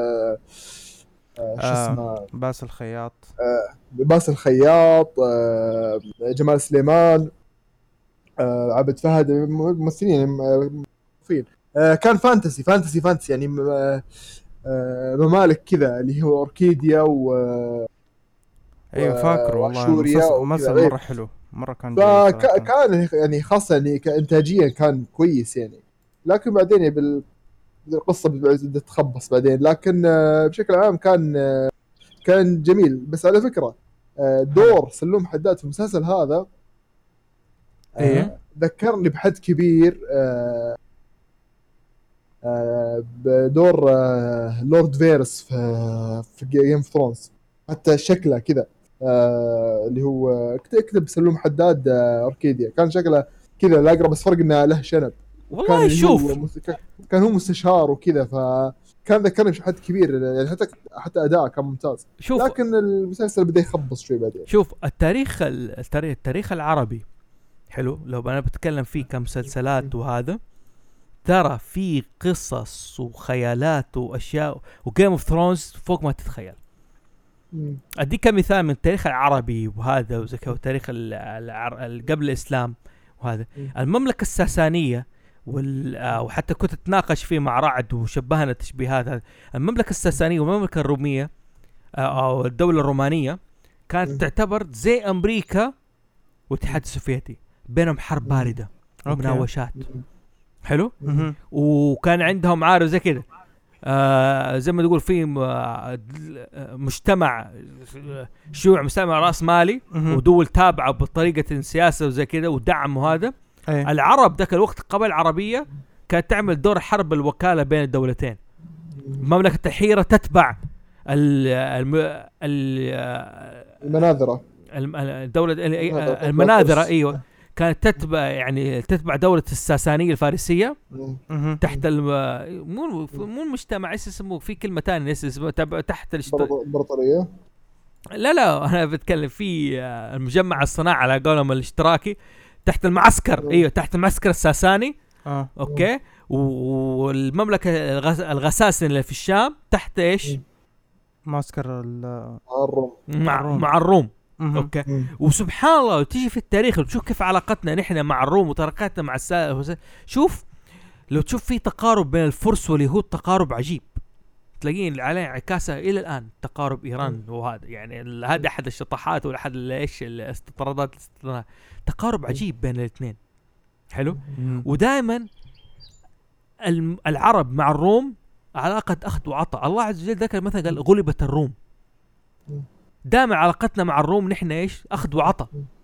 شو اسمه باسل الخياط، جمال سليمان، عبد فهد، ممثلين يعني فين. كان فانتسي يعني ممالك كذا اللي هو أوركيديا ايوه فاكر والله مسلسل مرة حلو، مرة كان جيد. كان يعني خاصة يعني كإنتاجيا كان كويس يعني، لكن بعدين بالقصة بدأت تخبص بعدين، لكن بشكل عام كان جميل. بس على فكرة دور سلوم حداد في المسلسل هذا ذكرني بحد كبير بدور لورد فيرس في جيم اوف ثرونز، حتى شكله كذا اللي هو كتب سلوم حداد أوركيديا، كان شكله كذا لا أقرب، بس فرق إنه له شنب. والله شوف كان هو مستشار وكذا، فكان ذكرني بحد كبير يعني، حتى أداء كان ممتاز. لكن المسلسل بدأ يخبص شوي بعدين. شوف التاريخ العربي حلو، لو أنا بتكلم فيه كمسلسلات وهذا، ترى في قصص وخيالات وأشياء، وجيم اوف ثرونز فوق ما تتخيل. أديك مثال من التاريخ العربي وهذا وزكاة التاريخ قبل الإسلام وهذا. المملكة الساسانية وحتى كنت أتناقش فيه مع رعد وشبهنا تشبيهات هذا. المملكة الساسانية والمملكة الرومية أو الدولة الرومانية كانت تعتبر زي أمريكا والاتحاد السوفيتي، بينهم حرب باردة ومناوشات. حلو. وكان عندهم عارف زي كده زي ما تقول في مجتمع شيوع، مجتمع راس مالي ودول تابعه بطريقه سياسه وزي كده ودعم. وهذا العرب ذاك الوقت قبل العربيه كانت تعمل دور حرب الوكاله بين الدولتين. مملكه الحيره تتبع المناذره، الدوله المناذره ايوه، كانت تتبع دولة الساسانية الفارسية تحت مو المجتمع اسمه في كلمة تانية اسمه تحت الإمبراطورية. لا أنا بتكلم في المجمع الصناعي على قولهم الاشتراكي، تحت المعسكر. ايوه تحت المعسكر الساساني. اوكي. والمملكة الغساسنة اللي في الشام تحت ايش؟ معسكر مع الروم. اوكي. وسبحان الله تيجي في التاريخ وتشوف كيف علاقتنا نحن مع الروم وتركاتنا مع شوف لو تشوف في تقارب بين الفرس واليهود، تقارب عجيب تلاقين عليه انعكاسه الى الان، تقارب ايران وهذا يعني هذا احد الشطحات ولا احد ايش الاستطرادات، تقارب عجيب بين الاثنين. حلو. ودائما العرب مع الروم علاقه اخذ وعطاء. الله عز وجل ذكر مثلا قال غلبت الروم. دائما علاقتنا مع الروم نحن ايش؟ اخذ وعطاء.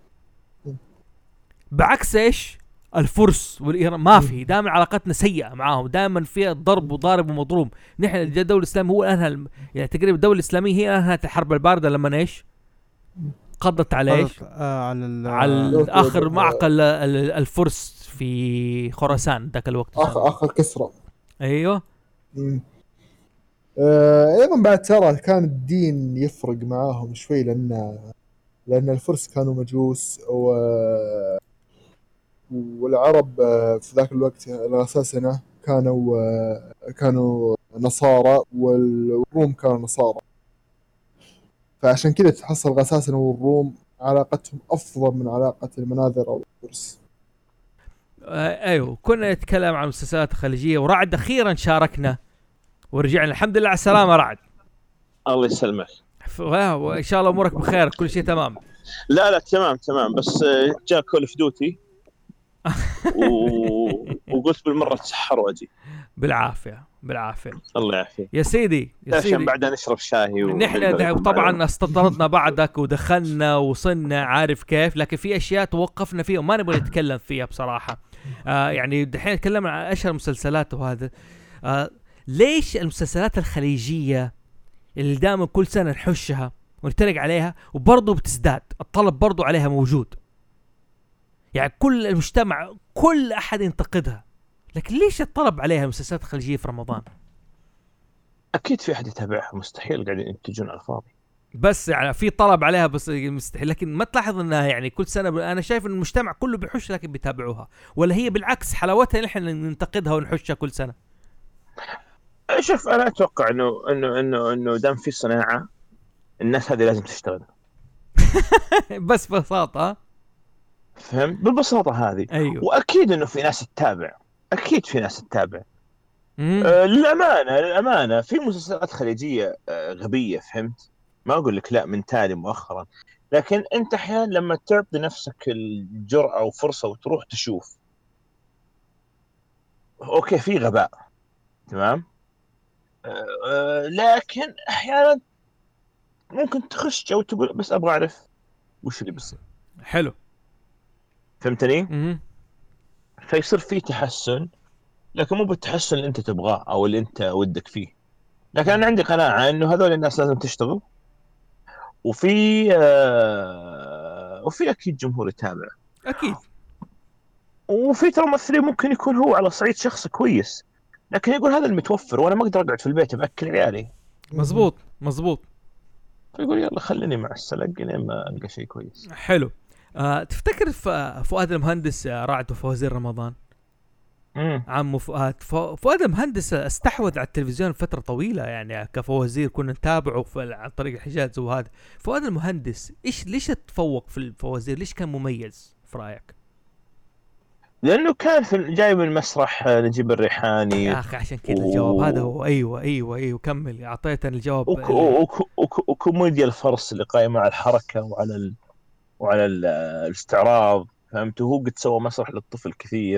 بعكس ايش؟ الفرس والايران ما في، دائما علاقتنا سيئه معاهم، دائما فيها ضرب وضارب ومضروب. نحن الدوله الاسلاميه هو انهى يعني تقريبا الدوله الاسلاميه هي انهت الحرب البارده لما ايش؟ قضت على ايش؟ على اخر معقل الفرس في خراسان ذاك الوقت، اخر كسرى. ايوه. ايضا بعد ترى كان الدين يفرق معاهم شوي، لان الفرس كانوا مجوس والعرب في ذاك الوقت الغساسنة كانوا نصارى، والروم كانوا نصارى، فعشان كذا تحصل الغساسنة والروم علاقتهم افضل من علاقة المناذر او الفرس. ايوه كنا نتكلم عن المسلسلات الخليجية، ورعد اخيرا شاركنا ورجعنا الحمد لله على السلامة. رعد الله يسلمك، وإن شاء الله أمورك بخير، كل شيء تمام. لا تمام، بس جاء كول اوف ديوتي وقلت بالمرة تسحر واجي. بالعافية الله يعافيك يا سيدي. عشان بعد نشرب شاي نحن طبعا استطردنا بعدك ودخلنا وصلنا عارف كيف، لكن في أشياء توقفنا فيها وما نبغى نتكلم فيها بصراحة. يعني دحين نتكلم عن اشهر مسلسلات وهذا. ليش المسلسلات الخليجيه اللي دائما كل سنه نحشها ونتريق عليها وبرضه بتزداد الطلب برضه عليها موجود؟ يعني كل المجتمع كل احد ينتقدها، لكن ليش الطلب عليها المسلسلات الخليجيه في رمضان؟ اكيد في احد يتابعها، مستحيل قاعدين ينتجون على الفاضي. بس يعني في طلب عليها بس مستحيل، لكن ما تلاحظ انها يعني كل سنه انا شايف ان المجتمع كله بيحش لكن بيتابعوها، ولا هي بالعكس حلاوتها نحن ننتقدها ونحشها كل سنه؟ شوف انا اتوقع انه دام في صناعه الناس هذه لازم تشتغل. بس ببساطه فهم بالبساطه هذه. أيوه. واكيد انه في ناس تتابع، اكيد في ناس تتابع. للامانه في مسلسلات خليجيه غبيه، فهمت؟ ما اقول لك لا من تالي مؤخرا، لكن انت احيانا لما تعطي نفسك الجرأه وفرصه وتروح تشوف، اوكي في غباء تمام، لكن احيانا ممكن تخش جو تقول بس ابغى اعرف وش اللي بيصير. حلو، فهمتني؟ فيصير في تحسن، لكن مو بالتحسن اللي انت تبغاه او اللي انت ودك فيه. لكن انا عندي قناعه انه هذول الناس لازم تشتغل، وفي اكيد جمهور يتابع اكيد. وفي ترى ممثلين ممكن يكون هو على صعيد شخص كويس، لكن يقول هذا المتوفر وانا ما اقدر اقعد في البيت باكل عيالي. مزبوط. فيقول يلا خليني مع السلق لين ما القى شيء كويس. حلو. تفتكر فؤاد المهندس رعد وفوازير رمضان؟ عمو فؤاد المهندس استحوذ على التلفزيون فترة طويلة، يعني كفوازير كنا نتابعه عن طريق الحجاز وهذا. فؤاد المهندس ليش تفوق في الفوازير؟ ليش كان مميز في رأيك؟ لأنه كان جاي من مسرح نجيب الريحاني يا أخي عشان كذا الجواب هذا هو. أيوة كمل، أعطيتني الجواب. وكوميديا الفرص اللي قائمة على الحركة وعلى الاستعراض، فهمت؟ وهو قد سوى مسرح للطفل كثير.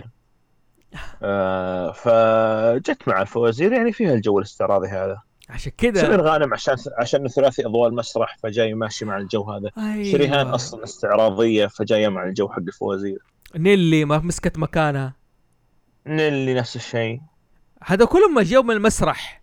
فجت مع الفوازير يعني فيها الجو الاستعراضي هذا. عشان كذا سمير غانم عشان ثلاثي اضواء المسرح فجاي ماشي مع الجو هذا. أيوة. شريهان اصلا استعراضيه فجايه مع الجو حق الفوازير. نيلي ما مسكت مكانها، نيلي نفس الشيء. هذا كلهم ما جو من المسرح.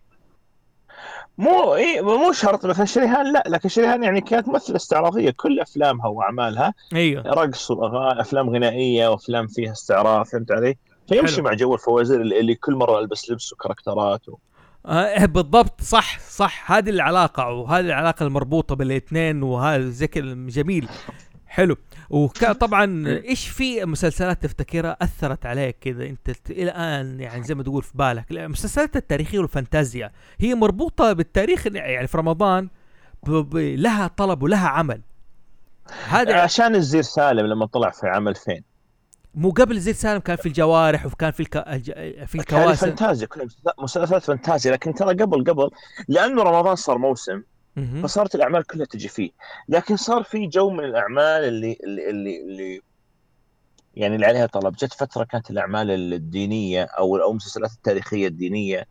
مو شرط مثلا شريهان، لا، لكن شريهان يعني كانت ممثله استعراضيه كل افلامها واعمالها. ايوه رقص واغاني، افلام غنائيه وافلام فيها استعراض، فهمت علي؟ فيمشي مع جو الفوازير اللي كل مره البس لبس وكاركترات بالضبط. صح هذه العلاقه، وهذه العلاقه المربوطه بالاثنين، وهذا ذكر جميل حلو. طبعا ايش في مسلسلات تفتكرها اثرت عليك كذا انت الى الان، يعني زي ما تقول في بالك المسلسلات التاريخيه والفانتازيا هي مربوطه بالتاريخ، يعني في رمضان لها طلب ولها عمل. هذا عشان الزير سالم لما طلع في عام 2000. مو قبل زيد سالم كان في الجوارح وكان في في الكواسر، فانتازيا، كلها مسلسلات فانتازيا. لكن ترى قبل لانه رمضان صار موسم فصارت الاعمال كلها تجي فيه، لكن صار في جو من الاعمال اللي يعني اللي عليها طلب. جت فتره كانت الاعمال الدينيه او المسلسلات التاريخيه الدينيه،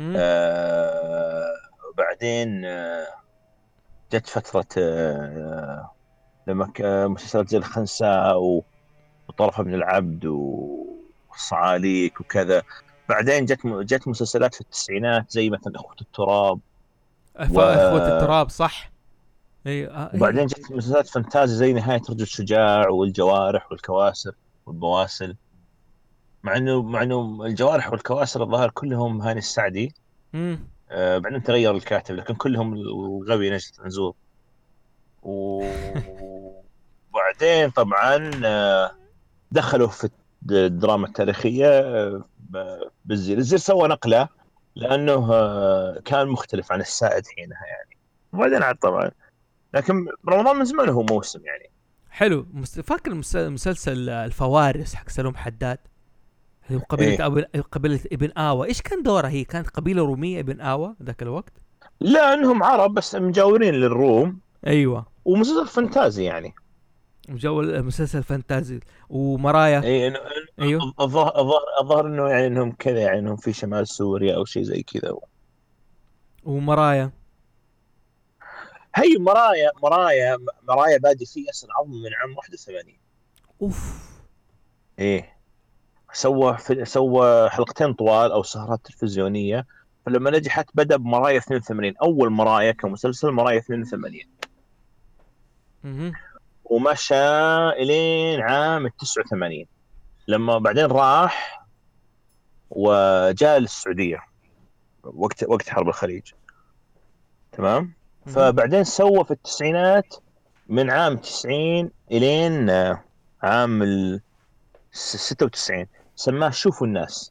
وبعدين جت فتره لما مسلسلات زي الخنساء وطرف ابن العبد والصعاليك وكذا. بعدين جت مسلسلات في التسعينات زي مثلا اخوة التراب اخوة التراب، صح. وبعدين جت مسلسلات فانتازي زي نهاية رجل شجاع والجوارح والكواسر والبواسل، مع انه الجوارح والكواسر الظاهر كلهم هاني السعدي. بعدين تغير الكاتب، لكن كلهم الغبي نجد عنزور. وبعدين طبعا دخلوا في الدراما التاريخية بالزير. الزير سوى نقلة لأنه كان مختلف عن السائد حينها يعني. وبعدين عاد طبعا، لكن رمضان من زمان هو موسم يعني حلو. فاكر مسلسل الفوارس حق سلوم حداد؟ هي قبيلة ابن آوى. إيش كان دورها؟ هي كانت قبيلة رومية ابن آوى ذاك الوقت؟ لا، أنهم عرب بس مجاورين للروم. أيوة. ومسلسل فانتازي يعني مسلسل فانتازي. ومرايا ايوه الظاهر انه يعني انهم كذا، يعني انهم في شمال سوريا او شيء زي كذا. ومرايا هي مرايا بادي فيه اصلا عظم من عام 81. اوف. ايه سوى حلقتين طوال او سهرات تلفزيونيه. فلما نجحت بدا بمرايا 82، اول مرايا كمسلسل مرايا 82. ومشى الين عام 89 لما بعدين راح وجاء للسعوديه وقت حرب الخليج. تمام. فبعدين سوى في التسعينات من عام 90 الين عام 96 سماه شوفوا الناس.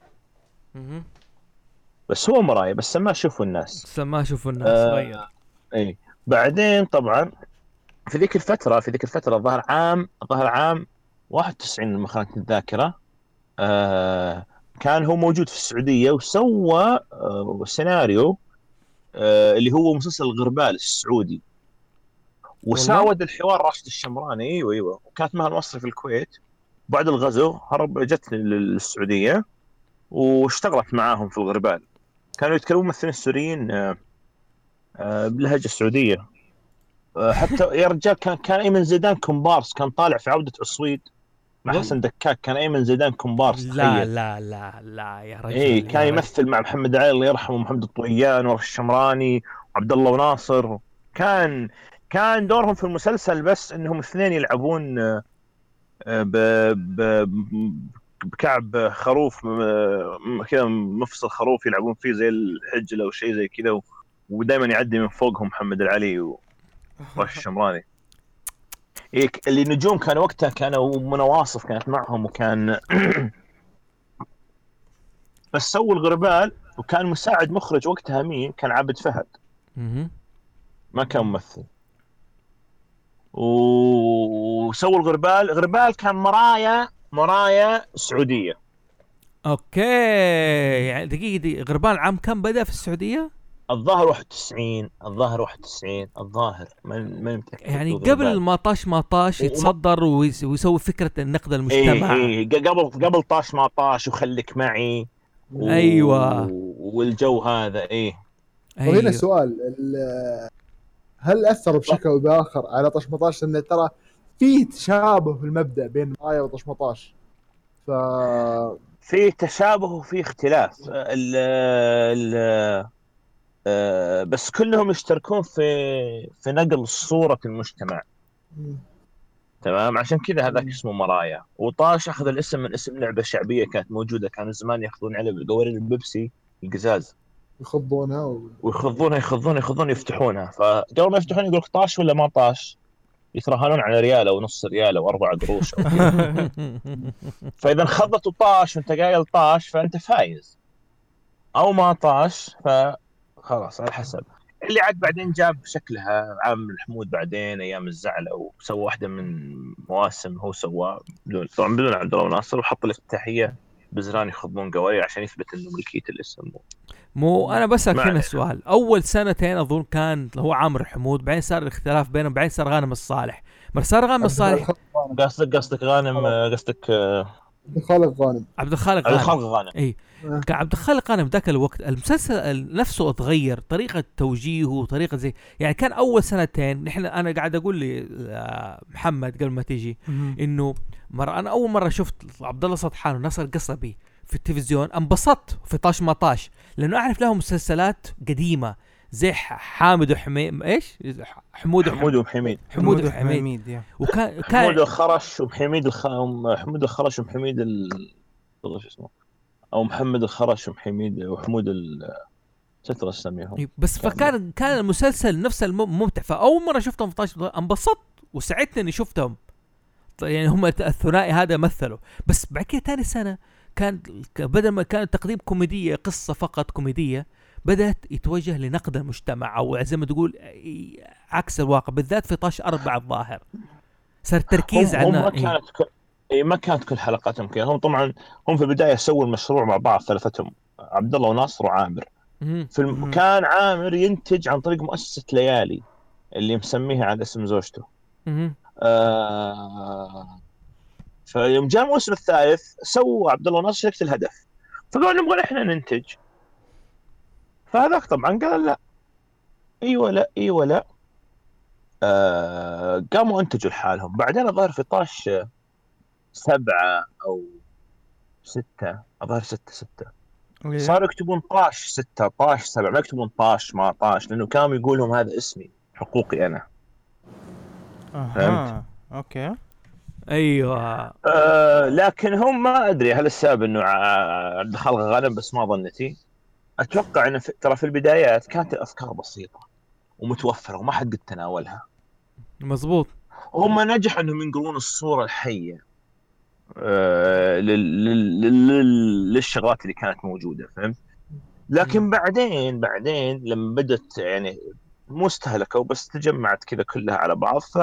بس هو مرايا بس سماه شوفوا الناس. غير. اي بعدين طبعا في ذيك الفترة ظهر عام 91 لما خانت الذاكرة. كان هو موجود في السعودية وسوى سيناريو اللي هو مسلسل الغربال السعودي، وساود الحوار راشد الشمراني. ايوه وكانت مها المصري في الكويت. بعد الغزو جت للسعودية واشتغلت معاهم في الغربال. كانوا يتكلمون ممثلين السوريين باللهجة السعودية. حتى يا رجال كان أيمن زيدان كومبارس، كان طالع في عودة الصويد مع حسن دكاك. كان أيمن زيدان كومبارس. لا لا لا لا يا رجل. إيه كان يمثل مع محمد علي الله يرحمه ومحمد الطويان ورش الشمراني وعبد الله وناصر. كان دورهم في المسلسل بس انهم اثنين يلعبون بكعب خروف كذا، مفصل خروف يلعبون فيه زي الحجله او شيء زي كذا، ودائما يعدي من فوقهم محمد العلي ورش الشمراني. إيه اللي نجوم كان وقتها كانوا منواصف كانت معهم وكان بس سووا الغربال. وكان مساعد مخرج وقتها مين؟ كان عابد فهد. ما كان ممثل. وسووا الغربال كان مرايا سعودية. اوكي يعني دقيقة غربال عام كم بدأ في السعودية؟ الظاهر 91 الظاهر ما متأكد. يعني قبل ما طاش يتصدر ويسوي فكرة النقد المجتمع. إيه قبل طاش وخليك معي ايوه والجو هذا. ايه وهنا سؤال، هل أثر بشكل أو بآخر على طش مطاش؟ لأن ترى فيه تشابه في المبدأ بين مرايا وطش مطاش. في تشابه وفي اختلاف. بس كلهم يشتركون في نقل صورة المجتمع. تمام. عشان كذا هذاك اسمه مرايا. وطاش أخذ الاسم من اسم لعبة شعبية كانت موجودة. كانوا زمان يأخذون علب قوارير البيبسي القزاز يخضونها يفتحونها. فقبل ما يفتحون يقولك طاش ولا ما طاش، يتراهنون على ريال او نص ريال او 4 قروش أو فاذا خضت طاش وانت قايل طاش فانت فايز، او ما طاش فخلاص على حسب. اللي عاد بعدين جاب شكلها عام الحمود بعدين ايام الزعل، او سوى واحده من مواسم هو سواه طبعا بدون عبد الله وناصر، وحط الافتتاحيه بزران يخضون قوارير عشان يثبت انه ملكيه الاسم. مو انا بسألك هنا السؤال. اول سنتين اظن كان هو عامر حمود، بعدين صار الاختلاف بينهم، بعدين صار غانم الصالح. صار غانم الصالح قصدك غانم، قصدك عبد الخالق غانم. اي كان عبد الخالق غانم ذاك الوقت المسلسل نفسه اتغير، طريقه توجيهه وطريقه زي يعني. كان اول سنتين انا قاعد اقول لي محمد قبل ما تيجي انه انا اول مره شفت عبد الله سطحان ونصر القصبي في التلفزيون انبسطت في طاش ما طاش، لانه اعرف لهم مسلسلات قديمه زي حامد وحميد. ايش حمود وحميد وكان حمود الخرش وحميد حمود الخرش وحميد والله شو اسمه، او محمد الخرش وحمود ستر اسميهم. بس فكان المسلسل نفسه ممتع. فاول مره شفتهم في طاش انبسطت وسعدت اني شفتهم، يعني هم الثنائي هذا مثلوا. بس بعد كده ثاني سنه كان بدل ما كان التقديم كوميديه، قصه فقط كوميديه، بدأت يتوجه لنقد المجتمع، أو زي ما تقول عكس الواقع، بالذات في طاش 4 الظاهر صار التركيز على ما كانت كل حلقاتهم كذا. هم طبعا هم في البداية سووا المشروع مع بعض ثلاثتهم، عبد الله وناصر وعامر. كان عامر ينتج عن طريق مؤسسة ليالي اللي مسميها على اسم زوجته. فيوم جاء الموسم الثالث سووا عبد الله وناصر شركة الهدف، فقالوا نبغى احنا ننتج. فهذاك طبعا قال لا، ايوه لا قاموا انتجوا لحالهم. بعدين الظاهر في طاش 7 او 6 أظهر 6 صاروا يكتبون طاش 6 طاش 7 ما يكتبون طاش ما طاش لأنه كانوا يقولهم هذا اسمي حقوقي أنا. فهمت؟ أوكي. أيوة. لكن هم ما أدري هل السبب إنه دخل غنم بس ما ظنتي. أتوقع إنه ترى في البدايات كانت الأفكار بسيطة ومتوفرة وما حد قد تناولها. مزبوط. هم نجحوا إنهم ينقلون الصورة الحية للشغلات اللي كانت موجودة. فهمت؟ لكن بعدين لما بدت يعني مستهلكة وبس تجمعت كذا كلها على بعض ف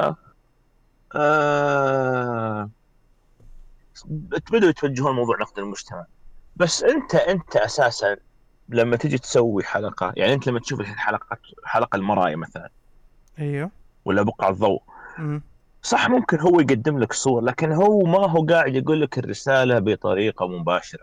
بدوا يتوجهون موضوع نقد المجتمع. بس انت اساسا لما تجي تسوي حلقة يعني انت لما تشوف الحين حلقة المرايا مثلا ايوه ولا بقع الضوء صح ممكن هو يقدم لك صور لكن هو ما هو قاعد يقول لك الرسالة بطريقة مباشرة.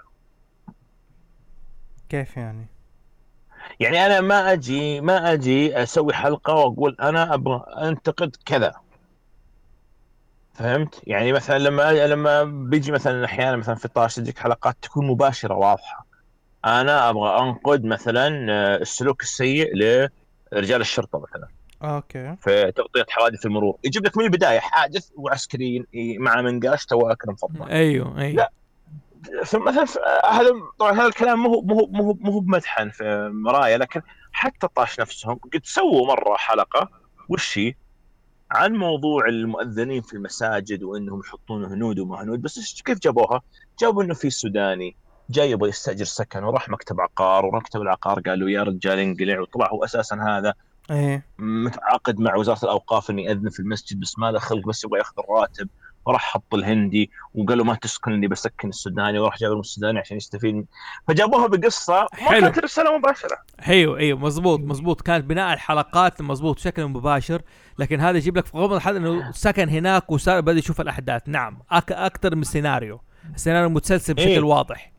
كيف يعني انا ما اجي اسوي حلقة واقول انا ابغى انتقد كذا. فهمت؟ يعني مثلا لما بيجي مثلا احيانا مثلا في طاش تجيك حلقات تكون مباشرة واضحة. انا ابغى انقد مثلا السلوك السيء لرجال الشرطة مثلا. اوكي. في تغطية حوادث المرور يجيب لك من البداية حادث وعسكريين مع منقاش تو اكرم فضل. ايوه لا مثلا هذا طبعا هذا الكلام مو بمدحا في مرايا لكن حتى طاش نفسهم قد سووا مرة حلقة وشي عن موضوع المؤذنين في المساجد وانهم يحطون هنود وما هنود. بس كيف جابوها؟ جابوا انه في سوداني جاي يبغى يستاجر سكن وراح مكتب عقار ومكتب العقار قالوا يا رجال انقلع وطلع هو اساسا هذا متعاقد مع وزارة الأوقاف إني أذن في المسجد بس ما له خلق بس يبغى ياخذ الراتب وراح حط الهندي وقالوا ما تسكن اللي بسكن السوداني وراح جاب السوداني عشان يستفيد. فجابوها بقصة ما كانت رسالة مباشرة. ايوه مزبوط كانت بناء الحلقات مزبوط بشكل مباشر لكن هذا يجيب لك في غمض الحدث انه سكن هناك وصار بدا يشوف الاحداث. نعم اكثر من سيناريو متسلسل بشكل واضح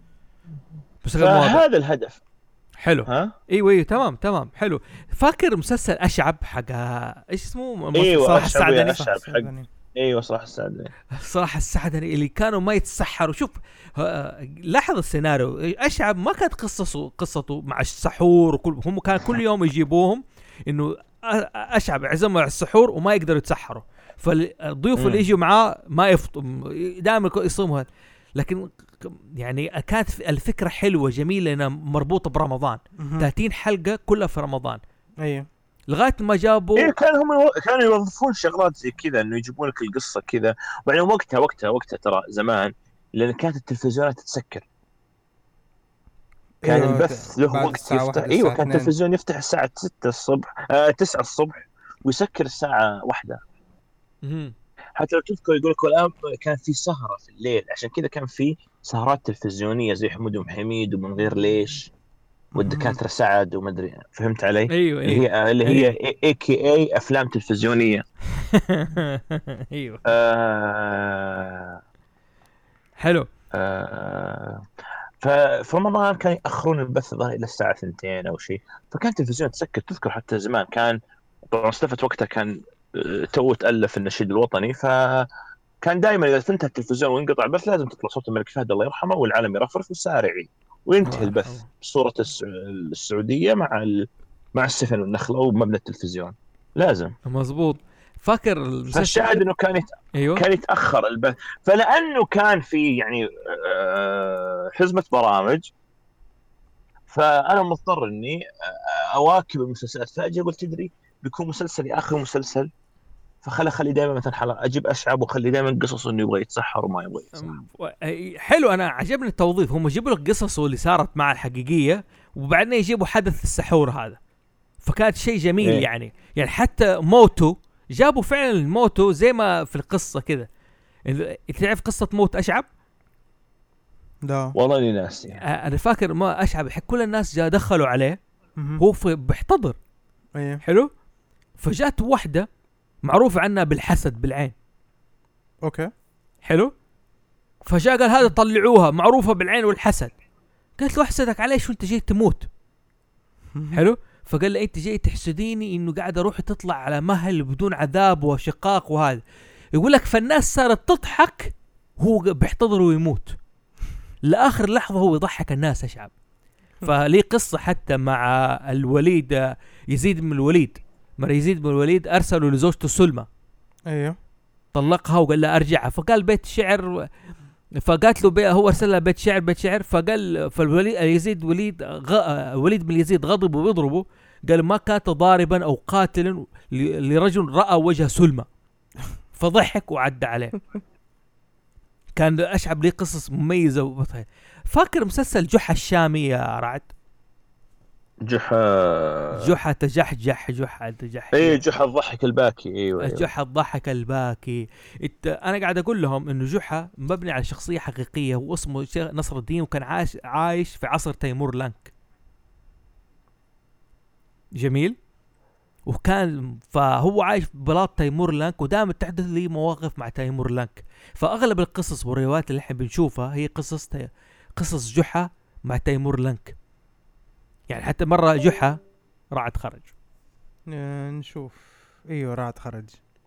هذا الهدف حلو. ايوه تمام حلو. فاكر مسلسل اشعب حق ايش اسمه صلاح السعدني؟ صلاح السعدني اللي كانوا ما يتسحروا. شوف لاحظ السيناريو اشعب ما كانت قصته مع السحور وكل هم كان كل يوم يجيبوهم انه اشعب عزموا على السحور وما يقدروا يتسحروا فالضيوف اللي يجوا معاه ما يفطوا دائما يصوموا. لكن يعني كانت الفكرة حلوة جميلة انها مربوطة برمضان 30 حلقة كلها في رمضان. ايوه لغاية ما جابوا كانوا يوظفون شغلات زي كذا انه يجيبون لك القصة كذا. وبعدين وقتها ترى زمان لان كانت التلفزيونات تسكر كان البث له وقت يفتح. ايوه كان التلفزيون يفتح الساعة 6 الصبح 9 الصبح ويسكر الساعة 1. حتى لو تذكر يقول لك الآن كان في سهرة في الليل عشان كذا كان في سهرات تلفزيونية زي حمود ومحميد ومن غير ليش والدكاترة سعد وما ادري. فهمت علي؟ ايوه اللي هي AKA افلام تلفزيونية. ايوه حلو. فرمضان كان يأخرون البث ظهر إلى الساعة 2 أو شيء فكانت التلفزيون تسكر. تذكر حتى زمان كان طبعا استفدت وقتها كان تألف النشيد الوطني فكان دائما إذا تنتهي التلفزيون وينقطع البث لازم تطلع صوت الملك فهد الله يرحمه والعالم يرفرف والسارعي وينتهي البث بصورة السعودية مع السفن والنخلة ومبنى التلفزيون لازم. مظبوط. فاكر فالشاهد انه كان يتاخر البث فلانه كان في يعني حزمه برامج فانا مضطر اني اواكب المسلسلات. فاجي قلت تدري بيكون مسلسلي اخر مسلسل فخلي دائما مثلا حلقه اجيب اشعب وخلي دائما قصص انه يبغى يتسحر وما يبغى يتسحر. حلو. انا عجبني التوظيف. هم يجيبوا لك قصصه اللي صارت مع الحقيقيه وبعدين يجيبوا حدث السحور هذا فكانت شيء جميل. يعني حتى موتو جابوا فعلا الموتو زي ما في القصة كده. انت تعرف قصة موت أشعب؟ لا والله لي ناسي. أنا فاكر ما أشعب كل الناس جاء دخلوا عليه هو بيحتضر. أيه. حلو. فجات واحدة معروفة عنها بالحسد بالعين. أوكي حلو. فجاء قال هذا طلعوها معروفة بالعين والحسد. قالت له أحسدك عليه شو أنت جاي تموت. حلو. فقال له انت جاي تحسديني انه قاعد اروح تطلع على مهل بدون عذاب وشقاق وهذا. يقول لك فالناس صارت تضحك هو بيحتضر ويموت. لاخر لحظه هو يضحك الناس اشعب. فليه قصه حتى مع الوليد، يزيد بن الوليد. مر يزيد بن الوليد ارسلوا لزوجته سلمى، ايوه طلقها وقال لها ارجعها، فقال بيت شعر، فقالت له هو ارسل لها بيت شعر، فقال فالوليد يزيد وليد بن يزيد غضب ويضربه، قال ما كانت ضاربا او قاتلا لرجل راى وجه سلمى، فضحك وعدى عليه. كان اشعب لي قصص مميزه وبطيئة. فاكر مسلسل جحا الشامي يا رعد؟ جحا تجحجح ايه جحا الضحك الباكي. ايوه جحا الضحك الباكي. انا قاعد اقول لهم انه جحا مبني على شخصيه حقيقيه، هو اسمه نصر الدين، وكان عايش في عصر تيمور لانك. جميل. وكان فهو عايش ببلاط تيمور لانك، ودائما تحدث لي مواقف مع تيمور لانك. فاغلب القصص والروايات اللي احنا بنشوفها هي قصص جحا مع تيمور لانك. يعني حتى مرة جحا رعد خرج. نشوف. ايوه رعد خرج.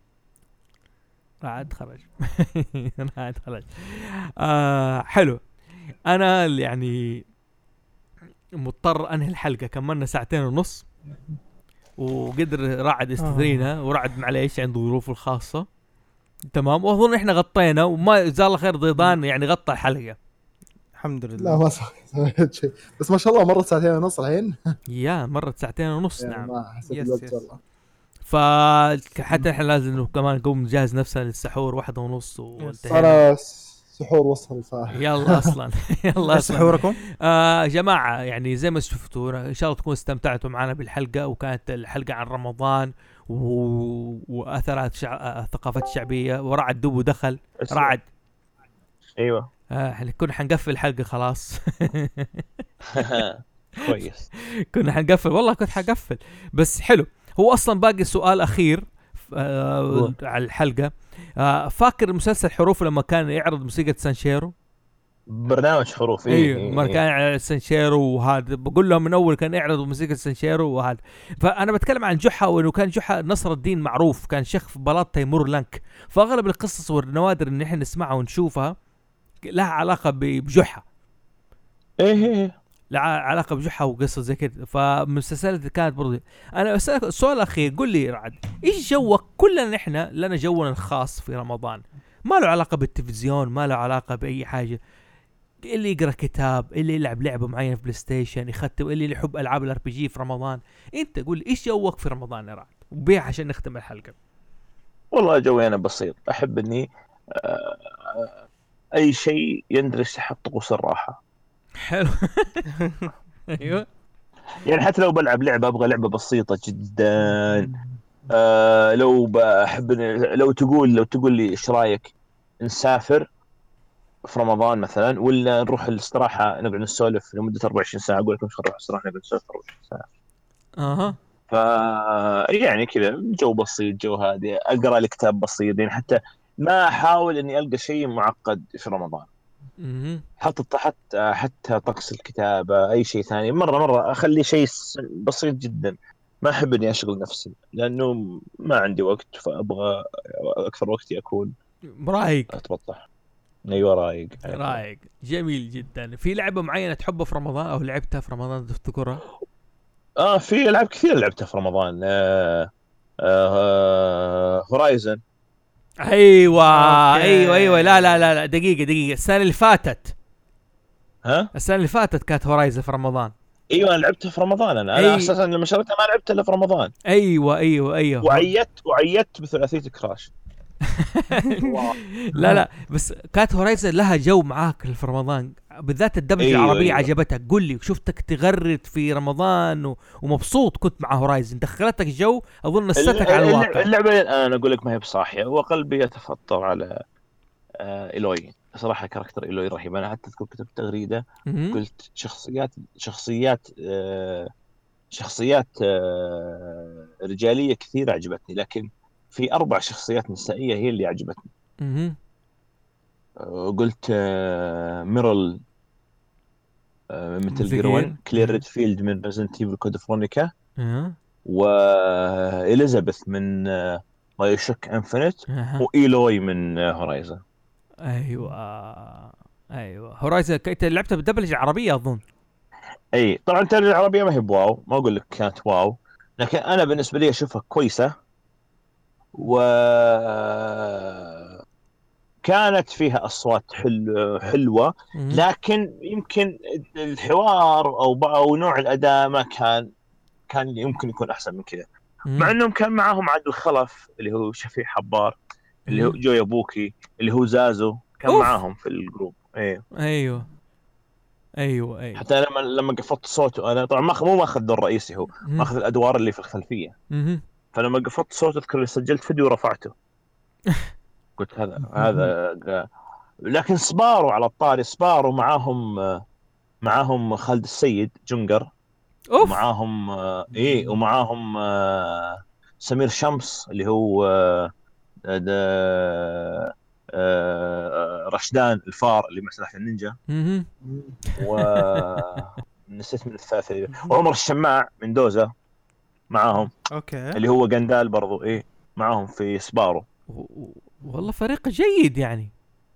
رعد خرج. حلو. انا يعني مضطر انهي الحلقة، كملنا 2.5 ساعة وقدر رعد يستثنينا، ورعد معليش عنده ظروف الخاصة. تمام. واظن احنا غطينا، وما جزاه الله خير ضيضان يعني غطى الحلقة الحمد لله. لا ما سويت شيء، بس ما شاء الله مرت 2.5 ساعة الحين. يا مرت 2.5 ساعة. نعم. ما حسيت الوقت والله. فحتى احنا لازم كمان نقوم نجهز نفسنا للسحور 1:30 وانتهينا. أنا سحور وصل يلا أصلا يلا سحوركم. جماعة يعني زي ما شفتوا إن شاء الله تكونوا استمتعتوا معنا بالحلقة، وكانت الحلقة عن رمضان وأثرات الثقافات الشعبية. ورعد دوبه دخل رعد. أيوة احنا كنا حنقفل الحلقة خلاص. كويس. كنا حنقفل والله، كنت حقفل بس حلو. هو أصلا باقي سؤال أخير على الحلقة. فاكر مسلسل حروف لما كان يعرض موسيقى سانشيرو؟ برنامج حروف. ما كان على سانشيرو، وهذا بقول لهم من أول كان يعرض موسيقى سانشيرو وهذا. فأنا بتكلم عن جحا، وإنه كان جحا نصر الدين معروف، كان شيخ في بلاط تيمور لانك. فأغلب القصص والنوادر اللي نحن نسمعها ونشوفها لها علاقة بجحا. إيه لا علاقة بجحا وقصة زي كده. فمسلسلات كانت برضه. أنا أسألك السؤال الأخير، قل لي رعد، إيش جوك؟ كلنا نحن لنا جونا الخاص في رمضان، ما له علاقة بالتلفزيون، ما له علاقة بأي حاجة. اللي يقرأ كتاب، اللي يلعب لعبة معينة في بلاي ستيشن يختم، اللي يحب ألعاب الار بي جي في رمضان. أنت قول لي إيش جوك في رمضان يا رعد، وبيع عشان نختم الحلقة. والله جوي أنا بسيط، أحب إني أي شيء يندرس تحت طقوس الراحة. حلو. ايوه يعني حتى لو بلعب لعبه ابغى لعبه بسيطه جدا. لو بحب، لو تقول لي ايش رايك نسافر في رمضان مثلا، ولا نروح الاستراحه نقعد نسولف لمده 24 ساعه، اقول لكم نروح الاستراحه نقعد نسولف 24 ساعه. ف يعني كذا جو بسيط، جو هادي، اقرا لي كتاب بسيط. يعني حتى ما احاول اني القى شيء معقد في رمضان. حتى طقس الكتابة، أي شيء ثاني مرة أخلي شيء بسيط جدا. ما أحب إني أشغل نفسي لأنه ما عندي وقت، فأبغى أكثر وقتي أكون رايق. أتبطح. أيوة رايق. جميل جدا. في لعبة معينة تحبها في رمضان أو لعبتها في رمضان تفتكرها؟ في ألعاب كثير لعبتها في رمضان. هورايزن. ايوه لا دقيقة السنة اللي فاتت. السنة اللي فاتت كانت هورايزن في رمضان. ايوه انا لعبتها في رمضان. انا اساسا لما شريتها ما لعبتها الا في رمضان. ايوه وعيت بثلاثية كراش. لا بس كانت هورايزن لها جو معاك في رمضان، بالذات الدبلجة العربية. عجبتك؟ قل لي، شفتك تغرد في رمضان ومبسوط كنت مع هورايزن، دخلتك جو اظن نستك على الواقع. اللعبة انا اقول لك ما هي بصاحية، وقلبي يتفطر على إيلوي. صراحة كاركتر إيلوي رهيب. أنا حتى كتبت تغريدة قلت شخصيات رجالية كثير عجبتني، لكن في 4 شخصيات نسائية هي اللي عجبتني. قلت ميرل مثل جيروين، كلير ريدفيلد من ريزنت ايفل كود فرونيكا، وإليزابيث من بايوشوك انفينيت، وإيلوي من هورايزن. ايوه ايوه هورايزن انت لعبتها بالدبلجه عربيه اظن. اي طبعا الترجمه العربيه ما هي بواو، ما اقول لك كانت واو، لكن انا بالنسبه لي اشوفها كويسه، و كانت فيها اصوات حلوه، لكن يمكن الحوار او نوع الاداء ما كان يمكن يكون احسن من كذا. مع انهم كان معاهم عاد الخلف اللي هو شفيع حبار، اللي هو جويا بوكي، اللي هو زازو، كان معاهم في الجروب. ايوه حتى لما قفضت صوته انا طبعا مو ماخذ الدور الرئيسي، هو ماخذ الادوار اللي في الخلفيه. فلما قفضت صوته اذكر اللي سجلت فيديو ورفعته. قلت هذا لكن سبارو على الطاري، سبارو معاهم خالد السيد جنقر، ومعاهم ومعاهم سمير شمس اللي هو رشدان الفار اللي مع سلاح النينجا، ونسيت من الثالثة، وعمر الشماع من دوزة معاهم، اللي هو قندال برضو معاهم في سبارو. والله فريق جيد يعني.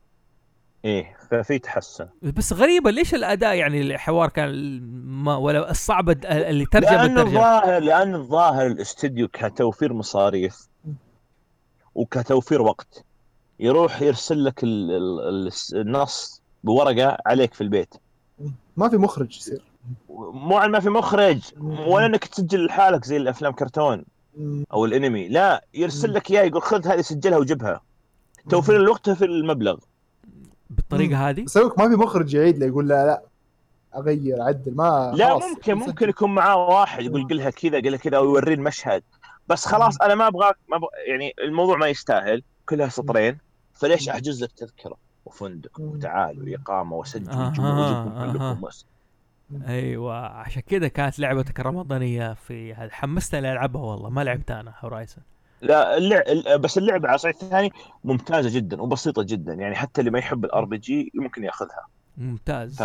ففي تحسن، بس غريبة ليش الأداء يعني الحوار كان ولا الصعب اللي ترجم لأن الظاهر الاستوديو كتوفير مصاريف وكتوفير وقت يروح يرسل لك النص بورقة عليك في البيت، ما في مخرج يصير، ما في مخرج، ولا انك تسجل لحالك زي الافلام كرتون او الانمي، لا يرسل لك اياه يقول خذ هذه سجلها وجبها، توفير الوقت في المبلغ بالطريقه هذه. بس ما في مخرج يعيد له يقول لا اغير عدل، ما لا ممكن يكون معاه واحد يقول قلها كذا او يوريه المشهد، بس خلاص انا ما ابغاك يعني الموضوع ما يستاهل كلها سطرين، فليش احجز لك تذكره وفندق وتعال واقامه وسجل وجيبكم كلكم بس. ايوه عشان كذا كانت لعبتك الرمضانيه في هذا، حمستني لألعبها والله، ما لعبت انا هورايزن. لا بس اللعبه على الصعيد الثاني ممتازه جدا وبسيطه جدا، يعني حتى اللي ما يحب الار بي جي ممكن ياخذها. ممتاز.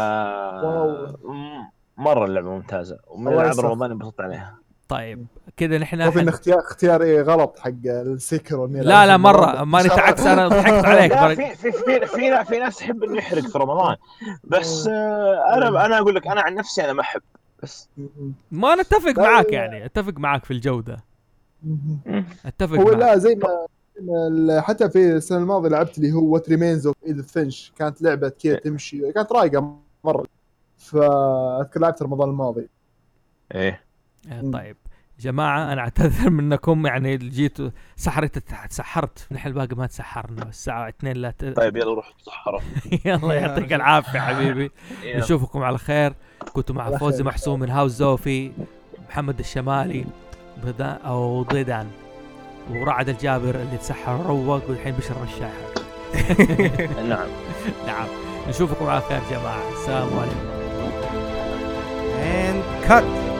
مره اللعبه ممتازه، ومن العاب رمضان انبسطت عليها. طيب كذا نحن ان اختيار غلط حق السكر. لا مره ما نتعكس، انا ضحكت عليك. في ناس تحب انه يحرق في رمضان، بس انا اقول لك انا عن نفسي انا ما احب، بس ما نتفق معاك يعني، اتفق معاك في الجوده، اتفق هو معك. لا زي ما حتى في السنه الماضيه لعبت اللي هو وات ريمينز اوف ايديث فينش، كانت لعبه كذا تمشي، كانت رايقه مره، فاذكر لعبت رمضان الماضي. طيب جماعه انا اعتذر منكم، يعني جيتوا سحرت نحن الباقي ما تسحرنا، الساعه 2 لا طيب يلا روح تسحروا. يلا يعطيك العافيه حبيبي. نشوفكم على خير. كنتوا مع فوزي محسوم من هاوس زوفي، محمد الشمالي او ضيدان، ورعد الجابر اللي تسحر وروق، والحين بشر الشاحر. نعم نشوفكم على خير جماعه، السلام عليكم. and cut.